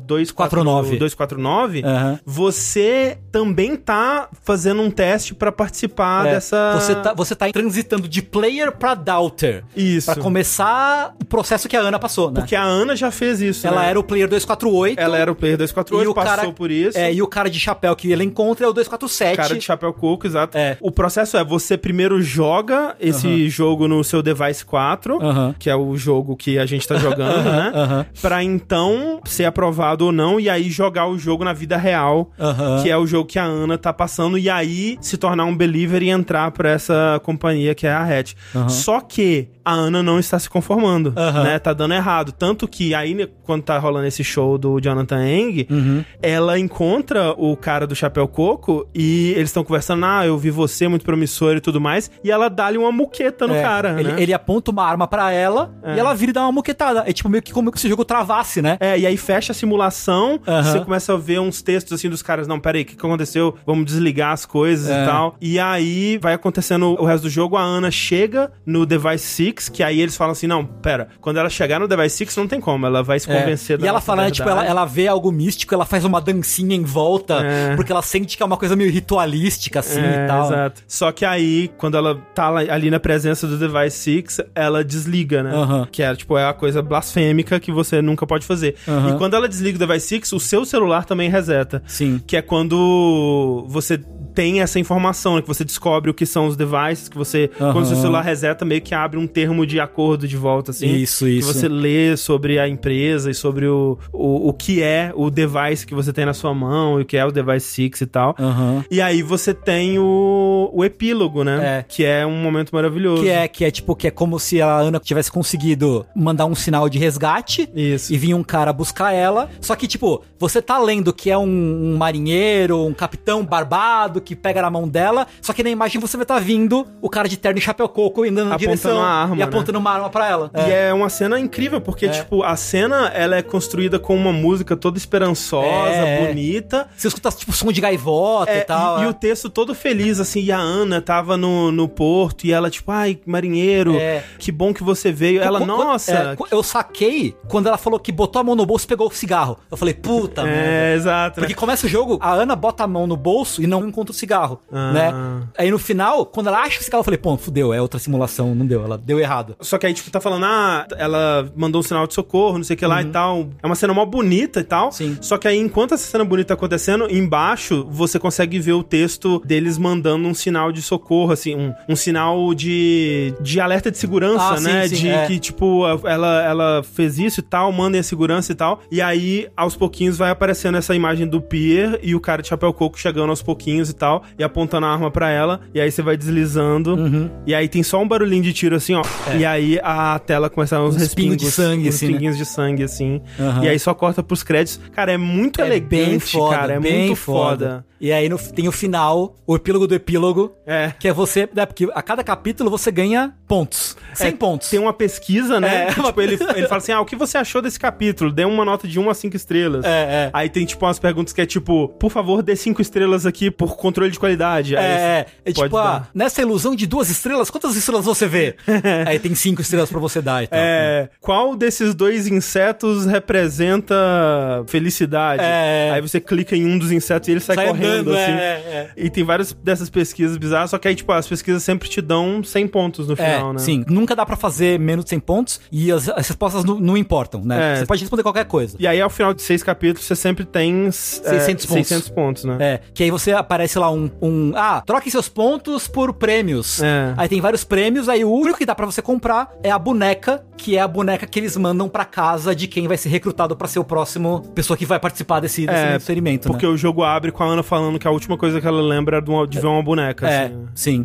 249, você também tá fazendo um teste pra participar dessa... Você tá transitando de player pra doubter. Isso. Pra começar o processo que a Ana passou, né? Porque a Ana já fez isso, Ela era o player 248. Ela era o player 248, passou por isso. E o cara de chapéu que ele encontra é o 247. O cara de chapéu coco, exato. O processo você primeiro joga esse jogo no seu device 4, que é o jogo que a gente tá jogando, né? Pra então ser aprovado ou não, e aí jogar o jogo na vida real, que é o jogo que a Ana tá passando, e aí se tornar um believer e entrar pra essa companhia que é a Hatch. Só que a Ana não está se conformando, né? Tá dando errado. Tanto que aí, quando tá rolando esse show do Jonathan Eng, ela encontra o cara do chapéu coco e eles estão conversando, eu vi você, muito promissor e tudo mais, e ela dá-lhe uma muqueta no cara, né? Ele aponta uma arma pra ela e ela vira e dá uma muquetada. É tipo meio que como que esse jogo travasse, né? E aí fecha a simulação, você começa a ver uns textos assim dos caras, não, peraí, o que aconteceu? Vamos desligar as coisas e tal. E aí vai acontecendo o resto do jogo, a Ana chega no Device 6, que aí eles falam assim, não, pera, quando ela chegar no Device 6 não tem como, ela vai se convencer da E ela fala, né, tipo, ela vê algo místico, ela faz uma dancinha em volta, porque ela sente que é uma coisa meio ritualística, assim, e tal. Exato. Só que aí, quando ela tá ali na presença do Device 6, ela desliga, né? Que é, tipo, a coisa blasfêmica que você nunca pode fazer. E quando ela desliga o Device 6, o seu celular também reseta. Sim. Que é quando você tem essa informação, né, que você descobre o que são os devices, que você, quando o seu celular reseta, meio que abre um termo de acordo de volta, assim. Isso. Que você lê sobre a empresa e sobre o que é o device que você tem na sua mão, e o que é o Device 6 e tal. E aí você tem o epílogo, né? Que é um momento maravilhoso. Que é como se a Ana tivesse conseguido mandar um sinal de resgate. Isso. E vinha um cara buscar ela. Só que, tipo, você tá lendo que é um marinheiro, um capitão barbado que pega na mão dela, só que na imagem você vai estar vindo o cara de terno e chapéu coco andando na direção a arma, e apontando uma arma pra ela. E é uma cena incrível, porque, tipo, a cena, ela é construída com uma música toda esperançosa, bonita. Você escuta, tipo, som de gaivota e tal. E o texto todo feliz, assim, e a Ana tava no porto, e ela, tipo, ai, marinheiro, que bom que você veio. Ela, nossa... eu saquei quando ela falou que botou a mão no bolso e pegou o cigarro. Eu falei, puta merda. Exato. Porque começa o jogo, a Ana bota a mão no bolso e não encontra o cigarro, né? Aí no final, quando ela acha o cigarro, eu falei, pô, fudeu, é outra simulação, não deu, ela deu errado. Só que aí, tipo, tá falando, ela mandou um sinal de socorro, não sei o que lá e tal. É uma cena mó bonita e tal. Sim. Só que aí, enquanto essa cena bonita tá acontecendo, embaixo, você consegue ver o texto deles mandando um sinal de socorro, assim, um sinal de alerta de segurança, né? Sim, que, tipo, ela fez isso e tal, mandem a segurança e tal. E aí, aos pouquinhos, vai aparecendo essa imagem do Pier e o cara de chapéu coco chegando aos pouquinhos e tal, e apontando a arma pra ela. E aí você vai deslizando. E aí tem só um barulhinho de tiro, assim, ó. E aí a tela começa a uns respingos de sangue, assim, pinguinhos de sangue, assim. E aí só corta pros créditos. Cara, é muito elegante, cara. É muito foda. E aí tem o final, o epílogo do epílogo, que é você... Né, porque a cada capítulo você ganha pontos. 100 pontos. Tem uma pesquisa, né? Que, tipo, ele fala assim, o que você achou desse capítulo? Dê uma nota de 1 a 5 estrelas. Aí tem, tipo, umas perguntas que é tipo, por favor, dê 5 estrelas aqui por controle de qualidade. É tipo, nessa ilusão de 2 estrelas, quantas estrelas você vê? Aí tem 5 estrelas pra você dar e tal. Qual desses 2 insetos representa felicidade? Aí você clica em um dos insetos e ele sai correndo, assim. E tem várias dessas pesquisas bizarras, só que aí, tipo, as pesquisas sempre te dão 100 pontos no final, né? Sim, nunca dá pra fazer menos de 100 pontos e as respostas não importam, né? Você pode responder qualquer coisa. E aí, ao final de 6 capítulos, você sempre tem 600 pontos, né? Que aí você aparece lá troque seus pontos por prêmios. Aí tem vários prêmios, aí o único que dá pra você comprar é a boneca, que é a boneca que eles mandam pra casa de quem vai ser recrutado pra ser o próximo pessoa que vai participar desse experimento, porque o jogo abre com a Ana falando que a última coisa que ela lembra é de ver uma boneca. Sim.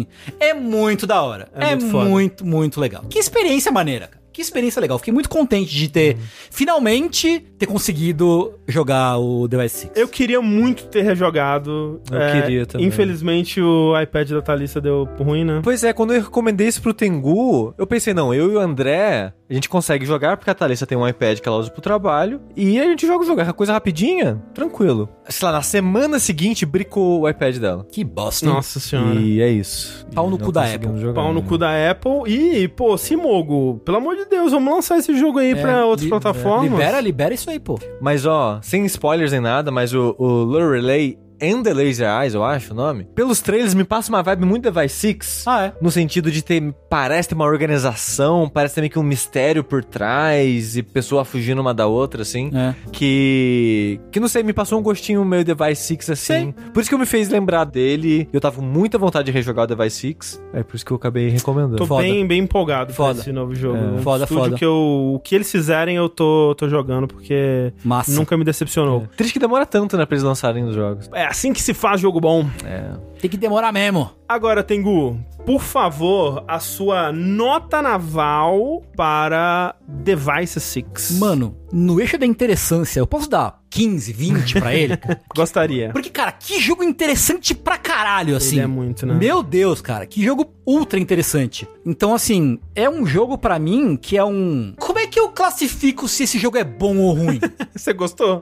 É muito da hora. É muito, muito legal. Que experiência maneira, cara. Que experiência legal. Fiquei muito contente de ter, finalmente, ter conseguido jogar o Device 6. Eu queria muito ter rejogado. Eu queria também. Infelizmente, o iPad da Thalissa deu ruim, né? Pois é, quando eu recomendei isso pro Tengu, eu pensei, não, eu e o André, a gente consegue jogar, porque a Thalissa tem um iPad que ela usa pro trabalho, e a gente joga o jogo. É coisa rapidinha, tranquilo. Sei lá, na semana seguinte, bricou o iPad dela. Que bosta, hein? Nossa senhora. E é isso. Pau no cu da Apple. Pau no cu da Apple. E, pô, Simogo, pelo amor de Deus, vamos lançar esse jogo aí pra outras plataformas. Libera isso aí, pô. Mas, ó, sem spoilers nem nada, mas o Lorelei and the Laser Eyes, eu acho o nome. Pelos trailers me passa uma vibe muito Device 6. No sentido de parece ter uma organização, parece ter meio que um mistério por trás e pessoa fugindo uma da outra, assim. Que não sei, me passou um gostinho meio Device 6, assim. Por isso que eu me fez lembrar dele. Eu tava com muita vontade de rejogar o Device 6. É por isso que eu acabei recomendando. Tô bem empolgado com esse novo jogo. Foda. O que eles fizerem, eu tô jogando, porque nunca me decepcionou. Triste que demora tanto, né, pra eles lançarem os jogos. É assim que se faz jogo bom. Tem que demorar mesmo. Agora, Tengu, por favor, a sua nota naval para Device 6. Mano, no eixo da interessância, eu posso dar 15, 20 pra ele? Gostaria. Porque, cara, que jogo interessante pra caralho, assim. Ele é muito, né? Meu Deus, cara, que jogo ultra interessante. Então, assim, é um jogo pra mim que é um... Como é que eu classifico se esse jogo é bom ou ruim? Você gostou?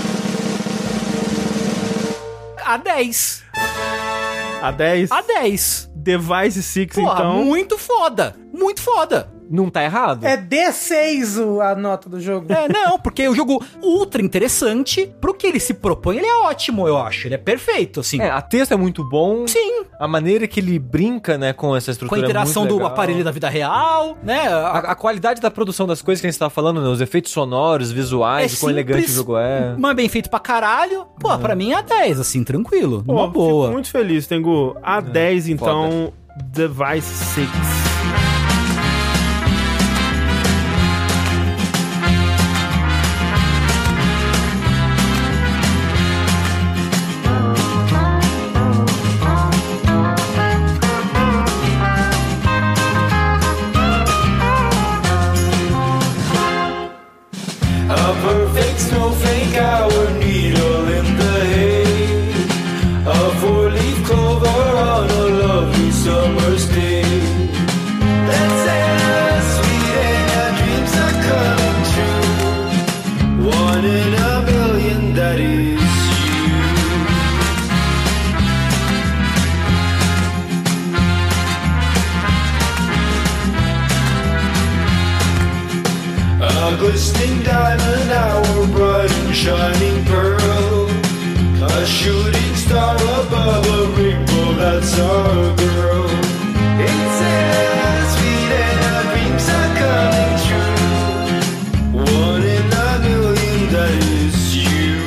A 10. A 10? A 10. Device 6, então... Muito foda. Muito foda. Não tá errado. É D6 a nota do jogo. Não, porque é um jogo ultra interessante. Pro que ele se propõe, ele é ótimo, eu acho. Ele é perfeito, assim. A texto é muito bom. Sim. A maneira que ele brinca, né, com essa estrutura com a interação é muito do aparelho da vida real, né? A qualidade da produção das coisas que a gente tava falando, né? Os efeitos sonoros, visuais, quão elegante o jogo é. Mas bem feito pra caralho. Pô, pra mim é a 10, assim, tranquilo. Uma boa. Fico muito feliz, Tengu. A 10, então, foda. Device 6. glistening diamond, our bright and shining pearl, a shooting star. star above a rainbow, that's our girl. It's as sweet and our dreams are coming true. One in a million, that is you.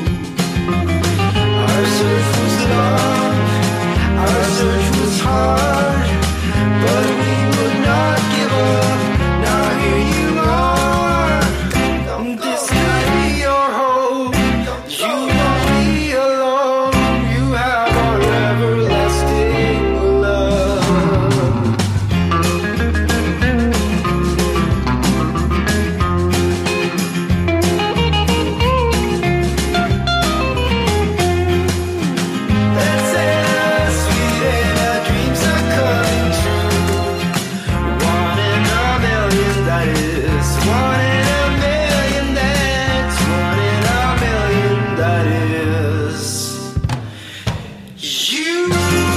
Our search was long, our search was hard, but we would not give up. Now here you are. This could be your hope. You won't be alone. You have our everlasting love. That's it, sweet, and our dreams are coming true. One in a million, that is. One in a million, that's one in a million, that is. You.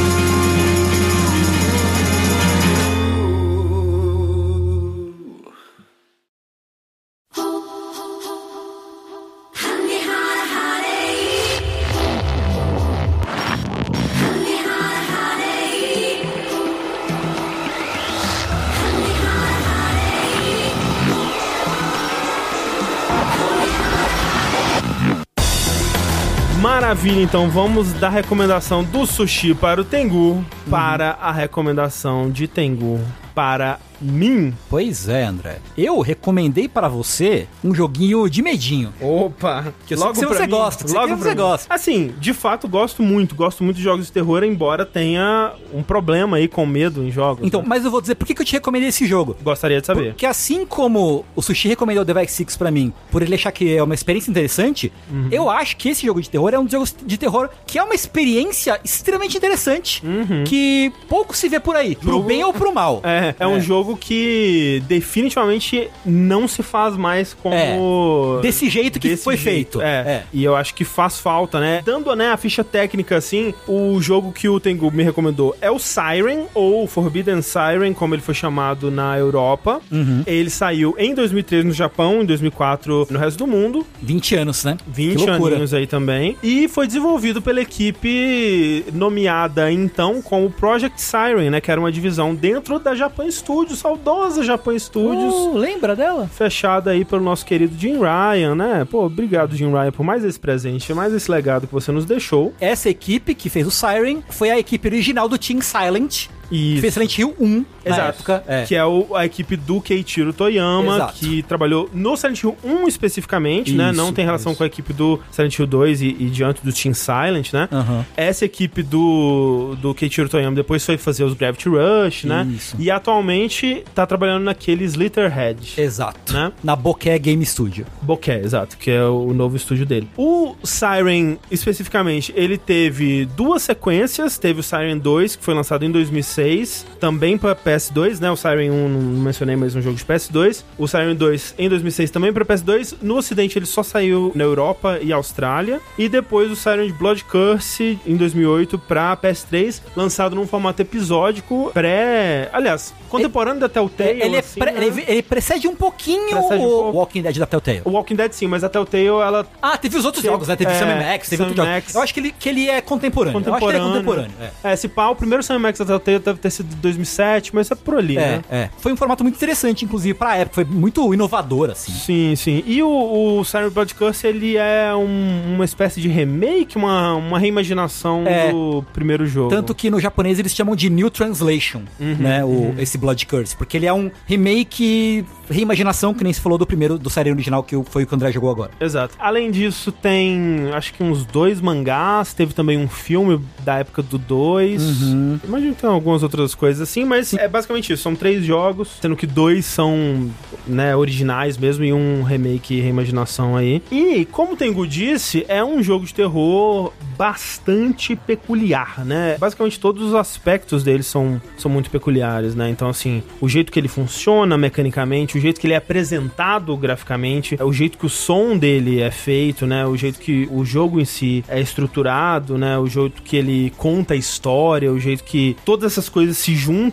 Maravilha, então vamos da recomendação do Sushi para o Tengu para a recomendação de Tengu para mim. Pois é, André. Eu recomendei para você um joguinho de medinho. Opa! Que eu sei que você gosta. Que você gosta. Assim, de fato, gosto muito de jogos de terror, embora tenha um problema aí com medo em jogos. Então, né? mas eu vou dizer por que eu te recomendei esse jogo. Gostaria de saber. Porque assim como o Sushi recomendou The Vex 6 pra mim, por ele achar que é uma experiência interessante, eu acho que esse jogo de terror é um dos jogos de terror que é uma experiência extremamente interessante, que pouco se vê por aí, pro bem ou pro mal. É um jogo que definitivamente não se faz mais como... Desse jeito que foi feito. E eu acho que faz falta, né? Dando, né, a ficha técnica, assim, o jogo que o Tengu me recomendou é o Siren, ou Forbidden Siren, como ele foi chamado na Europa. Ele saiu em 2003 no Japão, em 2004 no resto do mundo. 20 anos, né? 20 aninhos aí também. E foi desenvolvido pela equipe nomeada, então, como Project Siren, né? Que era uma divisão dentro da Japan Studios, saudosa Japan Studios. Lembra dela? Fechada aí pelo nosso querido Jim Ryan, né? Pô, obrigado, Jim Ryan, por mais esse presente, mais esse legado que você nos deixou. Essa equipe que fez o Siren foi a equipe original do Team Silent, Isso. que fez Silent Hill 1 na Exato. época. Que é a equipe do Keiichiro Toyama, Exato. que trabalhou no Silent Hill 1 especificamente, né? Não tem relação com a equipe do Silent Hill 2 e diante do Team Silent, né? Essa equipe do Keiichiro Toyama depois foi fazer os Gravity Rush, né? Isso. E atualmente tá trabalhando naquele Slitterhead. Exato. Né? Na Bokeh Game Studio. Bokeh, exato, que é o novo estúdio dele. O Siren, especificamente, ele teve duas sequências. Teve o Siren 2, que foi lançado em 2006, também para PS2, né? O Siren 1, não mencionei, mas um jogo de PS2. O Siren 2, em 2006, também para PS2. No Ocidente, ele só saiu na Europa e Austrália. E depois o Siren Blood Curse, em 2008, para PS3, lançado num formato episódico aliás, contemporâneo da Telltale. Ele precede um pouquinho o Walking Dead da Telltale. O Walking Dead, sim, mas a Telltale, ela... teve os outros jogos, né? Teve Sam Max, teve outros jogos. Eu acho que ele é contemporâneo. Eu acho que ele é contemporâneo. Se pá, o primeiro Sam Max da Telltale deve ter sido de 2007, mas é por ali, né? Foi um formato muito interessante, inclusive, pra época. Foi muito inovador, assim. Sim, sim. E o Siren Blood Curse, ele é uma espécie de remake, uma reimaginação do primeiro jogo. Tanto que no japonês eles chamam de New Translation, né? Esse Blood Curse. Porque ele é um remake, reimaginação, que nem se falou do primeiro, do Siren original, que foi o que o André jogou agora. Exato. Além disso, tem, acho que uns 2 mangás, teve também um filme da época do 2. Imagino que tem algumas outras coisas assim, mas é basicamente isso. São 3 jogos, sendo que 2 são, né, originais mesmo e um remake e reimaginação aí. E, como o Tengu disse, é um jogo de terror bastante peculiar, né? Basicamente todos os aspectos dele são muito peculiares, né? Então, assim, o jeito que ele funciona mecanicamente, o jeito que ele é apresentado graficamente, o jeito que o som dele é feito, né? O jeito que o jogo em si é estruturado, né? O jeito que ele conta a história, o jeito que todas essas coisas se juntam, né?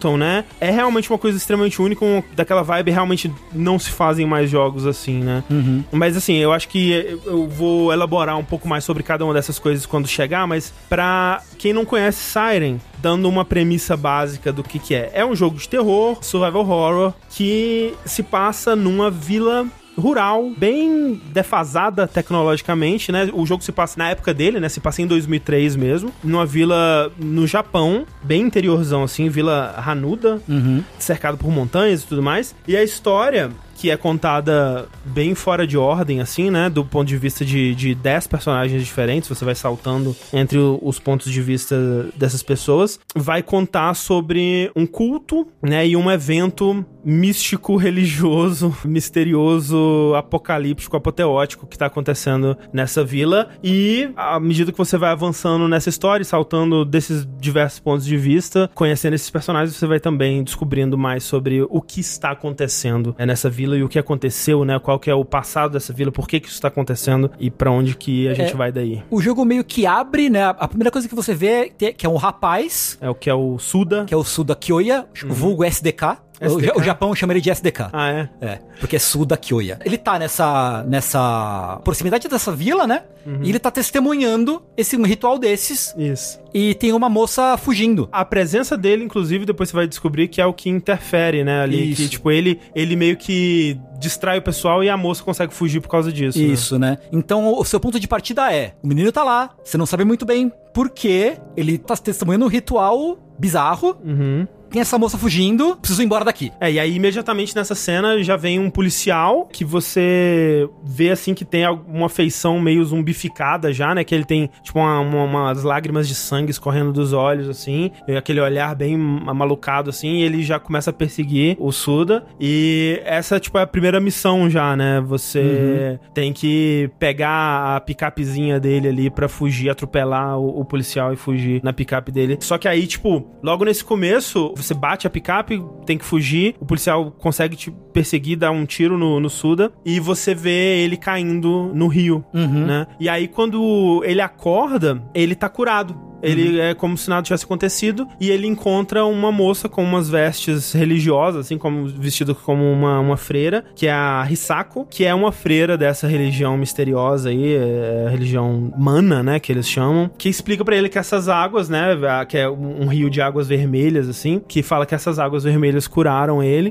É realmente uma coisa extremamente única, daquela vibe, realmente não se fazem mais jogos assim, né? Mas assim, eu acho que eu vou elaborar um pouco mais sobre cada uma dessas coisas quando chegar, mas pra quem não conhece Siren, dando uma premissa básica do que é. É um jogo de terror, survival horror, que se passa numa vila rural, bem defasada tecnologicamente, né? O jogo se passa na época dele, né? Se passa em 2003 mesmo, numa vila no Japão, bem interiorzão assim, Vila Hanuda, cercado por montanhas e tudo mais. E a história, que é contada bem fora de ordem, assim, né? Do ponto de vista de 10 personagens diferentes, você vai saltando entre os pontos de vista dessas pessoas, vai contar sobre um culto, né? E um evento místico, religioso, misterioso, apocalíptico, apoteótico que tá acontecendo nessa vila. E à medida que você vai avançando nessa história, saltando desses diversos pontos de vista, conhecendo esses personagens, você vai também descobrindo mais sobre o que está acontecendo nessa vila e o que aconteceu, né? Qual que é o passado dessa vila, por que isso está acontecendo e pra onde que a gente vai daí. O jogo meio que abre, né? A primeira coisa que você vê é que é um rapaz. É o que é o Suda. Que é o Suda Kyoya, vulgo SDK. O Japão chama ele de SDK. Ah, é? É, porque é Suda Kyoya. Ele tá nessa proximidade dessa vila, né? E ele tá testemunhando um ritual desses. Isso. E tem uma moça fugindo. A presença dele, inclusive, depois você vai descobrir que é o que interfere, né? Ali, Isso. que, tipo, ele meio que distrai o pessoal e a moça consegue fugir por causa disso. Isso, né? Então, o seu ponto de partida é: o menino tá lá, você não sabe muito bem por quê, ele tá testemunhando um ritual bizarro. Tem essa moça fugindo, preciso ir embora daqui. E aí imediatamente nessa cena já vem um policial que você vê assim que tem uma feição meio zumbificada já, né? Que ele tem tipo umas lágrimas de sangue escorrendo dos olhos, assim, e aquele olhar bem amalucado, assim, e ele já começa a perseguir o Suda. E essa, tipo, é a primeira missão já, né? Você tem que pegar a picapezinha dele ali pra fugir, atropelar o policial e fugir na picape dele. Só que aí, tipo, logo nesse começo, você bate a picape, tem que fugir, o policial consegue te perseguir, dar um tiro no Suda, e você vê ele caindo no rio, né? E aí, quando ele acorda, ele tá curado. Ele é como se nada tivesse acontecido, e ele encontra uma moça com umas vestes religiosas, assim, como vestida como uma freira, que é a Hisako, que é uma freira dessa religião misteriosa aí, a religião mana, né, que eles chamam, que explica pra ele que essas águas, né, que é um rio de águas vermelhas, assim, que fala que essas águas vermelhas curaram ele,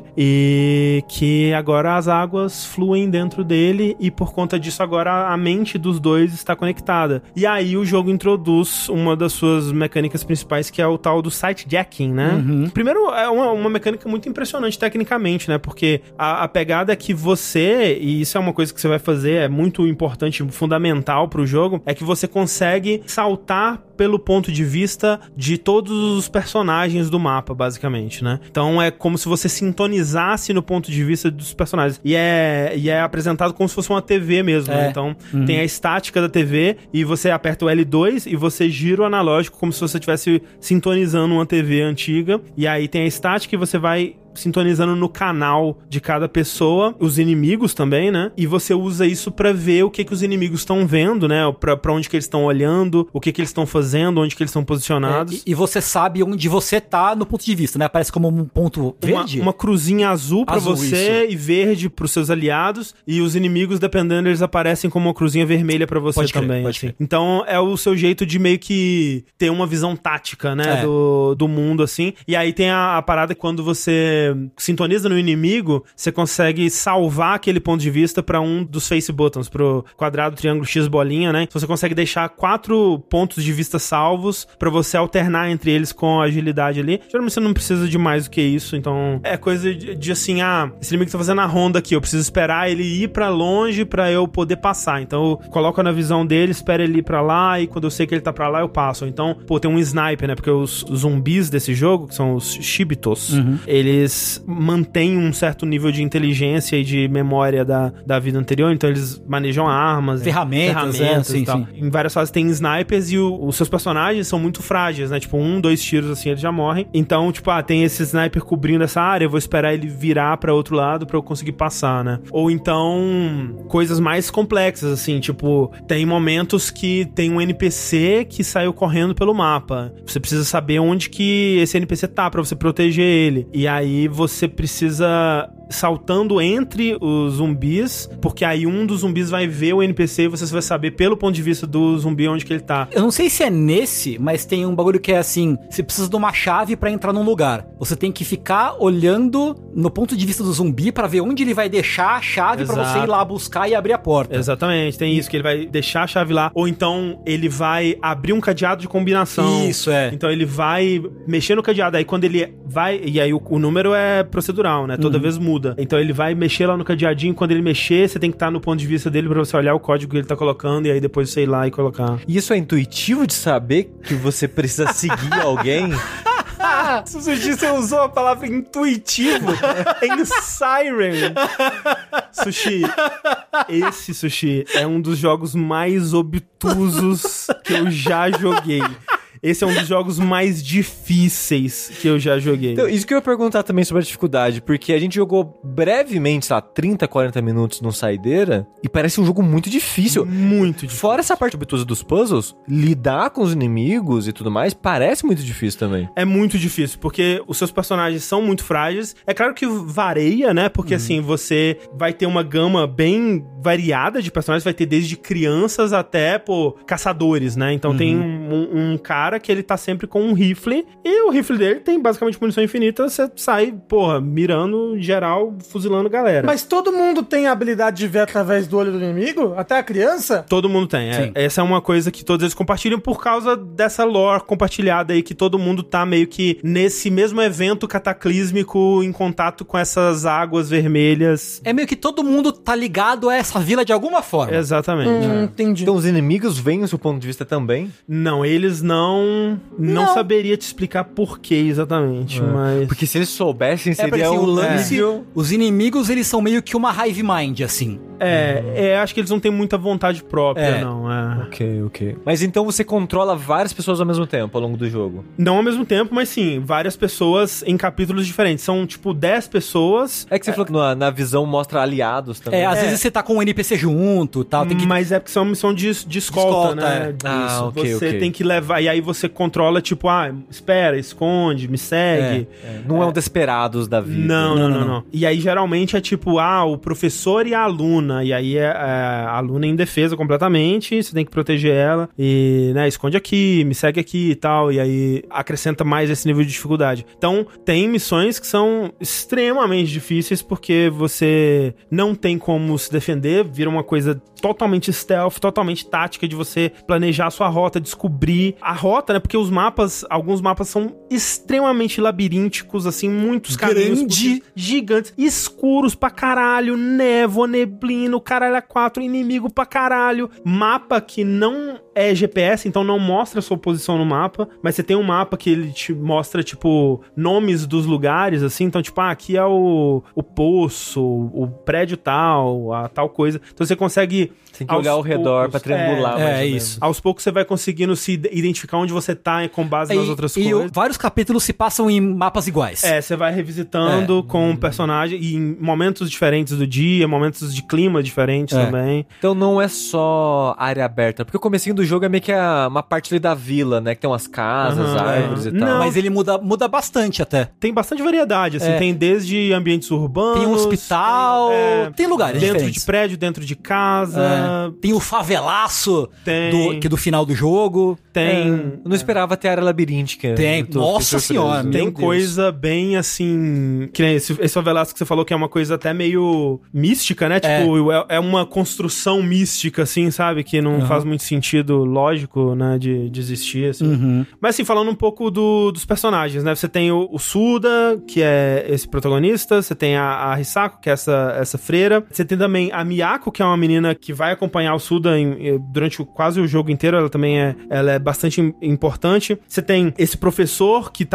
e que agora as águas fluem dentro dele, e por conta disso agora a mente dos dois está conectada. E aí o jogo introduz uma das suas mecânicas principais, que é o tal do sitejacking, né? Primeiro, é uma mecânica muito impressionante tecnicamente, né? Porque a pegada é que você, e isso é uma coisa que você vai fazer, é muito importante, fundamental pro jogo, é que você consegue saltar pelo ponto de vista de todos os personagens do mapa, basicamente, né? Então é como se você sintonizasse no ponto de vista dos personagens. E é apresentado como se fosse uma TV mesmo, né? Então tem a estática da TV e você aperta o L2 e você gira o analógico como se você estivesse sintonizando uma TV antiga. E aí tem a estática e você vai sintonizando no canal de cada pessoa, os inimigos também, né? E você usa isso pra ver o que os inimigos estão vendo, né? Pra onde que eles estão olhando, o que eles estão fazendo, onde que eles estão posicionados. E você sabe onde você tá no ponto de vista, né? Aparece como um ponto verde. Uma cruzinha azul pra você, isso, e verde pros seus aliados, e os inimigos, dependendo, eles aparecem como uma cruzinha vermelha pra você também, assim. Então é o seu jeito de meio que ter uma visão tática, né? Do mundo, assim. E aí tem a parada que quando você sintoniza no inimigo, você consegue salvar aquele ponto de vista pra um dos face buttons, pro quadrado, triângulo, X, bolinha, né? Então você consegue deixar 4 pontos de vista salvos pra você alternar entre eles com agilidade ali. Geralmente você não precisa de mais do que isso, então é coisa de assim, esse inimigo tá fazendo a ronda aqui, eu preciso esperar ele ir pra longe pra eu poder passar. Então eu coloco na visão dele, espero ele ir pra lá, e quando eu sei que ele tá pra lá, eu passo. Então, tem um sniper, né? Porque os zumbis desse jogo, que são os Shibitos, eles eles mantêm um certo nível de inteligência e de memória da vida anterior, então eles manejam armas, ferramentas e tal. sim. Em várias fases tem snipers e os seus personagens são muito frágeis, né? Tipo, 2 tiros assim, eles já morrem. Então, tipo, tem esse sniper cobrindo essa área, eu vou esperar ele virar pra outro lado pra eu conseguir passar, né? Ou então, coisas mais complexas, assim, tipo, tem momentos que tem um NPC que saiu correndo pelo mapa. Você precisa saber onde que esse NPC tá pra você proteger ele. E aí você precisa saltando entre os zumbis, porque aí um dos zumbis vai ver o NPC e você vai saber pelo ponto de vista do zumbi onde que ele tá. Eu não sei se é nesse, mas tem um bagulho que é assim, você precisa de uma chave pra entrar num lugar. Você tem que ficar olhando no ponto de vista do zumbi pra ver onde ele vai deixar a chave pra você ir lá buscar e abrir a porta. Exatamente, tem isso, que ele vai deixar a chave lá, ou então ele vai abrir um cadeado de combinação. Isso, é. Então ele vai mexer no cadeado, aí quando ele vai, e aí o número é procedural, né? Toda vez muda. Então ele vai mexer lá no cadeadinho, quando ele mexer, você tem que estar no ponto de vista dele pra você olhar o código que ele tá colocando e aí depois você ir lá e colocar. E isso é intuitivo de saber que você precisa seguir alguém? Você usou a palavra intuitivo em Siren. Sushi é um dos jogos mais obtusos que eu já joguei. Esse é um dos jogos mais difíceis que eu já joguei. Então, isso que eu ia perguntar também sobre a dificuldade, porque a gente jogou brevemente, sei lá, 30, 40 minutos no Saideira, e parece um jogo muito difícil. Muito difícil. Fora essa parte obtusa dos puzzles, lidar com os inimigos e tudo mais, parece muito difícil também. É muito difícil, porque os seus personagens são muito frágeis. É claro que varia, né? Porque, assim, você vai ter uma gama bem variada de personagens, vai ter desde crianças até, caçadores, né? Então tem um cara que ele tá sempre com um rifle, e o rifle dele tem basicamente munição infinita, você sai, mirando geral, fuzilando galera. Mas todo mundo tem a habilidade de ver através do olho do inimigo? Até a criança? Todo mundo tem, Essa é uma coisa que todos eles compartilham por causa dessa lore compartilhada aí, que todo mundo tá meio que nesse mesmo evento cataclísmico em contato com essas águas vermelhas. É meio que todo mundo tá ligado a essa vila de alguma forma. Exatamente. Entendi. Então os inimigos veem o seu ponto de vista também? Não, eles não saberia te explicar por que exatamente, mas... Porque se eles soubessem, seria porque, assim, um o lance... nível... Os inimigos, eles são meio que uma hive mind, assim. Acho que eles não têm muita vontade própria, não. Ok. Mas então você controla várias pessoas ao mesmo tempo, ao longo do jogo? Não ao mesmo tempo, mas sim, várias pessoas em capítulos diferentes. São, 10 pessoas. É que você falou que na visão mostra aliados também. Às vezes você tá com um NPC junto, tal. Tem que... Mas é porque são uma missão de escolta, né? Você tem que levar, e aí você controla, espera, esconde, me segue. Não é um Desperados da vida. Não. E aí, geralmente, é o professor e a aluna, e aí a aluna é indefesa completamente, você tem que proteger ela, e, esconde aqui, me segue aqui e tal, e aí acrescenta mais esse nível de dificuldade. Então, tem missões que são extremamente difíceis, porque você não tem como se defender, vira uma coisa totalmente stealth, totalmente tática, de você planejar a sua rota, descobrir a rota, né? Porque alguns mapas são extremamente labirínticos, assim, muitos caminhos gigantes, escuros pra caralho, névoa, neblina, caralho a 4, inimigo pra caralho, mapa que não é GPS, então não mostra a sua posição no mapa, mas você tem um mapa que ele te mostra, nomes dos lugares, assim, então, aqui é o poço, o prédio tal, a tal coisa, então você consegue... Tem que olhar ao redor pra triangular. Isso. Aos poucos você vai conseguindo se identificar onde você tá com base nas outras coisas. E vários capítulos se passam em mapas iguais. Você vai revisitando com o personagem e em momentos diferentes do dia, momentos de clima diferentes também. Então não é só área aberta, porque o comecinho do jogo é meio que uma parte ali da vila, né? Que tem umas casas, árvores e tal. Não. Mas ele muda bastante até. Tem bastante variedade, assim. Tem desde ambientes urbanos... Tem um hospital... Tem lugares dentro diferentes. de prédio, dentro de casa... Tem o favelaço do final do jogo. Eu não esperava ter área labiríntica. Nossa senhora. Tem coisa bem assim... Que nem esse favelaço que você falou, que é uma coisa até meio mística, né? É uma construção mística, assim, sabe? Que não faz muito sentido lógico, né? De existir, assim. Mas assim, falando um pouco dos personagens, né? Você tem o Suda, que é esse protagonista. Você tem a Hisako, que é essa freira. Você tem também a Miyako, que é uma menina que vai acompanhar o Suda durante quase o jogo inteiro. Ela também é bastante importante. Você tem esse professor que tá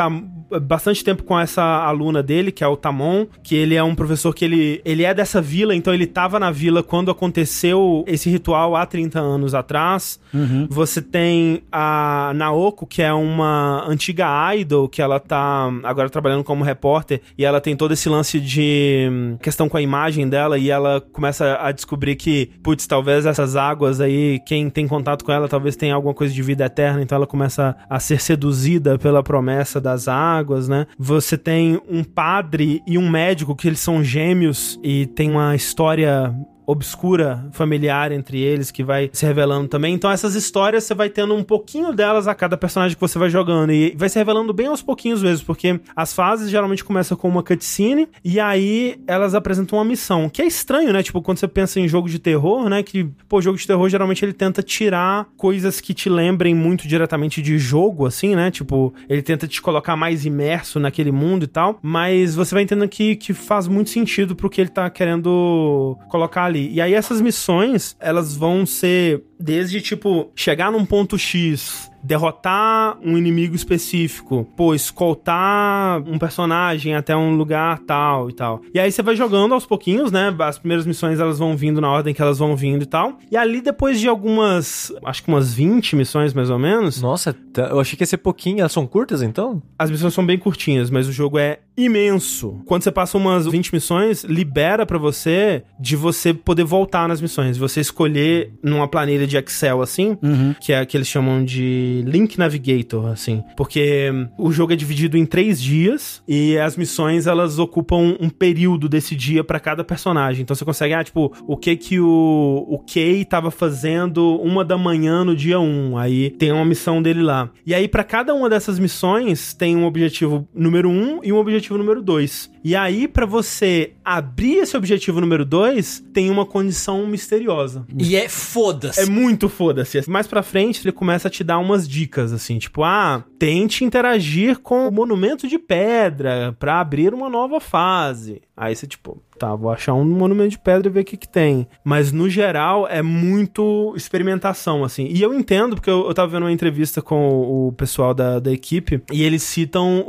bastante tempo com essa aluna dele, que é o Tamon, que ele é um professor que ele é dessa vila, então ele tava na vila quando aconteceu esse ritual há 30 anos atrás. Você tem a Naoko, que é uma antiga idol, que ela tá agora trabalhando como repórter, e ela tem todo esse lance de questão com a imagem dela, e ela começa a descobrir que, putz, talvez essas águas aí, quem tem contato com ela, talvez tenha alguma coisa de vida eterna, então ela começa a ser seduzida pela promessa das águas, né? Você tem um padre e um médico, que eles são gêmeos, e tem uma história obscura, familiar entre eles, que vai se revelando também. Então essas histórias você vai tendo um pouquinho delas a cada personagem que você vai jogando, e vai se revelando bem aos pouquinhos mesmo, porque as fases geralmente começam com uma cutscene, e aí elas apresentam uma missão, que é estranho, né? Tipo, quando você pensa em jogo de terror, né? Que, pô, jogo de terror geralmente ele tenta tirar coisas que te lembrem muito diretamente de jogo, assim, né? Tipo, ele tenta te colocar mais imerso naquele mundo e tal, mas você vai entendendo que faz muito sentido pro que ele tá querendo colocar ali. E aí essas missões, elas vão ser desde, tipo, chegar num ponto X, derrotar um inimigo específico, pô, escoltar um personagem até um lugar tal e tal. E aí você vai jogando aos pouquinhos, né? As primeiras missões, elas vão vindo na ordem que elas vão vindo e tal. E ali, depois de algumas, acho que umas 20 missões, mais ou menos. Nossa, eu achei que ia ser pouquinho. Elas são curtas, então? As missões são bem curtinhas, mas o jogo é imenso. Quando você passa umas 20 missões, libera pra você de você poder voltar nas missões. Você escolher numa planilha de Excel, assim, que é que eles chamam de Link Navigator, assim. Porque o jogo é dividido em 3 dias e as missões, elas ocupam um período desse dia pra cada personagem. Então você consegue, tipo, o que o Kei tava fazendo 1 da manhã no dia 1. Aí tem uma missão dele lá. E aí, pra cada uma dessas missões, tem um objetivo número 1 e um objetivo número 2. E aí, pra você abrir esse objetivo número 2, tem uma condição misteriosa. E é foda-se. É muito foda-se. Mais pra frente, ele começa a te dar umas dicas, assim, tipo, tente interagir com o monumento de pedra pra abrir uma nova fase. Aí você, tipo, tá, vou achar um monumento de pedra e ver o que tem. Mas, no geral, é muito experimentação, assim. E eu entendo, porque eu tava vendo uma entrevista com o pessoal da equipe, e eles citam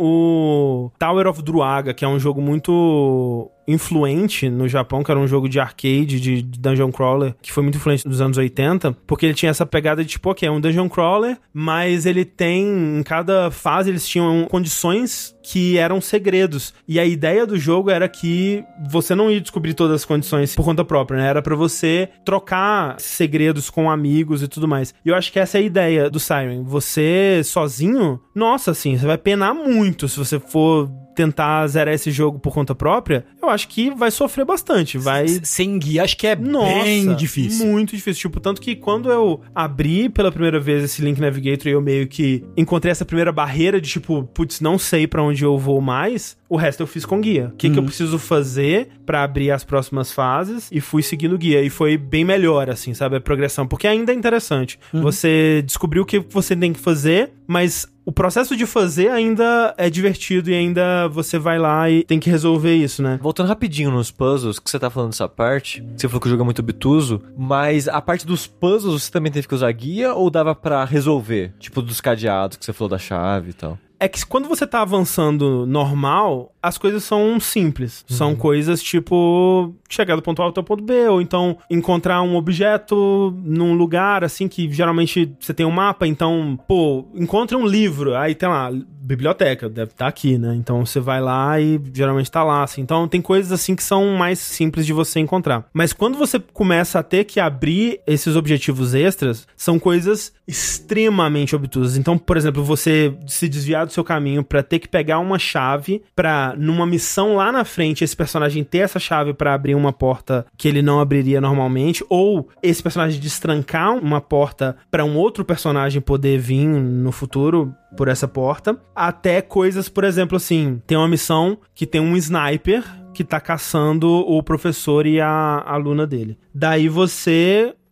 o Tower of Druaga, que é um jogo muito influente no Japão, que era um jogo de arcade, de dungeon crawler, que foi muito influente nos anos 80, porque ele tinha essa pegada de, tipo, ok, é um dungeon crawler, mas ele tem, em cada fase, eles tinham condições que eram segredos. E a ideia do jogo era que você não ia descobrir todas as condições por conta própria, né? Era pra você trocar segredos com amigos e tudo mais. E eu acho que essa é a ideia do Siren. Você sozinho, nossa, assim, você vai penar muito se você for tentar zerar esse jogo por conta própria. Eu acho que vai sofrer bastante. Vai... Sem guia, acho que é bem difícil. Muito difícil. Tipo, tanto que quando eu abri pela primeira vez esse Link Navigator e eu meio que encontrei essa primeira barreira de tipo, putz, não sei pra onde eu vou mais, o resto eu fiz com guia. O que eu preciso fazer pra abrir as próximas fases, e fui seguindo o guia. E foi bem melhor, assim, sabe? A progressão. Porque ainda é interessante. Você descobriu o que você tem que fazer, mas o processo de fazer ainda é divertido e ainda você vai lá e tem que resolver isso, né? Voltando rapidinho nos puzzles, que você tá falando dessa parte, você falou que o jogo é muito obtuso, mas a parte dos puzzles você também teve que usar guia ou dava pra resolver? Tipo dos cadeados que você falou da chave e tal. É que quando você tá avançando normal, as coisas são simples. São coisas tipo chegar do ponto A até o ponto B, ou então encontrar um objeto num lugar, assim, que geralmente você tem um mapa, então, pô, encontra um livro, aí tem lá, biblioteca, deve estar aqui, né? Então você vai lá e geralmente tá lá, assim. Então tem coisas assim que são mais simples de você encontrar. Mas quando você começa a ter que abrir esses objetivos extras, são coisas extremamente obtusas. Então, por exemplo, você se desviar do seu caminho pra ter que pegar uma chave pra, numa missão lá na frente, esse personagem ter essa chave pra abrir uma porta que ele não abriria normalmente, ou esse personagem destrancar uma porta pra um outro personagem poder vir no futuro por essa porta, até coisas, por exemplo, assim, tem uma missão que tem um sniper que tá caçando o professor e a aluna dele. Daí você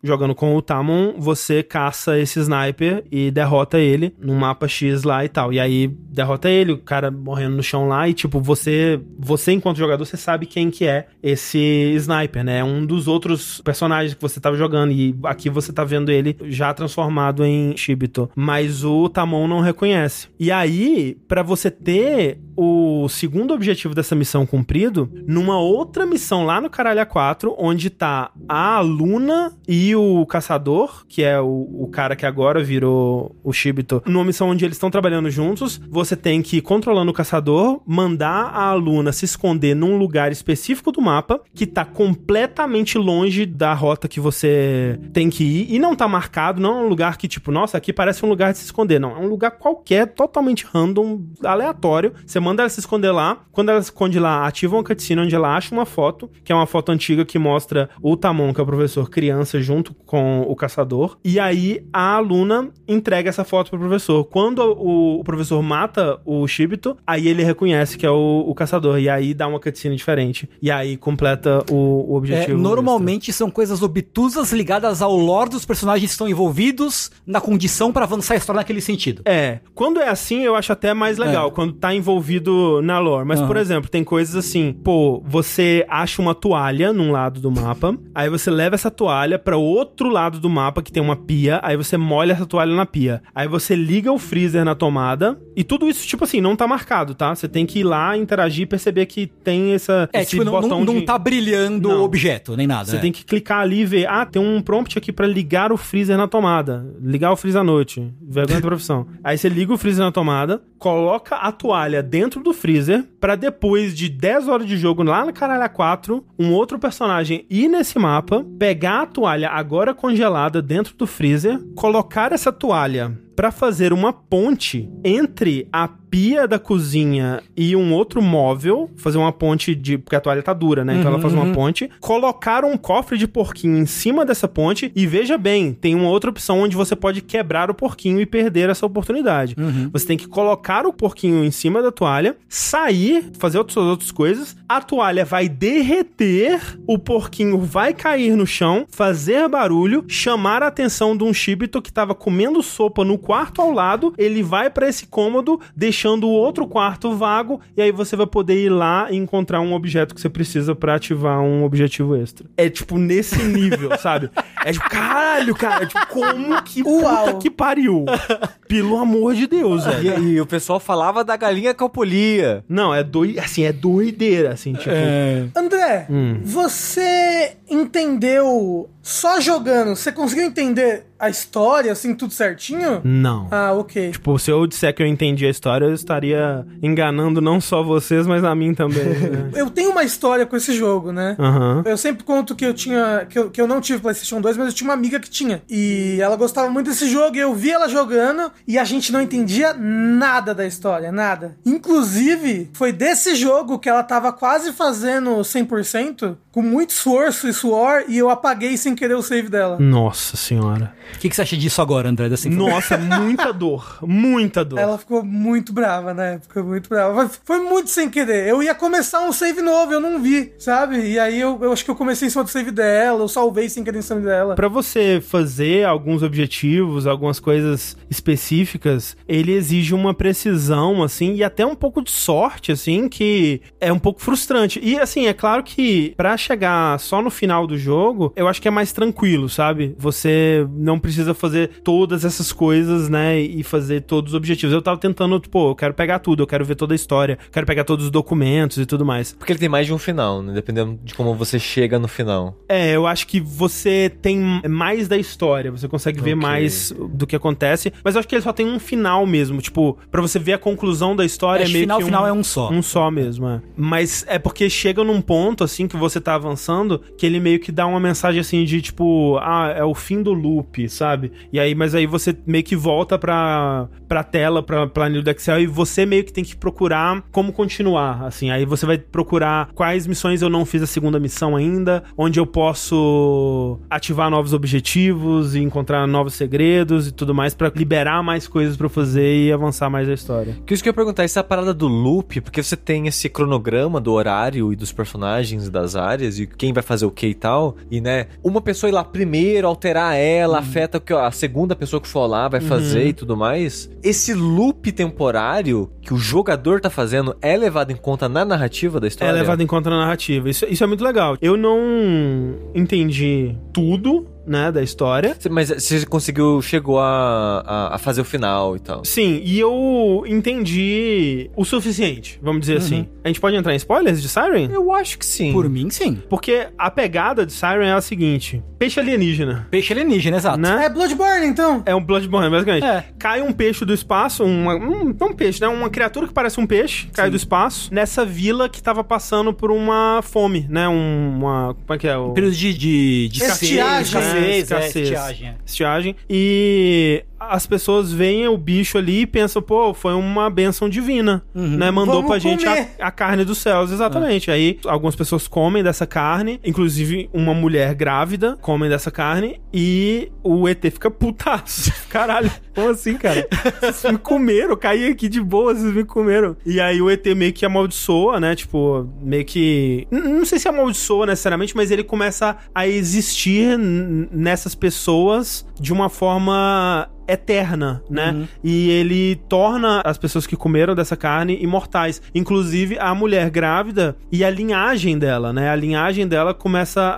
jogando com o Tamon, você caça esse sniper e derrota ele num mapa X lá e tal. E aí derrota ele, o cara morrendo no chão lá, e tipo, você enquanto jogador, você sabe quem que é esse sniper, né? É um dos outros personagens que você tava jogando, e aqui você tá vendo ele já transformado em Shibito. Mas o Tamon não reconhece. E aí, pra você ter o segundo objetivo dessa missão cumprido, numa outra missão lá no Caralho 4, onde tá a Luna e o Caçador, que é o cara que agora virou o Shibito, numa missão onde eles estão trabalhando juntos, você tem que ir controlando o Caçador, mandar a Luna se esconder num lugar específico do mapa, que tá completamente longe da rota que você tem que ir, e não tá marcado, não é um lugar que tipo, nossa, aqui parece um lugar de se esconder, não, é um lugar qualquer, totalmente random, aleatório, você manda ela se esconder lá, quando ela se esconde lá, ativa uma cutscene onde ela acha uma foto, que é uma foto antiga que mostra o Tamon, que é o professor criança, junto com o Caçador, e aí a Luna entrega essa foto pro professor. Quando o professor mata o Shibito, aí ele reconhece que é o Caçador, e aí dá uma cutscene diferente, e aí completa o objetivo. Normalmente são coisas obtusas ligadas ao lore dos personagens que estão envolvidos na condição pra avançar a história naquele sentido. Quando é assim, eu acho até mais legal, quando tá envolvido na lore. Mas, por exemplo, tem coisas assim, pô, você acha uma toalha num lado do mapa, aí você leva essa toalha pra outro lado do mapa que tem uma pia, aí você molha essa toalha na pia. Aí você liga o freezer na tomada, e tudo isso, tipo assim, não tá marcado, tá? Você tem que ir lá, interagir e perceber que tem esse tipo, botão não tá brilhando o objeto, nem nada. Você tem que clicar ali e ver, tem um prompt aqui pra ligar o freezer na tomada. Ligar o freezer à noite. Vergonha da profissão. Aí você liga o freezer na tomada, coloca a toalha dentro do freezer, pra depois de 10 horas de jogo lá no Caralho 4, um outro personagem ir nesse mapa, pegar a toalha agora congelada dentro do freezer, colocar essa toalha pra fazer uma ponte entre a pia da cozinha e um outro móvel, fazer uma ponte porque a toalha tá dura, né? Então ela faz uma ponte, colocar um cofre de porquinho em cima dessa ponte, e veja bem, tem uma outra opção onde você pode quebrar o porquinho e perder essa oportunidade. Você tem que colocar o porquinho em cima da toalha, sair, fazer outras coisas, a toalha vai derreter, o porquinho vai cair no chão, fazer barulho, chamar a atenção de um Shibito que tava comendo sopa no quarto ao lado, ele vai pra esse cômodo, deixando o outro quarto vago, e aí você vai poder ir lá e encontrar um objeto que você precisa pra ativar um objetivo extra. É tipo nesse nível, sabe? É tipo, caralho, cara, tipo, como que puta que pariu? Pelo amor de Deus, velho. E o pessoal falava da galinha Calpolia. Não, é doideira, assim, tipo... André, você entendeu só jogando? Você conseguiu entender a história, assim, tudo certinho? Não. Ah, ok. Tipo, se eu disser que eu entendi a história, eu estaria enganando não só vocês, mas a mim também, né? Eu tenho uma história com esse jogo, né? Eu sempre conto que eu tinha... Que eu não tive PlayStation 2, mas eu tinha uma amiga que tinha. E ela gostava muito desse jogo, e eu vi ela jogando, e a gente não entendia nada da história, nada. Inclusive, foi desse jogo que ela tava quase fazendo 100%, com muito esforço e suor, e eu apaguei sem querer o save dela. Nossa senhora. O que você acha disso agora, André? Nossa, muita dor. Muita dor. Ela ficou muito brava, né? Ficou muito brava. Foi muito sem querer. Eu ia começar um save novo, eu não vi, sabe? E aí eu acho que eu comecei em cima do save dela, eu salvei sem querer em cima dela. Pra você fazer alguns objetivos, algumas coisas específicas, ele exige uma precisão, assim, e até um pouco de sorte, assim, que é um pouco frustrante. E, assim, é claro que pra chegar só no final do jogo, eu acho que é mais tranquilo, sabe? Você não precisa fazer todas essas coisas, né, e fazer todos os objetivos. Eu tava tentando, eu quero pegar tudo, eu quero ver toda a história, quero pegar todos os documentos e tudo mais. Porque ele tem mais de um final, né? Dependendo de como você chega no final. Eu acho que você tem mais da história, você consegue ver mais do que acontece, mas eu acho que ele só tem um final mesmo, tipo, pra você ver a conclusão da história, meio que final é um só. Um só mesmo, Mas é porque chega num ponto, assim, que você tá avançando, que ele meio que dá uma mensagem, assim, de, tipo, é o fim do loop, sabe? E aí, mas aí você meio que volta pra tela, pra planilha do Excel, e você meio que tem que procurar como continuar, assim. Aí você vai procurar quais missões eu não fiz a segunda missão ainda, onde eu posso ativar novos objetivos e encontrar novos segredos e tudo mais pra liberar mais coisas pra eu fazer e avançar mais a história. Que isso que eu ia perguntar, essa parada do loop, porque você tem esse cronograma do horário e dos personagens e das áreas, e quem vai fazer o que e tal, e né, uma pessoa ir lá primeiro, alterar ela, afeta o que a segunda pessoa que for lá vai fazer e tudo mais. Esse loop temporário que o jogador tá fazendo é levado em conta na narrativa da história? É levado em conta na narrativa. Isso é muito legal. Eu não entendi tudo, né, da história. Mas você chegou a fazer o final e tal. Sim, e eu entendi o suficiente, vamos dizer assim. A gente pode entrar em spoilers de Siren? Eu acho que sim. Por mim, sim. Porque a pegada de Siren é a seguinte: peixe alienígena. Peixe alienígena, exato. Né? É Bloodborne, então. É um Bloodborne, basicamente. É. Cai um peixe do espaço, não um peixe, né? Uma criatura que parece um peixe, cai do espaço, nessa vila que tava passando por uma fome, né? Como é que é? Um período de Estiagem. Estiagem. E as pessoas veem o bicho ali e pensam, pô, foi uma bênção divina, né? Mandou Vamos pra gente comer. a carne dos céus, exatamente. Aí algumas pessoas comem dessa carne, inclusive uma mulher grávida comem dessa carne e o ET fica putaço. Caralho, como assim, cara? Vocês me comeram, eu caí aqui de boa, vocês me comeram. E aí o ET meio que amaldiçoa, né? Tipo, meio que... Não sei se amaldiçoa necessariamente, mas ele começa a existir nessas pessoas de uma forma eterna, né? E ele torna as pessoas que comeram dessa carne imortais. Inclusive a mulher grávida e a linhagem dela, né? A linhagem dela começa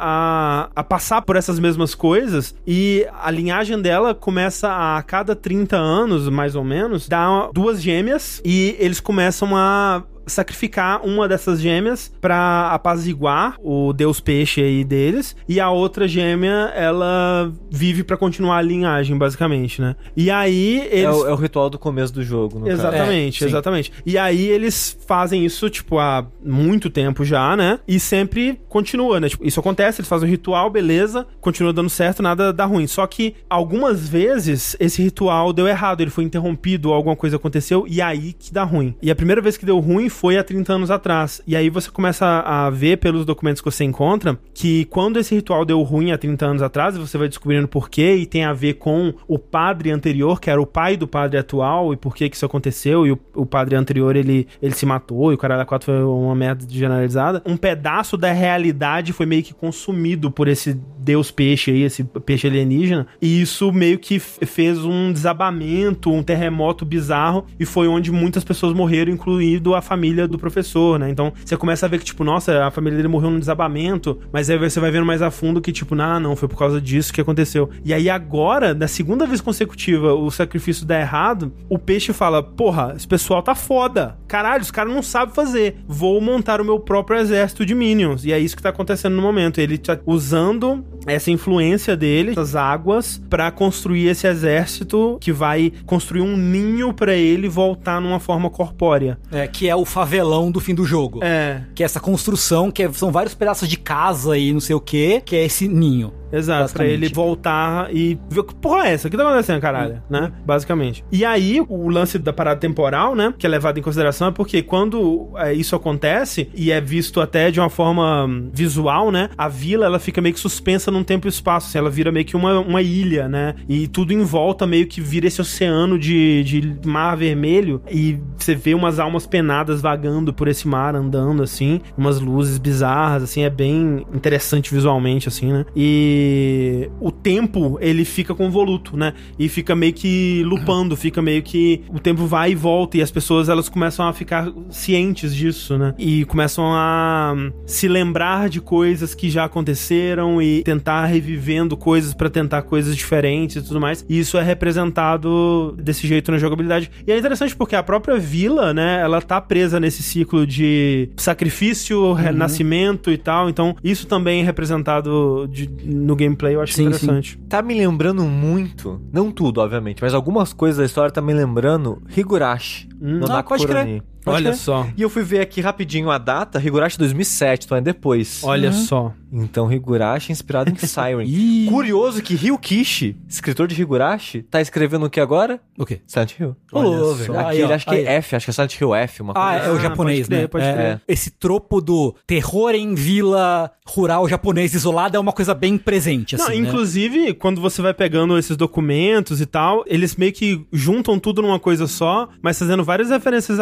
a passar por essas mesmas coisas e a linhagem dela começa a cada 30 anos, mais ou menos, dar 2 gêmeas e eles começam a sacrificar uma dessas gêmeas pra apaziguar o deus peixe aí deles, e a outra gêmea, ela vive pra continuar a linhagem, basicamente, né? E aí eles... É o ritual do começo do jogo, no Exatamente, caso. exatamente. E aí eles fazem isso, tipo, há muito tempo já, né? E sempre continua, né? Tipo, isso acontece, eles fazem o ritual, beleza, continua dando certo, nada dá ruim. Só que algumas vezes esse ritual deu errado, ele foi interrompido, alguma coisa aconteceu, e aí que dá ruim. E a primeira vez que deu ruim foi há 30 anos atrás. E aí você começa a ver pelos documentos que você encontra que quando esse ritual deu ruim há 30 anos atrás, você vai descobrindo por quê, e tem a ver com o padre anterior, que era o pai do padre atual, e por que isso aconteceu, e o padre anterior, ele se matou, e o caralho da 4 foi uma merda generalizada. Um pedaço da realidade foi meio que consumido por esse deus peixe aí, esse peixe alienígena, e isso meio que fez um desabamento, um terremoto bizarro, e foi onde muitas pessoas morreram, incluindo a família do professor, né? Então, você começa a ver que, tipo, nossa, a família dele morreu num desabamento, mas aí você vai vendo mais a fundo que, tipo, não, foi por causa disso que aconteceu. E aí agora, na segunda vez consecutiva, o sacrifício dá errado, o peixe fala, porra, esse pessoal tá foda. Caralho, os caras não sabem fazer. Vou montar o meu próprio exército de minions. E é isso que tá acontecendo no momento. Ele tá usando essa influência dele, essas águas, pra construir esse exército que vai construir um ninho pra ele voltar numa forma corpórea. Que é o favelão do fim do jogo. Que é essa construção, são vários pedaços de casa e não sei o que é esse ninho. Exato, pra ele voltar e ver que porra é essa? O que tá acontecendo, caralho? Né? Basicamente. E aí, o lance da parada temporal, né? Que é levado em consideração é porque quando isso acontece, e é visto até de uma forma visual, né? A vila, ela fica meio que suspensa num tempo e espaço, assim, ela vira meio que uma ilha, né? E tudo em volta meio que vira esse oceano de mar vermelho, e você vê umas almas penadas vagando por esse mar, andando, assim, umas luzes bizarras, assim, é bem interessante visualmente, assim, né? E o tempo, ele fica convoluto, né? E fica meio que lupando, fica meio que o tempo vai e volta, e as pessoas, elas começam a ficar cientes disso, né? E começam a se lembrar de coisas que já aconteceram e tentar revivendo coisas pra tentar coisas diferentes e tudo mais. E isso é representado desse jeito na jogabilidade. E é interessante porque a própria vila, né, ela tá presa nesse ciclo de sacrifício, renascimento e tal. Então, isso também é representado no gameplay, eu acho interessante. Tá me lembrando muito, não tudo, obviamente, mas algumas coisas da história tá me lembrando Higurashi no pode crer. Nakoroni. Olha só. E eu fui ver aqui rapidinho a data, Higurashi 2007, então é depois. Olha só. Então Higurashi é inspirado em Siren. Curioso que Ryukishi, escritor de Higurashi, tá escrevendo o que agora? O quê? Silent Hill. Olha Verdade. só. Aquele, acho que é F, acho que é Silent Hill F, uma coisa. É o japonês, pode crer, né? pode crer. Esse tropo do terror em vila rural japonês isolada é uma coisa bem presente, assim, Não, inclusive, quando você vai pegando esses documentos e tal, eles meio que juntam tudo numa coisa só, mas fazendo várias referências a lendas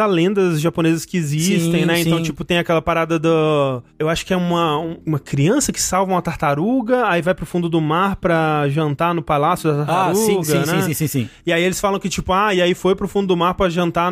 lendas japonesas que existem, Sim, né? Então, sim. tipo, tem aquela parada do... Eu acho que é uma criança que salva uma tartaruga, aí vai pro fundo do mar pra jantar no palácio da tartaruga, sim. E aí eles falam que, tipo, e aí foi pro fundo do mar pra jantar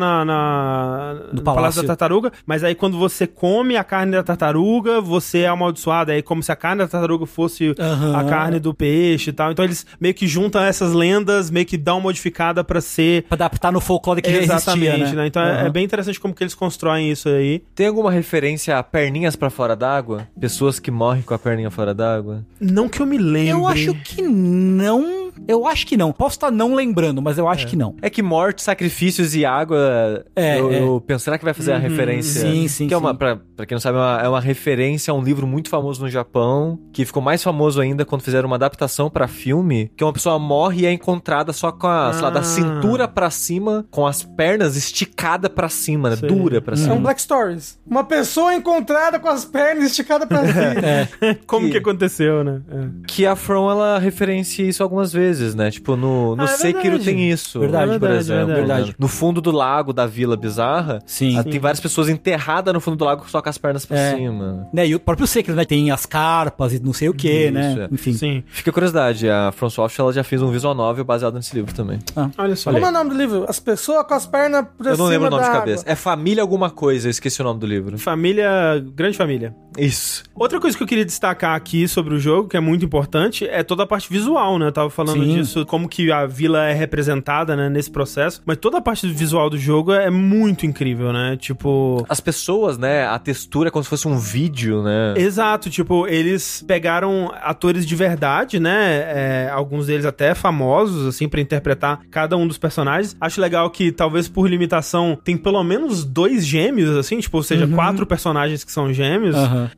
no palácio da tartaruga, mas aí quando você come a carne da tartaruga, você é amaldiçoado, aí como se a carne da tartaruga fosse a carne do peixe e tal. Então eles meio que juntam essas lendas, meio que dão uma modificada pra ser... Pra adaptar no folclore que já Exatamente, existia, né? Então é bem interessante como que eles constroem isso aí. Tem alguma referência a perninhas pra fora d'água? Pessoas que morrem com a perninha fora d'água? Não que eu me lembre. Eu acho que não. Eu acho que não. Posso estar não lembrando, mas eu acho que não. É que morte, sacrifícios e água... Eu penso, será que vai fazer a referência? Sim. Que é uma, pra quem não sabe, é uma referência a um livro muito famoso no Japão, que ficou mais famoso ainda quando fizeram uma adaptação pra filme, que uma pessoa morre e é encontrada só com a, sei lá, da cintura pra cima, com as pernas esticadas pra cima, né? Dura pra É cima. um Black Stories. Uma pessoa encontrada com as pernas esticadas pra cima. Como que aconteceu, né? Que a From, ela referencia isso algumas vezes, né? Tipo, no é Sekiro verdade. tem isso. Verdade, por verdade, exemplo. verdade. Né? No fundo do lago da Vila Bizarra, Sim. tem várias pessoas enterradas no fundo do lago só com as pernas pra cima. Né, e o próprio Sekiro, né? Tem as carpas e não sei o que, né? Enfim. Sim. Fica a curiosidade, a From Software, ela já fez um visual novel baseado nesse livro também. Olha só. Como é o nome do livro? As pessoas com as pernas pra Eu não cima lembro o nome da de água. cabeça. É Família alguma coisa, eu esqueci o nome do livro. Grande família. Isso. Outra coisa que eu queria destacar aqui sobre o jogo, que é muito importante, é toda a parte visual, né? Eu tava falando Sim. disso, como que a vila é representada, né, nesse processo. Mas toda a parte visual do jogo é muito incrível, né? Tipo... As pessoas, né, a textura é como se fosse um vídeo, né? Exato, tipo, eles pegaram atores de verdade, né? Alguns deles até famosos, assim, pra interpretar cada um dos personagens. Acho legal que, talvez por limitação, tem pelo menos 2 gêmeos, assim, tipo, ou seja, 4 personagens que são gêmeos.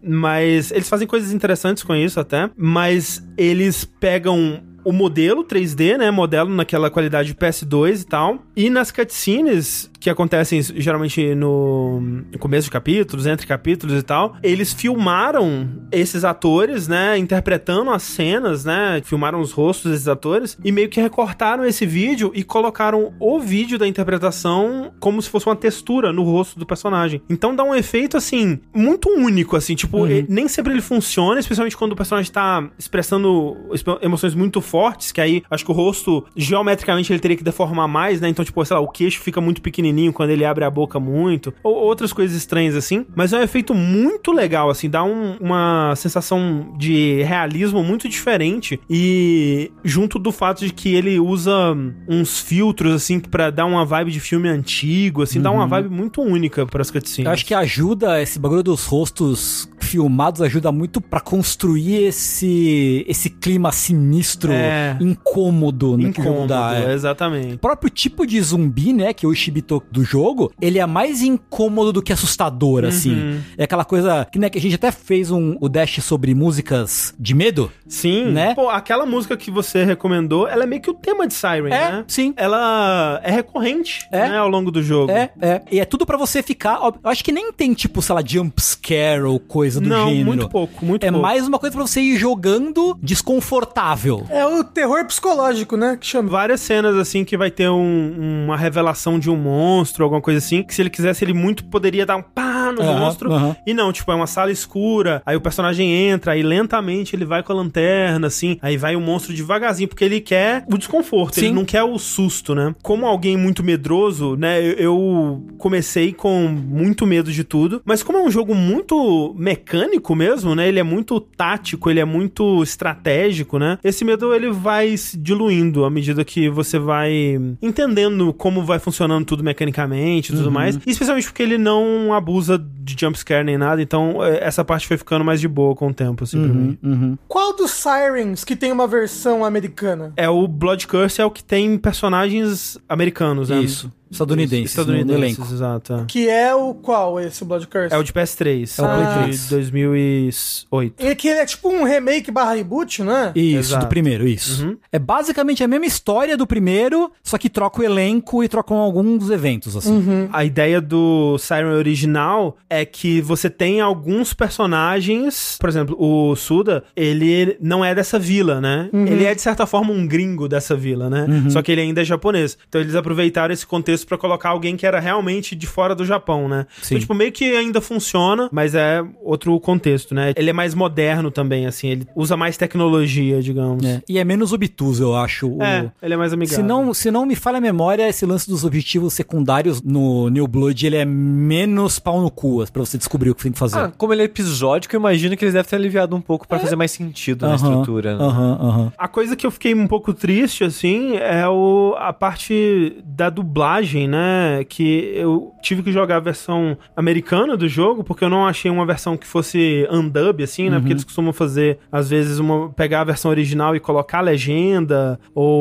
Mas eles fazem coisas interessantes com isso até. Mas eles pegam o modelo 3D, né? Modelo naquela qualidade de PS2 e tal. E nas cutscenes, que acontecem geralmente no começo de capítulos, entre capítulos e tal, eles filmaram esses atores, né? Interpretando as cenas, né? Filmaram os rostos desses atores e meio que recortaram esse vídeo e colocaram o vídeo da interpretação como se fosse uma textura no rosto do personagem. Então dá um efeito, assim, muito único, assim. Tipo, nem sempre ele funciona, especialmente quando o personagem tá expressando emoções muito fortes, que aí acho que o rosto, geometricamente, ele teria que deformar mais, né? Então, tipo, sei lá, o queixo fica muito pequenininho quando ele abre a boca muito, ou outras coisas estranhas, assim. Mas é um efeito muito legal, assim, dá uma sensação de realismo muito diferente e junto do fato de que ele usa uns filtros, assim, pra dar uma vibe de filme antigo, assim, dá uma vibe muito única pras cutscenes. Eu acho que ajuda, esse bagulho dos rostos filmados ajuda muito pra construir esse clima sinistro, incômodo naquele jogo exatamente. O próprio tipo de zumbi, né, que é o Ishibito do jogo, ele é mais incômodo do que assustador, assim. É aquela coisa que, né, que a gente até fez o dash sobre músicas de medo. Sim, né? Pô, aquela música que você recomendou, ela é meio que o tema de Siren, né? Sim. Ela é recorrente, né, ao longo do jogo. E é tudo pra você ficar... Eu acho que nem tem, tipo, sei lá, jump scare ou coisa do gênero. Não, muito pouco, muito pouco. É mais uma coisa pra você ir jogando desconfortável. É o terror psicológico, né? Que chama. Várias cenas, assim, que vai ter uma revelação de um monstro, alguma coisa assim, que se ele quisesse, ele muito poderia dar um pá no monstro. E não, tipo, é uma sala escura, aí o personagem entra, aí lentamente ele vai com a lanterna, assim, aí vai o monstro devagarzinho, porque ele quer o desconforto, ele não quer o susto, né? Como alguém muito medroso, né, eu comecei com muito medo de tudo, mas como é um jogo muito mecânico mesmo, né, ele é muito tático, ele é muito estratégico, né, esse medo ele vai se diluindo à medida que você vai entendendo como vai funcionando tudo mecanicamente e tudo mais, e especialmente porque ele não abusa de jumpscare nem nada, então essa parte foi ficando mais de boa com o tempo, assim, pra mim. Qual dos Sirens que tem uma versão americana? É o Blood Curse, é o que tem personagens americanos, né? Isso. Estadunidenses no elenco. Exato. Que é o qual, esse Blood Curse? É o de PS3. É o Play de 3. 2008. E que ele é tipo um remake / reboot, né? Isso, Exato. do primeiro, isso. É basicamente a mesma história do primeiro, só que troca o elenco e trocam alguns eventos, assim. A ideia do Siren original é que você tem alguns personagens, por exemplo, o Suda, ele não é dessa vila, né? Ele é, de certa forma, um gringo dessa vila, né? Só que ele ainda é japonês. Então eles aproveitaram esse contexto contexto pra colocar alguém que era realmente de fora do Japão, né? Sim. Então, tipo, meio que ainda funciona, mas é outro contexto, né? Ele é mais moderno também, assim, ele usa mais tecnologia, digamos. E é menos obtuso, eu acho. Ele é mais amigável. Se não me falha a memória, esse lance dos objetivos secundários no New Blood, ele é menos pau no cu, pra você descobrir o que tem que fazer. Como ele é episódico, eu imagino que eles devem ter aliviado um pouco pra fazer mais sentido na estrutura. Né? A coisa que eu fiquei um pouco triste, assim, é a parte da dublagem, né? Que eu tive que jogar a versão americana do jogo, porque eu não achei uma versão que fosse undub, assim, né? Porque eles costumam fazer, às vezes, pegar a versão original e colocar a legenda,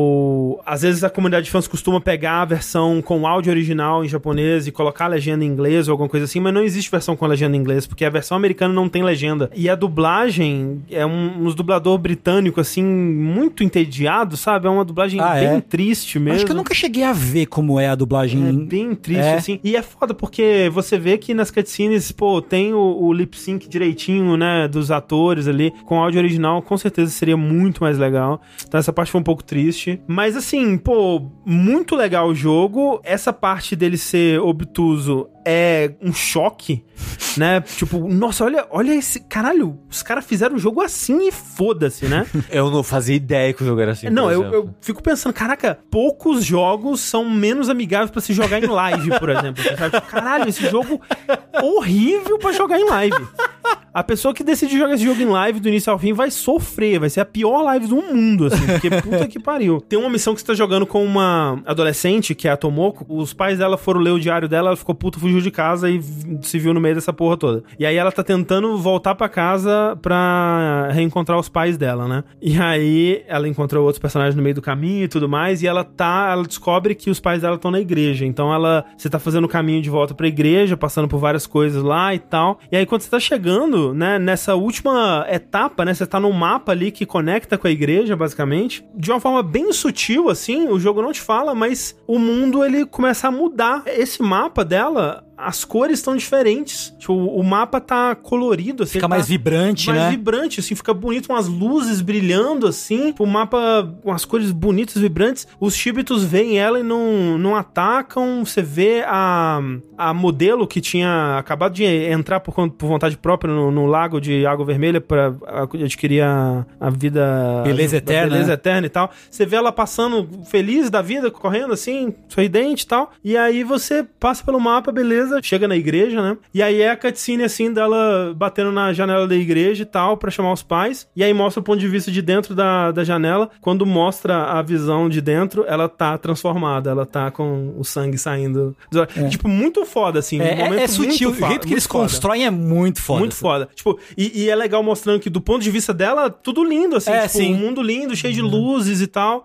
ou às vezes a comunidade de fãs costuma pegar a versão com áudio original em japonês e colocar a legenda em inglês ou alguma coisa assim, mas não existe versão com legenda em inglês, porque a versão americana não tem legenda. E a dublagem é uns dublador britânico, assim, muito entediado, sabe? É uma dublagem bem triste mesmo. Acho que eu nunca cheguei a ver como é a dublagem. É bem triste, assim. E é foda, porque você vê que nas cutscenes, pô, tem o lip sync direitinho, né, dos atores ali, com áudio original, com certeza seria muito mais legal. Então essa parte foi um pouco triste. Mas assim, pô, muito legal o jogo. Essa parte dele ser obtuso é um choque, né? Tipo, nossa, olha esse... Caralho, os caras fizeram o jogo assim e foda-se, né? Eu não fazia ideia que o jogo era assim, Não, eu fico pensando, caraca, poucos jogos são menos amigáveis pra se jogar em live, por exemplo. Sabe? Caralho, esse jogo horrível pra jogar em live. A pessoa que decide jogar esse jogo em live do início ao fim vai sofrer, vai ser a pior live do mundo, assim, porque puta que pariu. Tem uma missão que você tá jogando com uma adolescente, que é a Tomoko, os pais dela foram ler o diário dela, ela ficou puta, fugiu de casa e se viu no meio dessa porra toda. E aí ela tá tentando voltar pra casa pra reencontrar os pais dela, né? E aí ela encontrou outros personagens no meio do caminho e tudo mais, e ela descobre que os pais dela estão na igreja, então você tá fazendo o caminho de volta pra igreja, passando por várias coisas lá e tal, e aí quando você tá chegando, né, nessa última etapa, né, você tá num mapa ali que conecta com a igreja, basicamente, de uma forma bem sutil, assim, o jogo não te fala, mas o mundo, ele começa a mudar. Esse mapa dela, as cores estão diferentes. Tipo, o mapa tá colorido, assim. Fica mais vibrante, né? Mais vibrante, assim, fica bonito, umas luzes brilhando, assim. O mapa, com as cores bonitas, vibrantes. Os Shibitos veem ela e não atacam. Você vê a modelo que tinha acabado de entrar por vontade própria no lago de água vermelha pra adquirir a vida... Beleza eterna. Beleza eterna e tal. Você vê ela passando feliz da vida, correndo assim, sorridente e tal. E aí você passa pelo mapa, beleza, chega na igreja, né? E aí é a cutscene, assim, dela batendo na janela da igreja e tal, pra chamar os pais. E aí mostra o ponto de vista de dentro da janela. Quando mostra a visão de dentro, ela tá transformada. Ela tá com o sangue saindo. Tipo, muito foda, assim. É sutil. O jeito que eles constroem é muito foda. Muito foda. Tipo, e é legal mostrando que do ponto de vista dela, tudo lindo, assim. Tipo, sim. Um mundo lindo, cheio de luzes e tal.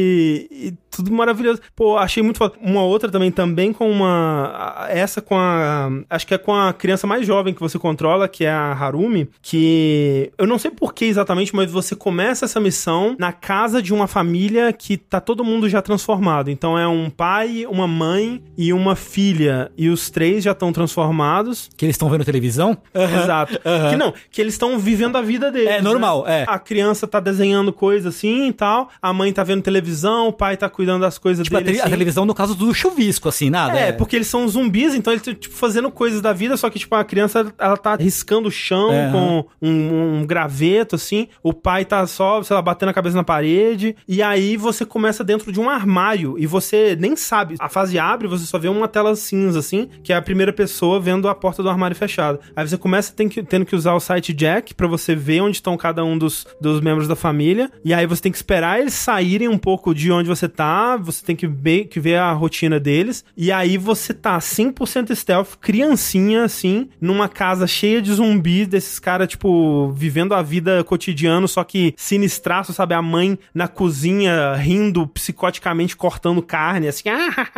E tudo maravilhoso. Pô, achei muito foda. Uma outra também com essa com a... Acho que é com a criança mais jovem que você controla, que é a Harumi, que... Eu não sei por que exatamente, mas você começa essa missão na casa de uma família que tá todo mundo já transformado. Então é um pai, uma mãe e uma filha. E os três já estão transformados. Que eles estão vendo televisão? Exato. Que eles estão vivendo a vida deles. É normal, né? A criança tá desenhando coisa assim e tal. A mãe tá vendo televisão, o pai tá cuidando das coisas tipo, dele. A televisão, no caso do chuvisco, assim, nada. Porque eles são zumbis, então eles estão, tipo, fazendo coisas da vida, só que, tipo, a criança, ela tá riscando o chão com um graveto, assim. O pai tá só, sei lá, batendo a cabeça na parede. E aí você começa dentro de um armário e você nem sabe. A fase abre, você só vê uma tela cinza, assim, que é a primeira pessoa vendo a porta do armário fechada. Aí você começa tendo que usar o site Jack pra você ver onde estão cada um dos membros da família. E aí você tem que esperar eles saírem um pouco de onde você tá. Você tem que ver a rotina deles. E aí você tá 100% stealth, criancinha, assim, numa casa cheia de zumbis, desses caras, tipo, vivendo a vida cotidiana, só que sinistraço, sabe? A mãe na cozinha rindo psicoticamente, cortando carne, assim.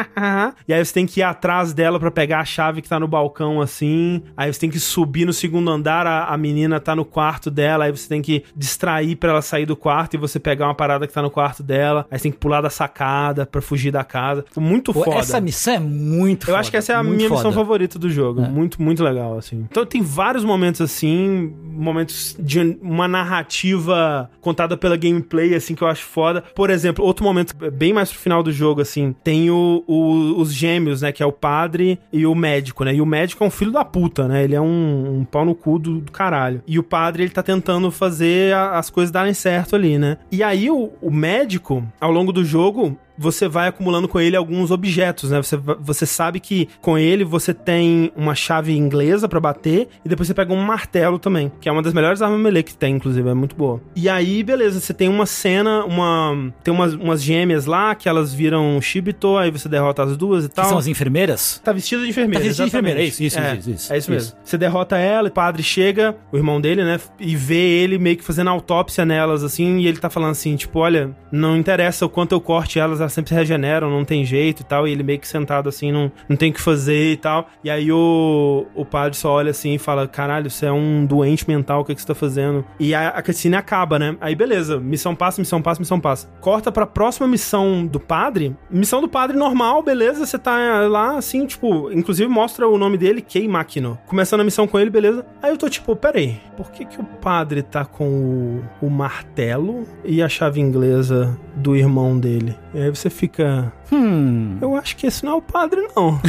E aí você tem que ir atrás dela pra pegar a chave que tá no balcão, assim. Aí você tem que subir no segundo andar, a menina tá no quarto dela, aí você tem que distrair pra ela sair do quarto e você pegar uma parada que tá no quarto dela. Aí você tem que pular da sacada escada pra fugir da casa. Muito foda. Essa missão é muito foda. Eu acho que essa é a minha missão favorita do jogo. Muito, muito legal, assim. Então tem vários momentos assim, momentos de uma narrativa contada pela gameplay, assim, que eu acho foda. Por exemplo, outro momento bem mais pro final do jogo, assim, tem os gêmeos, né, que é o padre e o médico, né? E o médico é um filho da puta, né? Ele é um pau no cu do caralho. E o padre, ele tá tentando fazer as coisas darem certo ali, né? E aí o médico, ao longo do jogo, você vai acumulando com ele alguns objetos, né? Você sabe que com ele você tem uma chave inglesa pra bater e depois você pega um martelo também, que é uma das melhores armas melee que tem, inclusive, é muito boa. E aí, beleza, você tem uma cena, tem umas gêmeas lá que elas viram Shibito, aí você derrota as duas e tal. Que são as enfermeiras? Tá vestida de enfermeira. Tá vestida de enfermeira, isso. É isso mesmo. Você derrota ela, o padre chega, o irmão dele, né, e vê ele meio que fazendo autópsia nelas, assim, e ele tá falando assim, tipo, olha, não interessa o quanto eu corte elas sempre se regeneram, não tem jeito e tal, e ele meio que sentado assim, não tem o que fazer e tal, e aí o padre só olha assim e fala, caralho, você é um doente mental, o que você tá fazendo? E a cutscene acaba, né? Aí beleza, missão passa. Corta pra próxima missão do padre normal, beleza, você tá lá assim, tipo, inclusive mostra o nome dele, Kei Makino. Começando a missão com ele, beleza? Aí eu tô tipo, peraí, por que o padre tá com o martelo e a chave inglesa do irmão dele? E aí você fica... eu acho que esse não é o padre, não.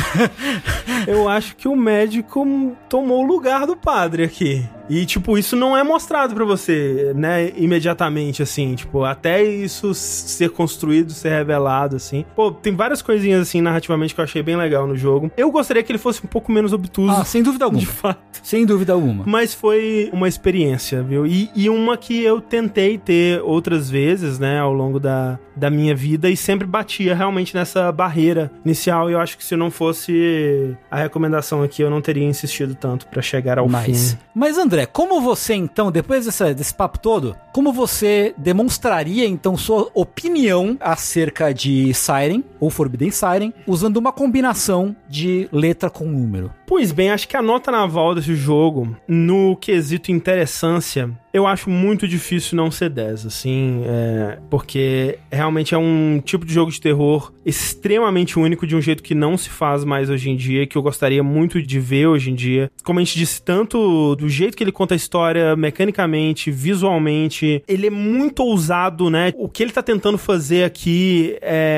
Eu acho que o médico tomou o lugar do padre aqui. E, tipo, isso não é mostrado pra você, né, imediatamente, assim. Tipo, até isso ser construído, ser revelado, assim. Pô, tem várias coisinhas, assim, narrativamente que eu achei bem legal no jogo. Eu gostaria que ele fosse um pouco menos obtuso. Ah, sem dúvida alguma. De fato. Sem dúvida alguma. Mas foi uma experiência, viu? E uma que eu tentei ter outras vezes, né, ao longo da minha vida e sempre batia realmente nessa barreira inicial. E eu acho que se não fosse a recomendação aqui, eu não teria insistido tanto pra chegar ao fim. Mas, André, como você, então, depois desse papo todo, como você demonstraria, então, sua opinião acerca de Siren, ou Forbidden Siren, usando uma combinação de letra com número? Pois bem, acho que a nota naval desse jogo, no quesito interessância, eu acho muito difícil não ser 10, assim, porque realmente é um tipo de jogo de terror extremamente único, de um jeito que não se faz mais hoje em dia, que eu gostaria muito de ver hoje em dia. Como a gente disse, tanto do jeito que ele conta a história, mecanicamente, visualmente, ele é muito ousado, né? O que ele tá tentando fazer aqui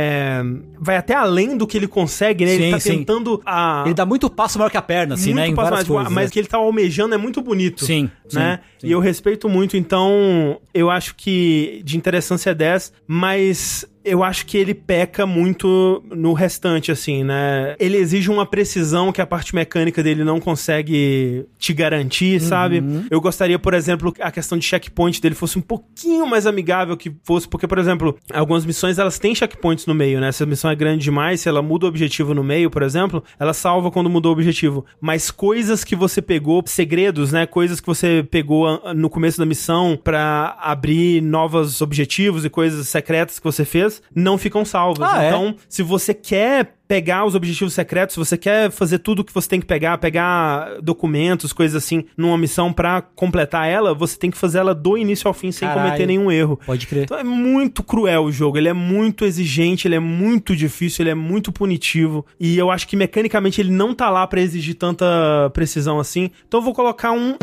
vai até além do que ele consegue, né? Sim, ele tá tentando... Ele dá muito passo maior que a perna, assim, né? Em várias coisas, mas o que ele tá almejando é muito bonito. Sim, né? Sim. E eu respeito muito, então eu acho que de interessância é 10, mas eu acho que ele peca muito no restante, assim, né? Ele exige uma precisão que a parte mecânica dele não consegue te garantir, sabe? Eu gostaria, por exemplo, que a questão de checkpoint dele fosse um pouquinho mais amigável, que fosse, porque, por exemplo, algumas missões, elas têm checkpoints no meio, né? Se a missão é grande demais, se ela muda o objetivo no meio, por exemplo, ela salva quando mudou o objetivo. Mas coisas que você pegou, segredos, né? Coisas que você pegou no começo da missão pra abrir novos objetivos e coisas secretas que você fez, não ficam salvas. Então, se você quer pegar os objetivos secretos, se você quer fazer tudo o que você tem que pegar documentos, coisas assim, numa missão pra completar ela, você tem que fazer ela do início ao fim sem cometer nenhum erro. Pode crer. Então é muito cruel o jogo, ele é muito exigente, ele é muito difícil, ele é muito punitivo, e eu acho que mecanicamente ele não tá lá pra exigir tanta precisão assim. Então eu vou colocar um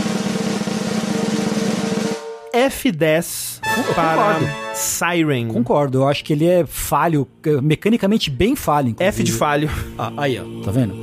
F10 para Siren. Concordo, eu acho que ele é falho, mecanicamente bem falho, inclusive. F de falho. Aí, ó, tá vendo?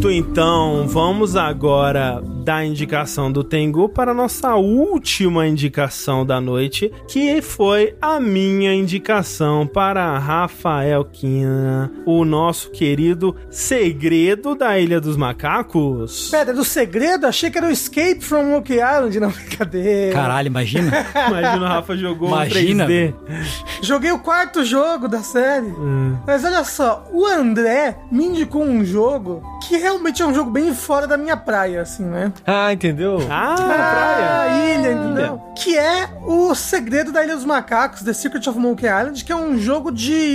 Certo, então, vamos agora da indicação do Tengu para a nossa última indicação da noite, que foi a minha indicação para Rafael Kina, o nosso querido Segredo da Ilha dos Macacos. Pera, do Segredo? Achei que era o Escape from Monkey Island, não, brincadeira. Caralho, imagina. Imagina o Rafa jogou Imagina, um 3D. Joguei o 4º jogo da série. Mas olha só, o André me indicou um jogo que realmente é um jogo bem fora da minha praia, assim, né? Ah, entendeu? A ilha, entendeu? Que é o Segredo da Ilha dos Macacos, The Secret of Monkey Island, que é um jogo de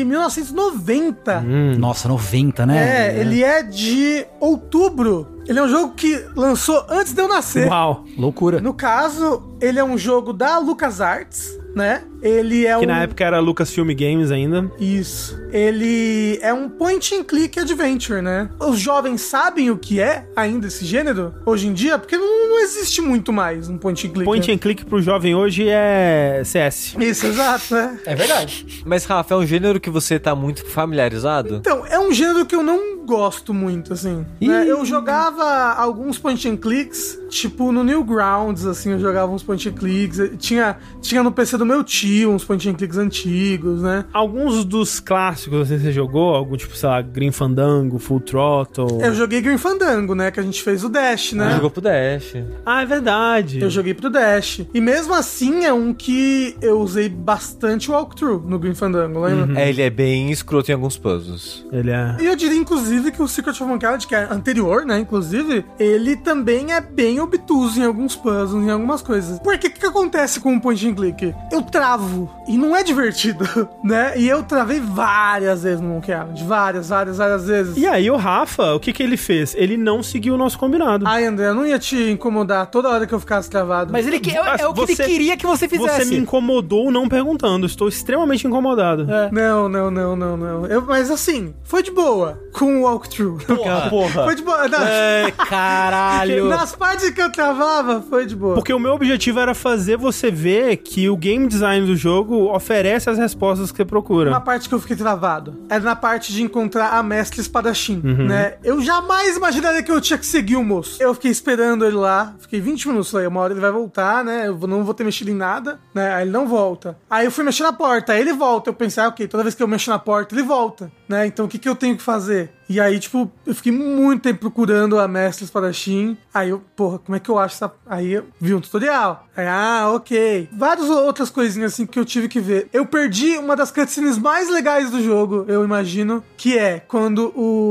1990. Nossa, 90, né? Ele é de outubro. Ele é um jogo que lançou antes de eu nascer. Uau. Loucura. No caso, ele é um jogo da LucasArts, né? Ele é Que na época era Lucasfilm Games ainda. Isso. Ele é um point and click adventure, né? Os jovens sabem o que é ainda esse gênero hoje em dia, porque não existe muito mais um point and click. Point and click pro jovem hoje é CS. Isso, exato, né? É verdade. Mas, Rafa, é um gênero que você tá muito familiarizado? Então, é um gênero que eu não gosto muito, assim. Né? Eu jogava alguns point and clicks, tipo no Newgrounds, assim, eu jogava uns point and clicks. Tinha no PC do meu tio uns point and clicks antigos, né? Alguns dos clássicos, assim, você jogou? Algum tipo, sei lá, Grim Fandango, Full Throttle? Eu joguei Grim Fandango, né? Que a gente fez o Dash, né? Jogou pro Dash. Ah, é verdade. Eu joguei pro Dash. E mesmo assim, é um que eu usei bastante walkthrough no Grim Fandango, lembra? É, ele é bem escroto em alguns puzzles. Ele é... E eu diria, inclusive, que o Secret of Monkey Island, que é anterior, né, inclusive, ele também é bem obtuso em alguns puzzles, em algumas coisas. Porque o que acontece com o point and click? Eu travo, e não é divertido, né? E eu travei várias vezes no Monkey Island. Várias vezes. E aí o Rafa, o que ele fez? Ele não seguiu o nosso combinado. Ai, André, eu não ia te incomodar toda hora que eu ficasse travado. Mas ele é o que ele queria que você fizesse. Você me incomodou não perguntando. Estou extremamente incomodado. Não. Mas assim, foi de boa com o walkthrough. Porra. Foi de boa. Caralho. Nas partes que eu travava, foi de boa. Porque o meu objetivo era fazer você ver que o game design do jogo oferece as respostas que você procura. Uma parte que eu fiquei travado era na parte de encontrar a mestre espadachim, né? Eu jamais imaginaria que eu tinha que seguir o moço. Eu fiquei esperando ele lá, fiquei 20 minutos lá, uma hora ele vai voltar, né? Eu não vou ter mexido em nada, né? Aí ele não volta. Aí eu fui mexer na porta, aí ele volta. Eu pensei, ok, toda vez que eu mexo na porta, ele volta, né? Então o que eu tenho que fazer? E aí, tipo, eu fiquei muito tempo procurando a mestre espadachim. Aí eu, porra, como é que eu acho essa... Aí eu vi um tutorial. Aí, ok. Várias outras coisinhas assim que eu tive que ver. Eu perdi uma das cutscenes mais legais do jogo, eu imagino, que é quando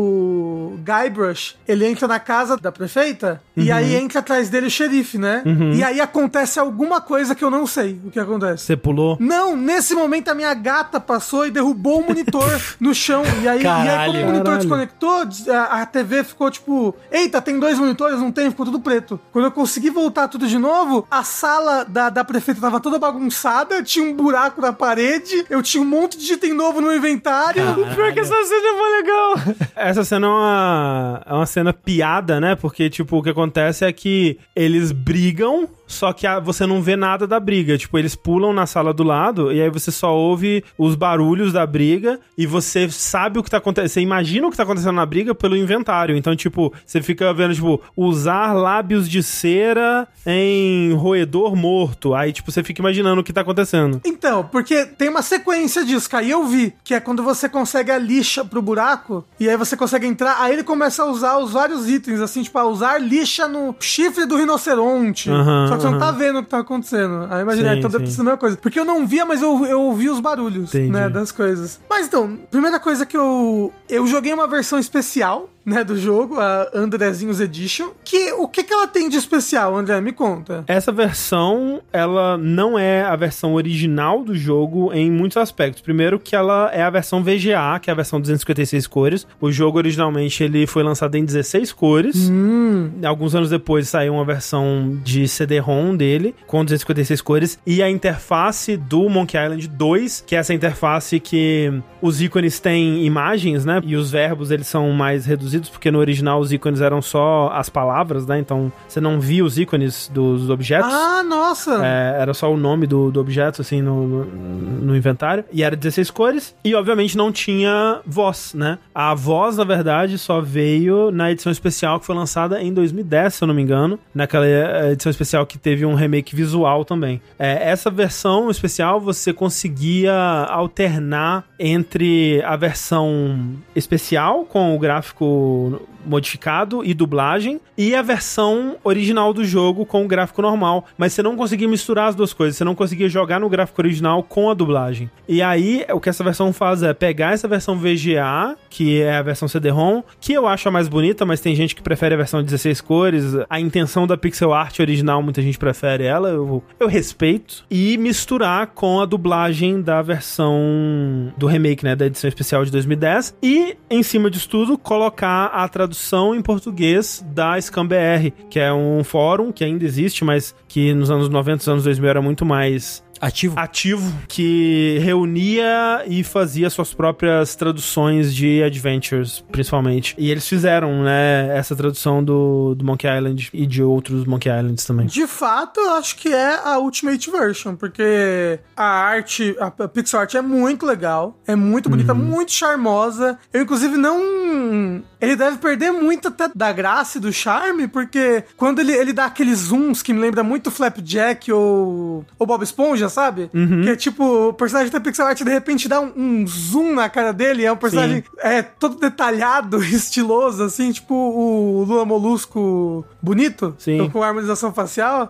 o Guybrush, ele entra na casa da prefeita, e aí entra atrás dele o xerife, né? E aí acontece alguma coisa que eu não sei o que acontece. Você pulou? Não, nesse momento a minha gata passou e derrubou o monitor no chão. E aí como o monitor desconectou, a TV ficou tipo, eita, tem 2 monitores, não tem? Ficou tudo preto. Quando eu consegui voltar tudo de novo, a sala da prefeita tava toda bagunçada, tinha um buraco na parede, eu tinha um monte de item novo no inventário. Pior que essa cena foi legal. Essa cena é uma cena piada, né? Porque, tipo, o que acontece é que eles brigam, só que você não vê nada da briga. Tipo, eles pulam na sala do lado e aí você só ouve os barulhos da briga e você sabe o que tá acontecendo. Você imagina o que tá acontecendo na briga pelo inventário. Então, tipo, você fica vendo, tipo, usar lábios de cera em roedor morto. Aí, tipo, você fica imaginando o que tá acontecendo. Então, porque tem uma sequência disso, que aí eu vi, que é quando você consegue a lixa pro buraco, e aí você consegue entrar, aí ele começa a usar os vários itens, assim, tipo, a usar lixa no chifre do rinoceronte. Só que você não tá vendo o que tá acontecendo. Aí imagina, então deve ter sido a mesma coisa. Porque eu não via, mas eu ouvi os barulhos, né, das coisas. Mas então, primeira coisa que eu joguei uma versão especial, né, do jogo, a Andrezinhos Edition, que o que ela tem de especial, André? Me conta. Essa versão, ela não é a versão original do jogo em muitos aspectos. Primeiro que ela é a versão VGA, que é a versão 256 cores. O jogo, originalmente, ele foi lançado em 16 cores. Alguns anos depois saiu uma versão de CD-ROM dele, com 256 cores. E a interface do Monkey Island 2, que é essa interface que os ícones têm imagens, né? E os verbos, eles são mais reduzidos. traduzidos, porque no original os ícones eram só as palavras, né? Então você não via os ícones dos objetos. Ah, nossa! Era só o nome do objeto, assim, no inventário. E era 16 cores. E, obviamente, não tinha voz, né? A voz, na verdade, só veio na edição especial que foi lançada em 2010, se eu não me engano. Naquela edição especial que teve um remake visual também. Essa versão especial, você conseguia alternar entre a versão especial, com o gráfico modificado e dublagem, e a versão original do jogo com o gráfico normal, mas você não conseguia misturar as duas coisas, você não conseguia jogar no gráfico original com a dublagem. E aí, o que essa versão faz é pegar essa versão VGA, que é a versão CD-ROM, que eu acho a mais bonita, mas tem gente que prefere a versão 16 cores, a intenção da pixel art original, muita gente prefere ela, eu respeito, e misturar com a dublagem da versão do remake, né, da edição especial de 2010, e, em cima disso tudo, colocar a tradução em português da ScamBR, que é um fórum que ainda existe, mas que nos anos 90 e anos 2000 era muito mais ativo, que reunia e fazia suas próprias traduções de adventures, principalmente. E eles fizeram, né, essa tradução do Monkey Island e de outros Monkey Islands também. De fato, eu acho que é a Ultimate Version, porque a arte, a pixel art é muito legal, é muito bonita, muito charmosa. Eu, inclusive, não... Ele deve perder muito até da graça e do charme, porque quando ele dá aqueles zooms que me lembra muito Flapjack ou Bob Esponja, sabe? Que é tipo, o personagem da pixel art de repente dá um zoom na cara dele, é um personagem todo detalhado, estiloso, assim, tipo o Lula Molusco bonito, com harmonização facial.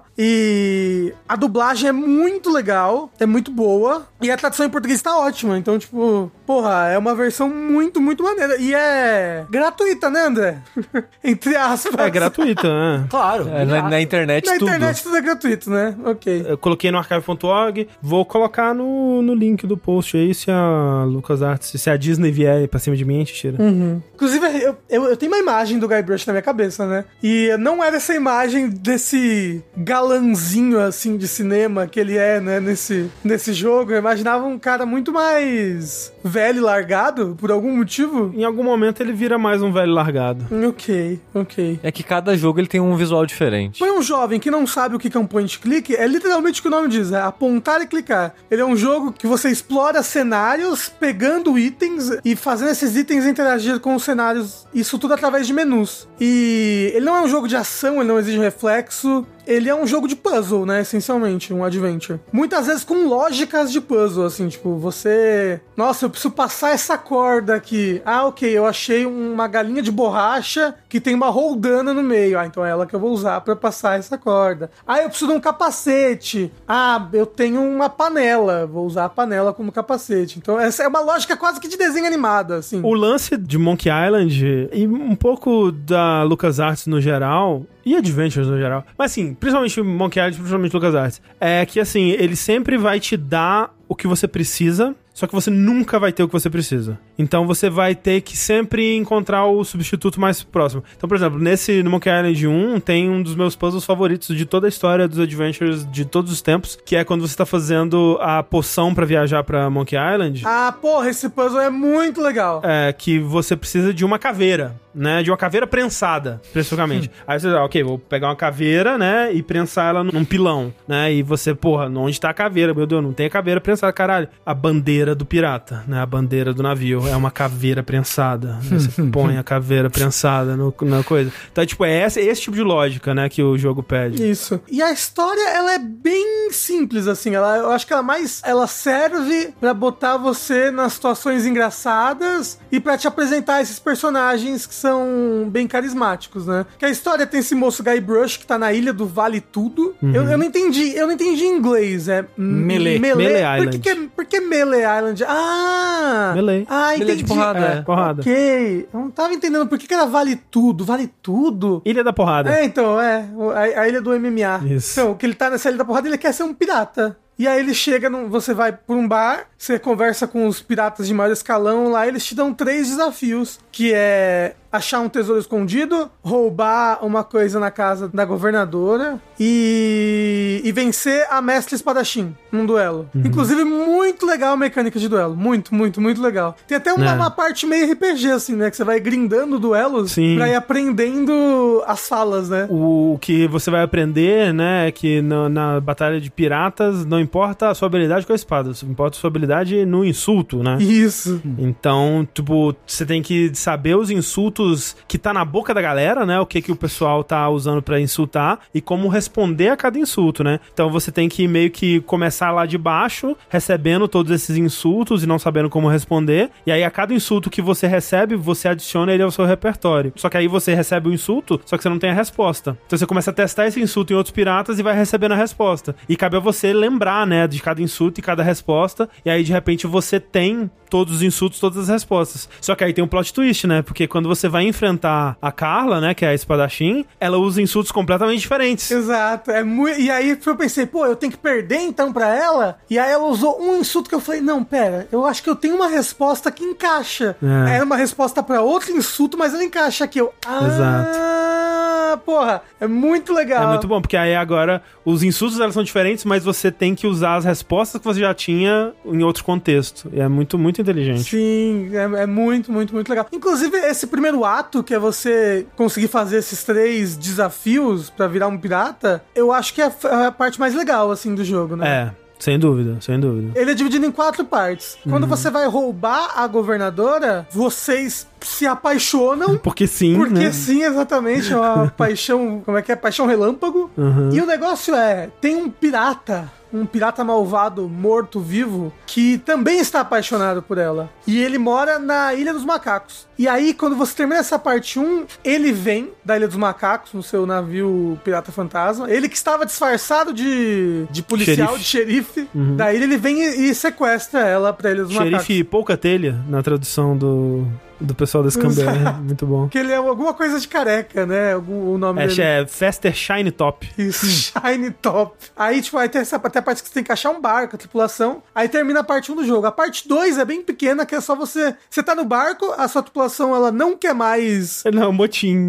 E a dublagem é muito legal, é muito boa, e a tradução em português tá ótima, então, tipo, porra, é uma versão muito, muito maneira. E é gratuita, né, André? Entre aspas. É gratuita, né? Claro. Na internet tudo. Na internet tudo é gratuito, né? Ok. Eu coloquei no archive.org, vou colocar no link do post aí, se a LucasArts, se a Disney vier pra cima de mim, a gente tira. Inclusive, eu tenho uma imagem do Guybrush na minha cabeça, né? E não era essa imagem desse galanzinho, assim, de cinema que ele é, né, nesse jogo. Eu imaginava um cara muito mais velho e largado, por algum motivo. Em algum momento ele vira mais um velho largado. Ok. É que cada jogo ele tem um visual diferente. Foi um jovem que não sabe o que é um point click, é literalmente o que o nome diz, é apontar e clicar. Ele é um jogo que você explora cenários, pegando itens e fazendo esses itens interagir com os cenários, isso tudo através de menus. E ele não é um jogo de ação, ele não exige reflexo. Ele é um jogo de puzzle, né, essencialmente, um adventure. Muitas vezes com lógicas de puzzle, assim, tipo, você... Nossa, eu preciso passar essa corda aqui. Ah, ok, eu achei uma galinha de borracha que tem uma roldana no meio. Ah, então é ela que eu vou usar pra passar essa corda. Ah, eu preciso de um capacete. Ah, eu tenho uma panela, vou usar a panela como capacete. Então essa é uma lógica quase que de desenho animado, assim. O lance de Monkey Island e um pouco da LucasArts no geral... E Adventures no geral. Mas assim, principalmente Monkey Island, principalmente LucasArts. É que assim, ele sempre vai te dar o que você precisa, só que você nunca vai ter o que você precisa. Então você vai ter que sempre encontrar o substituto mais próximo. Então, por exemplo, no Monkey Island 1 tem um dos meus puzzles favoritos de toda a história dos Adventures de todos os tempos, que é quando você tá fazendo a poção pra viajar pra Monkey Island. Ah, porra, esse puzzle é muito legal. É, que você precisa de uma caveira, né? De uma caveira prensada, especificamente. Aí você diz, ok, vou pegar uma caveira, né? E prensar ela num pilão, né? E você, porra, onde tá a caveira? Meu Deus, não tem a caveira prensada, caralho. A bandeira do pirata, né? A bandeira do navio é uma caveira prensada. Você põe a caveira prensada na coisa. Então, tipo, é esse tipo de lógica, né? Que o jogo pede. Isso. E a história, ela é bem simples, assim. Eu acho que ela serve pra botar você nas situações engraçadas e pra te apresentar esses personagens que são bem carismáticos, né? Que a história tem esse moço Guybrush que tá na ilha do Vale Tudo. Eu não entendi em inglês. É Melee Island. Por que Melee Island? Ah! Melee. Ah, entendi. Melee de porrada. Porrada. Ok. Eu não tava entendendo por que era Vale Tudo. Vale Tudo? Ilha da Porrada. É, então, a ilha do MMA. Isso. Então, que ele tá nessa ilha da porrada, ele quer ser um pirata. E aí ele chega, você vai por um bar, você conversa com os piratas de maior escalão lá, eles te dão 3 desafios, que é achar um tesouro escondido, roubar uma coisa na casa da governadora e vencer a mestre espadachim num duelo. Inclusive, muito legal a mecânica de duelo. Muito, muito, muito legal. Tem até uma parte meio RPG, assim, né? Que você vai grindando duelos pra ir aprendendo as falas, né? O que você vai aprender, né, é que na batalha de piratas não importa a sua habilidade com a espada, importa a sua habilidade no insulto, né? Isso. Então, tipo, você tem que saber os insultos que tá na boca da galera, né? O que o pessoal tá usando pra insultar e como responder a cada insulto, né? Então você tem que meio que começar lá de baixo, recebendo todos esses insultos e não sabendo como responder. E aí a cada insulto que você recebe, você adiciona ele ao seu repertório. Só que aí você recebe o insulto, só que você não tem a resposta. Então você começa a testar esse insulto em outros piratas e vai recebendo a resposta. E cabe a você lembrar, né, de cada insulto e cada resposta. E aí de repente você tem todos os insultos, todas as respostas. Só que aí tem um plot twist, né? Porque quando você vai enfrentar a Carla, né, que é a espadachim, ela usa insultos completamente diferentes. Exato. E aí eu pensei, pô, eu tenho que perder então pra ela? E aí ela usou um insulto que eu falei, não, pera, eu acho que eu tenho uma resposta que encaixa. Era uma resposta pra outro insulto, mas ela encaixa aqui. Exato. Porra, é muito legal. É muito bom, porque aí agora os insultos elas são diferentes, mas você tem que usar as respostas que você já tinha em outro contexto. E é muito, muito inteligente. Sim, é muito, muito, muito legal. Inclusive, esse primeiro ato, que é você conseguir fazer esses 3 desafios pra virar um pirata, eu acho que é a parte mais legal, assim, do jogo, né? É. Sem dúvida, sem dúvida. Ele é dividido em 4 partes. Quando você vai roubar a governadora, vocês se apaixonam. Porque sim, Porque sim, exatamente. É uma paixão, como é que é? Paixão relâmpago. E o negócio tem um pirata malvado, morto-vivo, que também está apaixonado por ela. E ele mora na Ilha dos Macacos. E aí, quando você termina essa parte 1, ele vem da Ilha dos Macacos, no seu navio pirata fantasma. Ele que estava disfarçado de policial, de xerife. Da ilha, ele vem e sequestra ela pra Ilha dos Macacos. Xerife pouca telha, na tradução do pessoal desse Scambé. Muito bom. Que ele é alguma coisa de careca, né? O nome dele. É Faster Shiny Top. Isso, Shiny Top. Aí, tipo, aí tem até a parte que você tem que achar um barco, a tripulação. Aí termina a parte 1 do jogo. A parte 2 é bem pequena, que é só você tá no barco, a sua tripulação, ela não quer mais... Não, motim.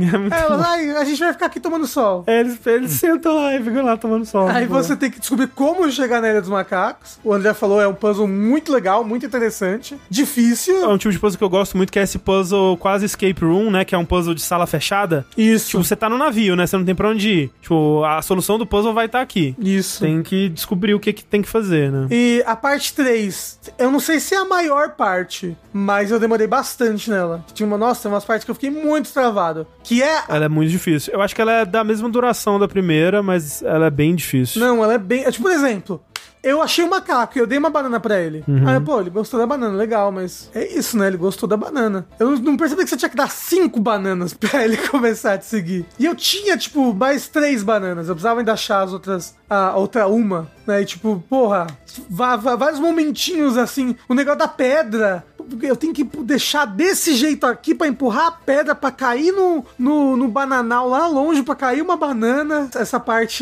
A gente vai ficar aqui tomando sol. Eles sentam lá e ficam lá tomando sol. Aí você tem que descobrir como chegar na Ilha dos Macacos. O André falou, é um puzzle muito legal, muito interessante. Difícil. É um tipo de puzzle que eu gosto muito, que é esse puzzle quase escape room, né? Que é um puzzle de sala fechada. Isso. Tipo, você tá no navio, né? Você não tem pra onde ir. Tipo, a solução do puzzle vai estar aqui. Isso. Tem que descobrir o que tem que fazer, né? E a parte 3, eu não sei se é a maior parte, mas eu demorei bastante nela. Tem umas partes que eu fiquei muito travado. Que é... Ela é muito difícil. Eu acho que ela é da mesma duração da primeira, mas ela é bem difícil. Não, ela é bem... Tipo, por exemplo... Eu achei um macaco e eu dei uma banana pra ele. Aí, pô, ele gostou da banana, legal, mas é isso, né? Ele gostou da banana. Eu não percebi que você tinha que dar 5 bananas pra ele começar a te seguir. E eu tinha, tipo, mais 3 bananas. Eu precisava ainda achar as outras, a outra uma, né? E, tipo, porra, vários momentinhos assim. O negócio da pedra. Eu tenho que deixar desse jeito aqui pra empurrar a pedra pra cair no bananal lá longe, pra cair uma banana. Essa parte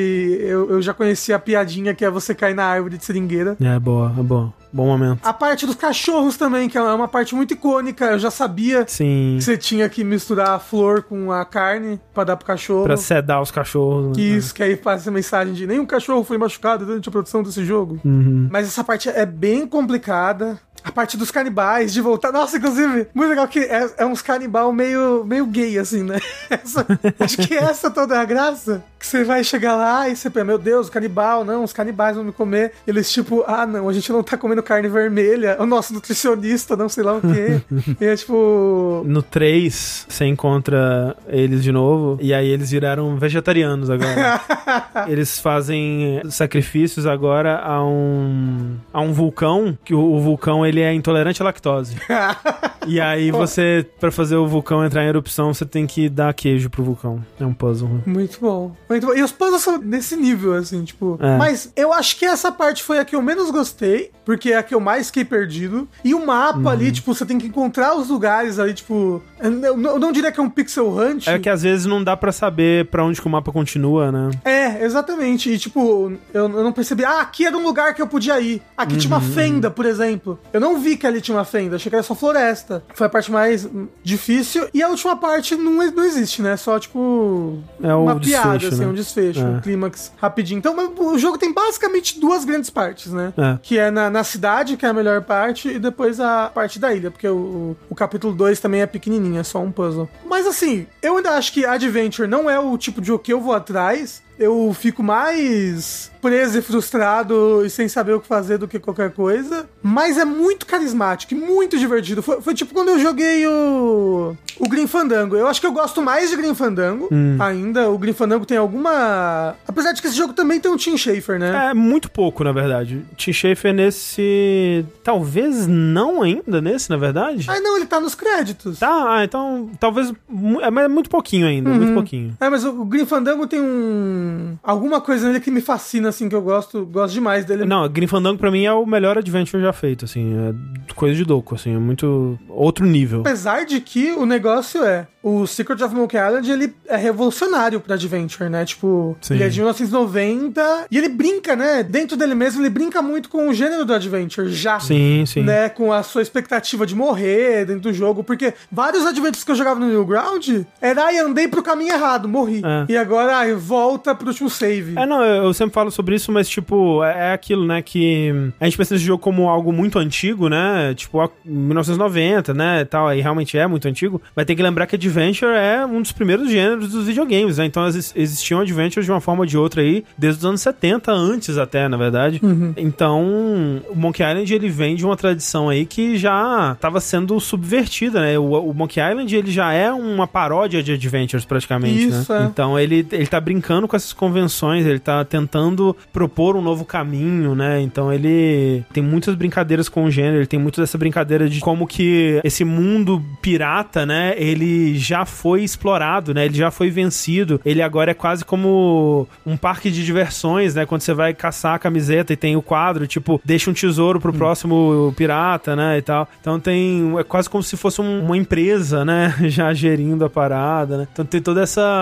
eu já conheci a piadinha que é você cair na árvore de seringueira. É boa, é boa. Bom momento. A parte dos cachorros também, que é uma parte muito icônica. Eu já sabia que você tinha que misturar a flor com a carne pra dar pro cachorro. Pra sedar os cachorros. Né? Isso, que aí passa a mensagem de nenhum cachorro foi machucado durante a produção desse jogo. Mas essa parte é bem complicada. A parte dos canibais, de voltar... Nossa, inclusive, muito legal que é uns canibal meio gay, assim, né? Acho que essa toda a graça. Que você vai chegar lá e você pensa, meu Deus, canibal, não, os canibais vão me comer. Eles tipo, não, a gente não tá comendo carne vermelha. O nosso nutricionista, não sei lá o quê. E é tipo... No 3, você encontra eles de novo, e aí eles viraram vegetarianos agora. Eles fazem sacrifícios agora a um vulcão, que o vulcão, ele é intolerante à lactose. E aí você, pra fazer o vulcão entrar em erupção, você tem que dar queijo pro vulcão. É um puzzle. Muito bom. Muito bom. E os puzzles são nesse nível, assim, tipo... Mas eu acho que essa parte foi a que eu menos gostei, porque é a que eu mais fiquei perdido. E o mapa ali, tipo, você tem que encontrar os lugares ali, tipo... Eu não diria que é um pixel hunt. É que às vezes não dá pra saber pra onde que o mapa continua, né? Exatamente. E, tipo, eu não percebi... aqui era um lugar que eu podia ir. Aqui tinha uma fenda, por exemplo. Eu não vi que ali tinha uma fenda, achei que era só floresta. Foi a parte mais difícil. E a última parte não existe, né? Só, tipo, uma piada, desfecho, assim, né? um desfecho, um clímax rapidinho. Então, o jogo tem basicamente duas grandes partes, né? Que é na cidade, que é a melhor parte, e depois a parte da ilha, porque o capítulo 2 também é pequenininho, é só um puzzle. Mas, assim, eu ainda acho que Adventure não é o tipo de jogo que eu vou atrás. Eu fico mais preso e frustrado e sem saber o que fazer do que qualquer coisa. Mas é muito carismático e muito divertido. Foi tipo quando eu joguei o Grim Fandango. Eu acho que eu gosto mais de Grim Fandango ainda. O Grim Fandango tem alguma... Apesar de que esse jogo também tem um Tim Schafer, né? É, muito pouco, na verdade. Tim Schafer nesse... Talvez não ainda nesse, na verdade. Ah, não, ele tá nos créditos. Tá, então talvez... É muito pouquinho ainda, muito pouquinho. É, mas o Grim Fandango tem alguma coisa nele que me fascina, assim, que eu gosto demais dele. Não, Grim Fandango pra mim é o melhor adventure já feito, assim, é coisa de louco, assim, é muito outro nível. Apesar de que o negócio o Secret of Monkey Island, ele é revolucionário pra adventure, né? Tipo, Sim. ele é de 1990 e ele brinca, né? Dentro dele mesmo, ele brinca muito com o gênero do adventure, já. Sim. Né? Com a sua expectativa de morrer dentro do jogo, porque vários adventures que eu jogava no Newground era, andei pro caminho errado, morri. E agora, volta pro último save. Não, eu sempre falo sobre isso, mas, tipo, é aquilo, né, que a gente pensa nesse jogo como algo muito antigo, né, tipo, 1990, né, tal, aí realmente é muito antigo, mas tem que lembrar que Adventure é um dos primeiros gêneros dos videogames, né, então existiam Adventures de uma forma ou de outra aí, desde os anos 70, antes até, na verdade. Então, o Monkey Island, ele vem de uma tradição aí que já estava sendo subvertida, né, o Monkey Island, ele já é uma paródia de Adventures, praticamente, isso, né. Então, ele tá brincando com essas convenções, ele tá tentando propor um novo caminho, né? Então ele tem muitas brincadeiras com o gênero, ele tem muito dessa brincadeira de como que esse mundo pirata, né? Ele já foi explorado, né? Ele já foi vencido. Ele agora é quase como um parque de diversões, né? Quando você vai caçar a camiseta e tem o quadro, tipo, deixa um tesouro pro próximo pirata, né? E tal. Então é quase como se fosse uma empresa, né? Já gerindo a parada, né? Então tem todo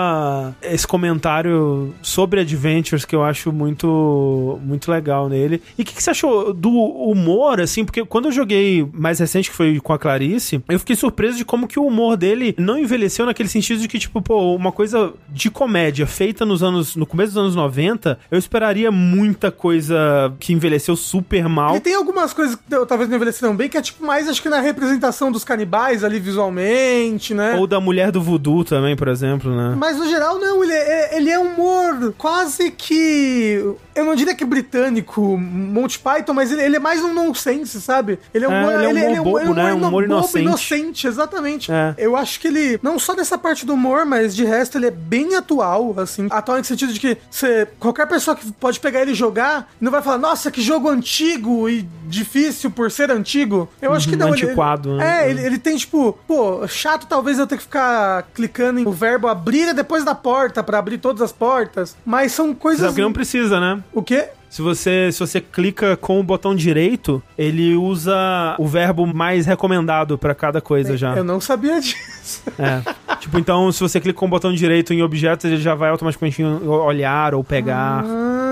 esse comentário sobre Adventures que eu acho muito legal nele. E o que você achou do humor, assim? Porque quando eu joguei mais recente, que foi com a Clarice, eu fiquei surpreso de como que o humor dele não envelheceu naquele sentido de que, tipo, pô, uma coisa de comédia feita no começo dos anos 90, eu esperaria muita coisa que envelheceu super mal. E tem algumas coisas que talvez não envelheceram bem, que é tipo mais, acho que na representação dos canibais ali visualmente, né? Ou da mulher do voodoo também, por exemplo, né? Mas no geral, não, ele é humor quase que... Eu não diria que britânico, Monty Python, mas ele é mais um nonsense, sabe? Ele é um humor bobo, né? Um humor inocente, exatamente. Eu acho que ele, não só nessa parte do humor, mas de resto ele é bem atual, assim. Atual no sentido de que qualquer pessoa que pode pegar ele e jogar, não vai falar, nossa, que jogo antigo e difícil por ser antigo. Eu acho que não. Antiquado, né? Ele tem, tipo, pô, chato talvez eu ter que ficar clicando no verbo abrir depois da porta pra abrir todas as portas, mas são coisas... Sabe que não precisa, né? O quê? Se você clica com o botão direito, ele usa o verbo mais recomendado pra cada coisa já. Eu não sabia disso. Tipo, então, se você clica com o botão direito em objetos, ele já vai automaticamente olhar ou pegar.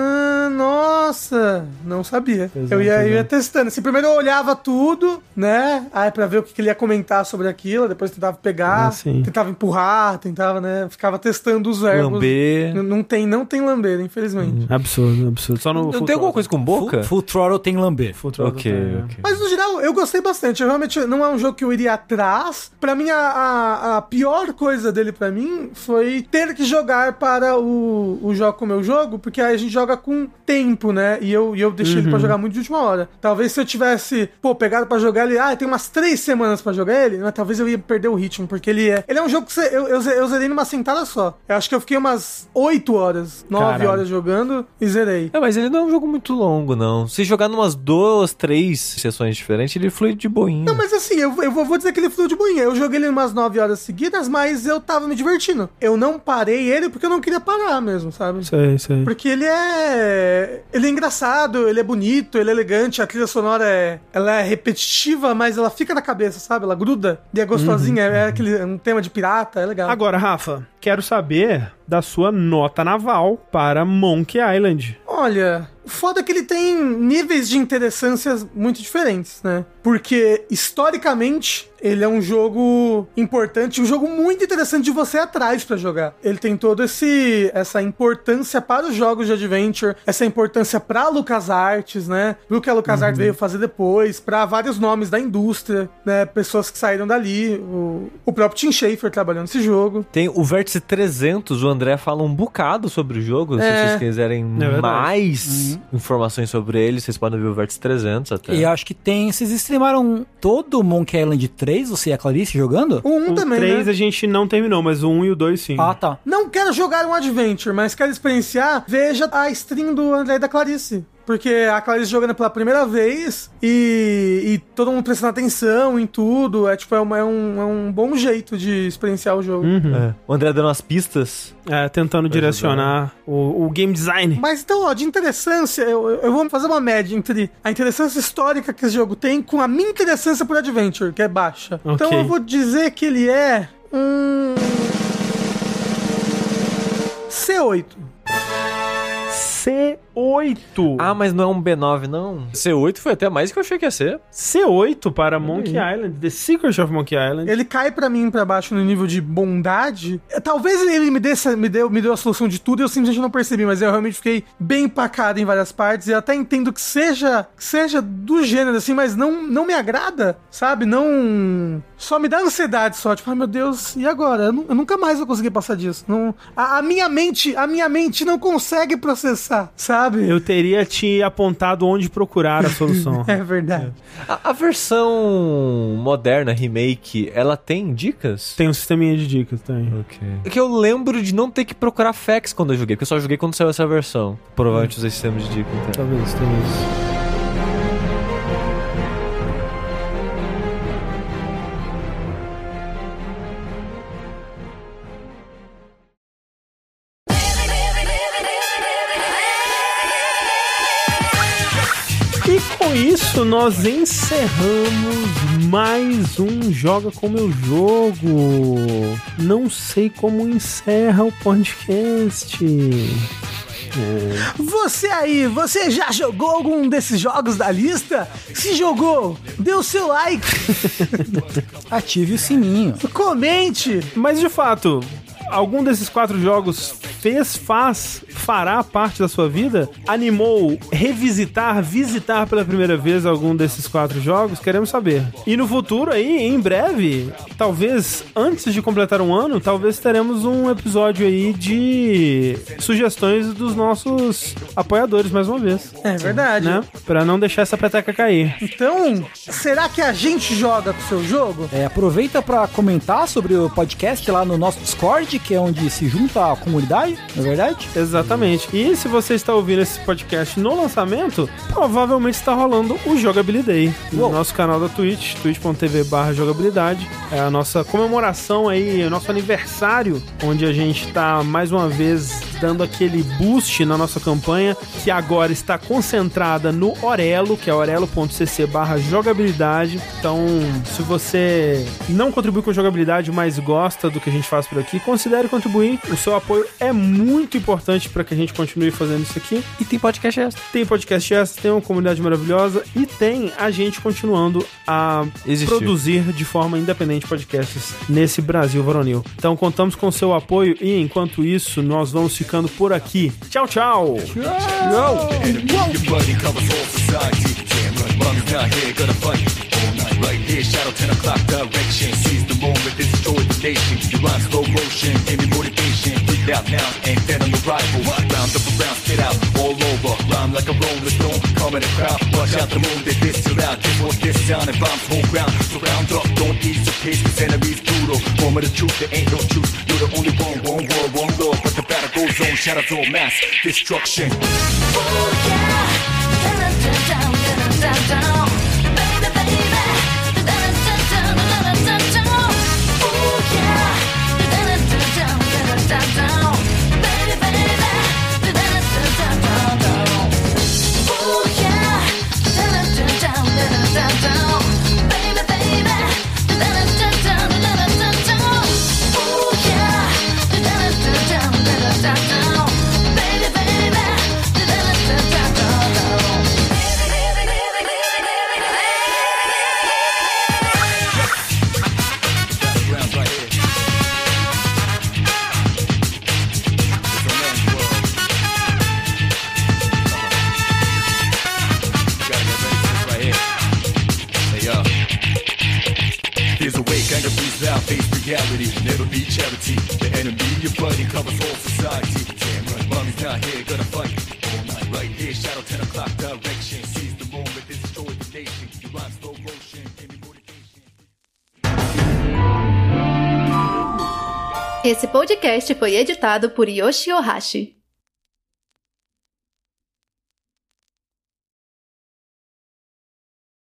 Nossa, não sabia. Eu ia testando. Assim, primeiro eu olhava tudo, né? Aí pra ver o que ele ia comentar sobre aquilo, depois tentava pegar, tentava empurrar, né? Ficava testando os verbos. Lamber. Não tem lamber, infelizmente. Absurdo. Só no Não tem alguma coisa com boca? Full Throttle tem lamber. Ok. Mas no geral, eu gostei bastante. Eu realmente não é um jogo que eu iria atrás. Pra mim, a pior coisa dele pra mim foi ter que jogar para o jogo como eu jogo, porque aí a gente joga com tempo, né? E eu deixei ele pra jogar muito de última hora. Talvez se eu tivesse, pegado pra jogar ele, tem umas 3 semanas pra jogar ele, mas talvez eu ia perder o ritmo, porque ele é um jogo que eu zerei numa sentada só. Eu acho que eu fiquei umas 8 horas, 9 horas jogando e zerei. Mas ele não é um jogo muito longo, não. Se jogar numas 2, 3 sessões diferentes, ele flui de boinha. Não, mas assim, eu vou dizer que ele flui de boinha. Eu joguei ele umas 9 horas seguidas, mas eu tava me divertindo. Eu não parei ele porque eu não queria parar mesmo, sabe? Sei. Porque ele é engraçado, ele é bonito, ele é elegante, a trilha sonora ela é repetitiva, mas ela fica na cabeça, sabe? Ela gruda e é gostosinha, é um tema de pirata, é legal. Agora, Rafa, quero saber da sua nota naval para Monkey Island. Olha, O foda é que ele tem níveis de interessância muito diferentes, né? Porque, historicamente, ele é um jogo importante, um jogo muito interessante de você ir atrás pra jogar. Ele tem toda essa importância para os jogos de adventure, essa importância pra LucasArts, né? Pro que a LucasArts veio fazer depois, pra vários nomes da indústria, né? Pessoas que saíram dali, o próprio Tim Schafer trabalhando nesse jogo. Tem o Vértice 300, o André fala um bocado sobre o jogo, se vocês quiserem mais informações sobre ele, vocês podem ver o Vértice 300 até. E acho que vocês streamaram todo o Monkey Island 3, você e a Clarice jogando? O 1 também, 3 né? a gente não terminou, mas o 1 e o 2 sim. Ah, tá. Não quero jogar um adventure, mas quero experienciar, veja a stream do André e da Clarice. Porque a Clarice jogando pela primeira vez e todo mundo prestando atenção em tudo. É um bom jeito de experienciar o jogo. O André dando as pistas. Tentando direcionar o game design. Mas então, ó, de interessância, eu vou fazer uma média entre a interessância histórica que esse jogo tem com a minha interessância por adventure, que é baixa. Ok. Então eu vou dizer que ele é C8. C8. Ah, mas não é um B9, não? C8 foi até mais que eu achei que ia ser. C8 para Monkey Island, The Secret of Monkey Island. Ele cai pra mim pra baixo no nível de bondade. Talvez ele me deu a solução de tudo e eu simplesmente não percebi, mas eu realmente fiquei bem empacado em várias partes. E eu até entendo que seja do gênero assim, mas não me agrada, sabe? Não. Só me dá ansiedade só. Tipo, ai meu Deus, e agora? Eu nunca mais vou conseguir passar disso. Não, a minha mente não consegue processar, sabe? Eu teria te apontado onde procurar a solução. É verdade. A versão moderna, remake, ela tem dicas? Tem um sisteminha de dicas, tem. Ok. É que eu lembro de não ter que procurar facts quando eu joguei, porque eu só joguei quando saiu essa versão. Provavelmente usei sistema de dicas. Então. Talvez. E com isso, nós encerramos mais um Joga Com Meu Jogo. Não sei como encerra o podcast. Você já jogou algum desses jogos da lista? Se jogou, dê o seu like, Ative o sininho. comente. Mas de fato, algum desses 4 jogos fará parte da sua vida? Animou visitar pela primeira vez algum desses 4 jogos? Queremos saber. E no futuro aí, em breve, talvez antes de completar um ano, talvez teremos um episódio aí de sugestões dos nossos apoiadores mais uma vez. É verdade. Né? Pra não deixar essa peteca cair. Então, será que a gente joga com o seu jogo? Aproveita pra comentar sobre o podcast lá no nosso Discord, que é onde se junta a comunidade, não é verdade? Exatamente. E se você está ouvindo esse podcast no lançamento, provavelmente está rolando o Jogabilidade Day no nosso canal da Twitch, twitch.tv/jogabilidade. É a nossa comemoração aí, o nosso aniversário, onde a gente está mais uma vez dando aquele boost na nossa campanha, que agora está concentrada no Orelo, que é orelo.cc/jogabilidade. Então, se você não contribui com a jogabilidade, mas gosta do que a gente faz por aqui, considere contribuir. O seu apoio é muito importante para que a gente continue fazendo isso aqui. E tem podcast extra. Tem podcast extra, tem uma comunidade maravilhosa e tem a gente continuando a produzir de forma independente podcasts nesse Brasil varonil. Então contamos com o seu apoio e enquanto isso nós vamos ficando por aqui. Tchau, tchau! Right here, shadow 10 o'clock direction. Seize the moment, destroy the nation. You run slow motion, give me motivation. Freak out now, ain't fed on the rifle. Round up around, spit out all over. Rhyme like a rolling stone, come in the crowd. Watch out the moon, they diss you out. This what this sound and bombs whole ground. So round up, don't ease your pace, cause enemies brutal. Moment of truth, there ain't no truth. You're the only one world, one love. But the battle goes on, shadows all mass destruction. Oh yeah, down, baby, baby. reality, never be charity. The enemy you're fighting covers whole society. Damn right, mommy's not here, gonna fight all night. Right here, shadow 10 o'clock direction. Seize the moment, destroy the nation. You rhyme slow motion, give me motivation. Esse podcast foi editado por Yoshi Ohashi.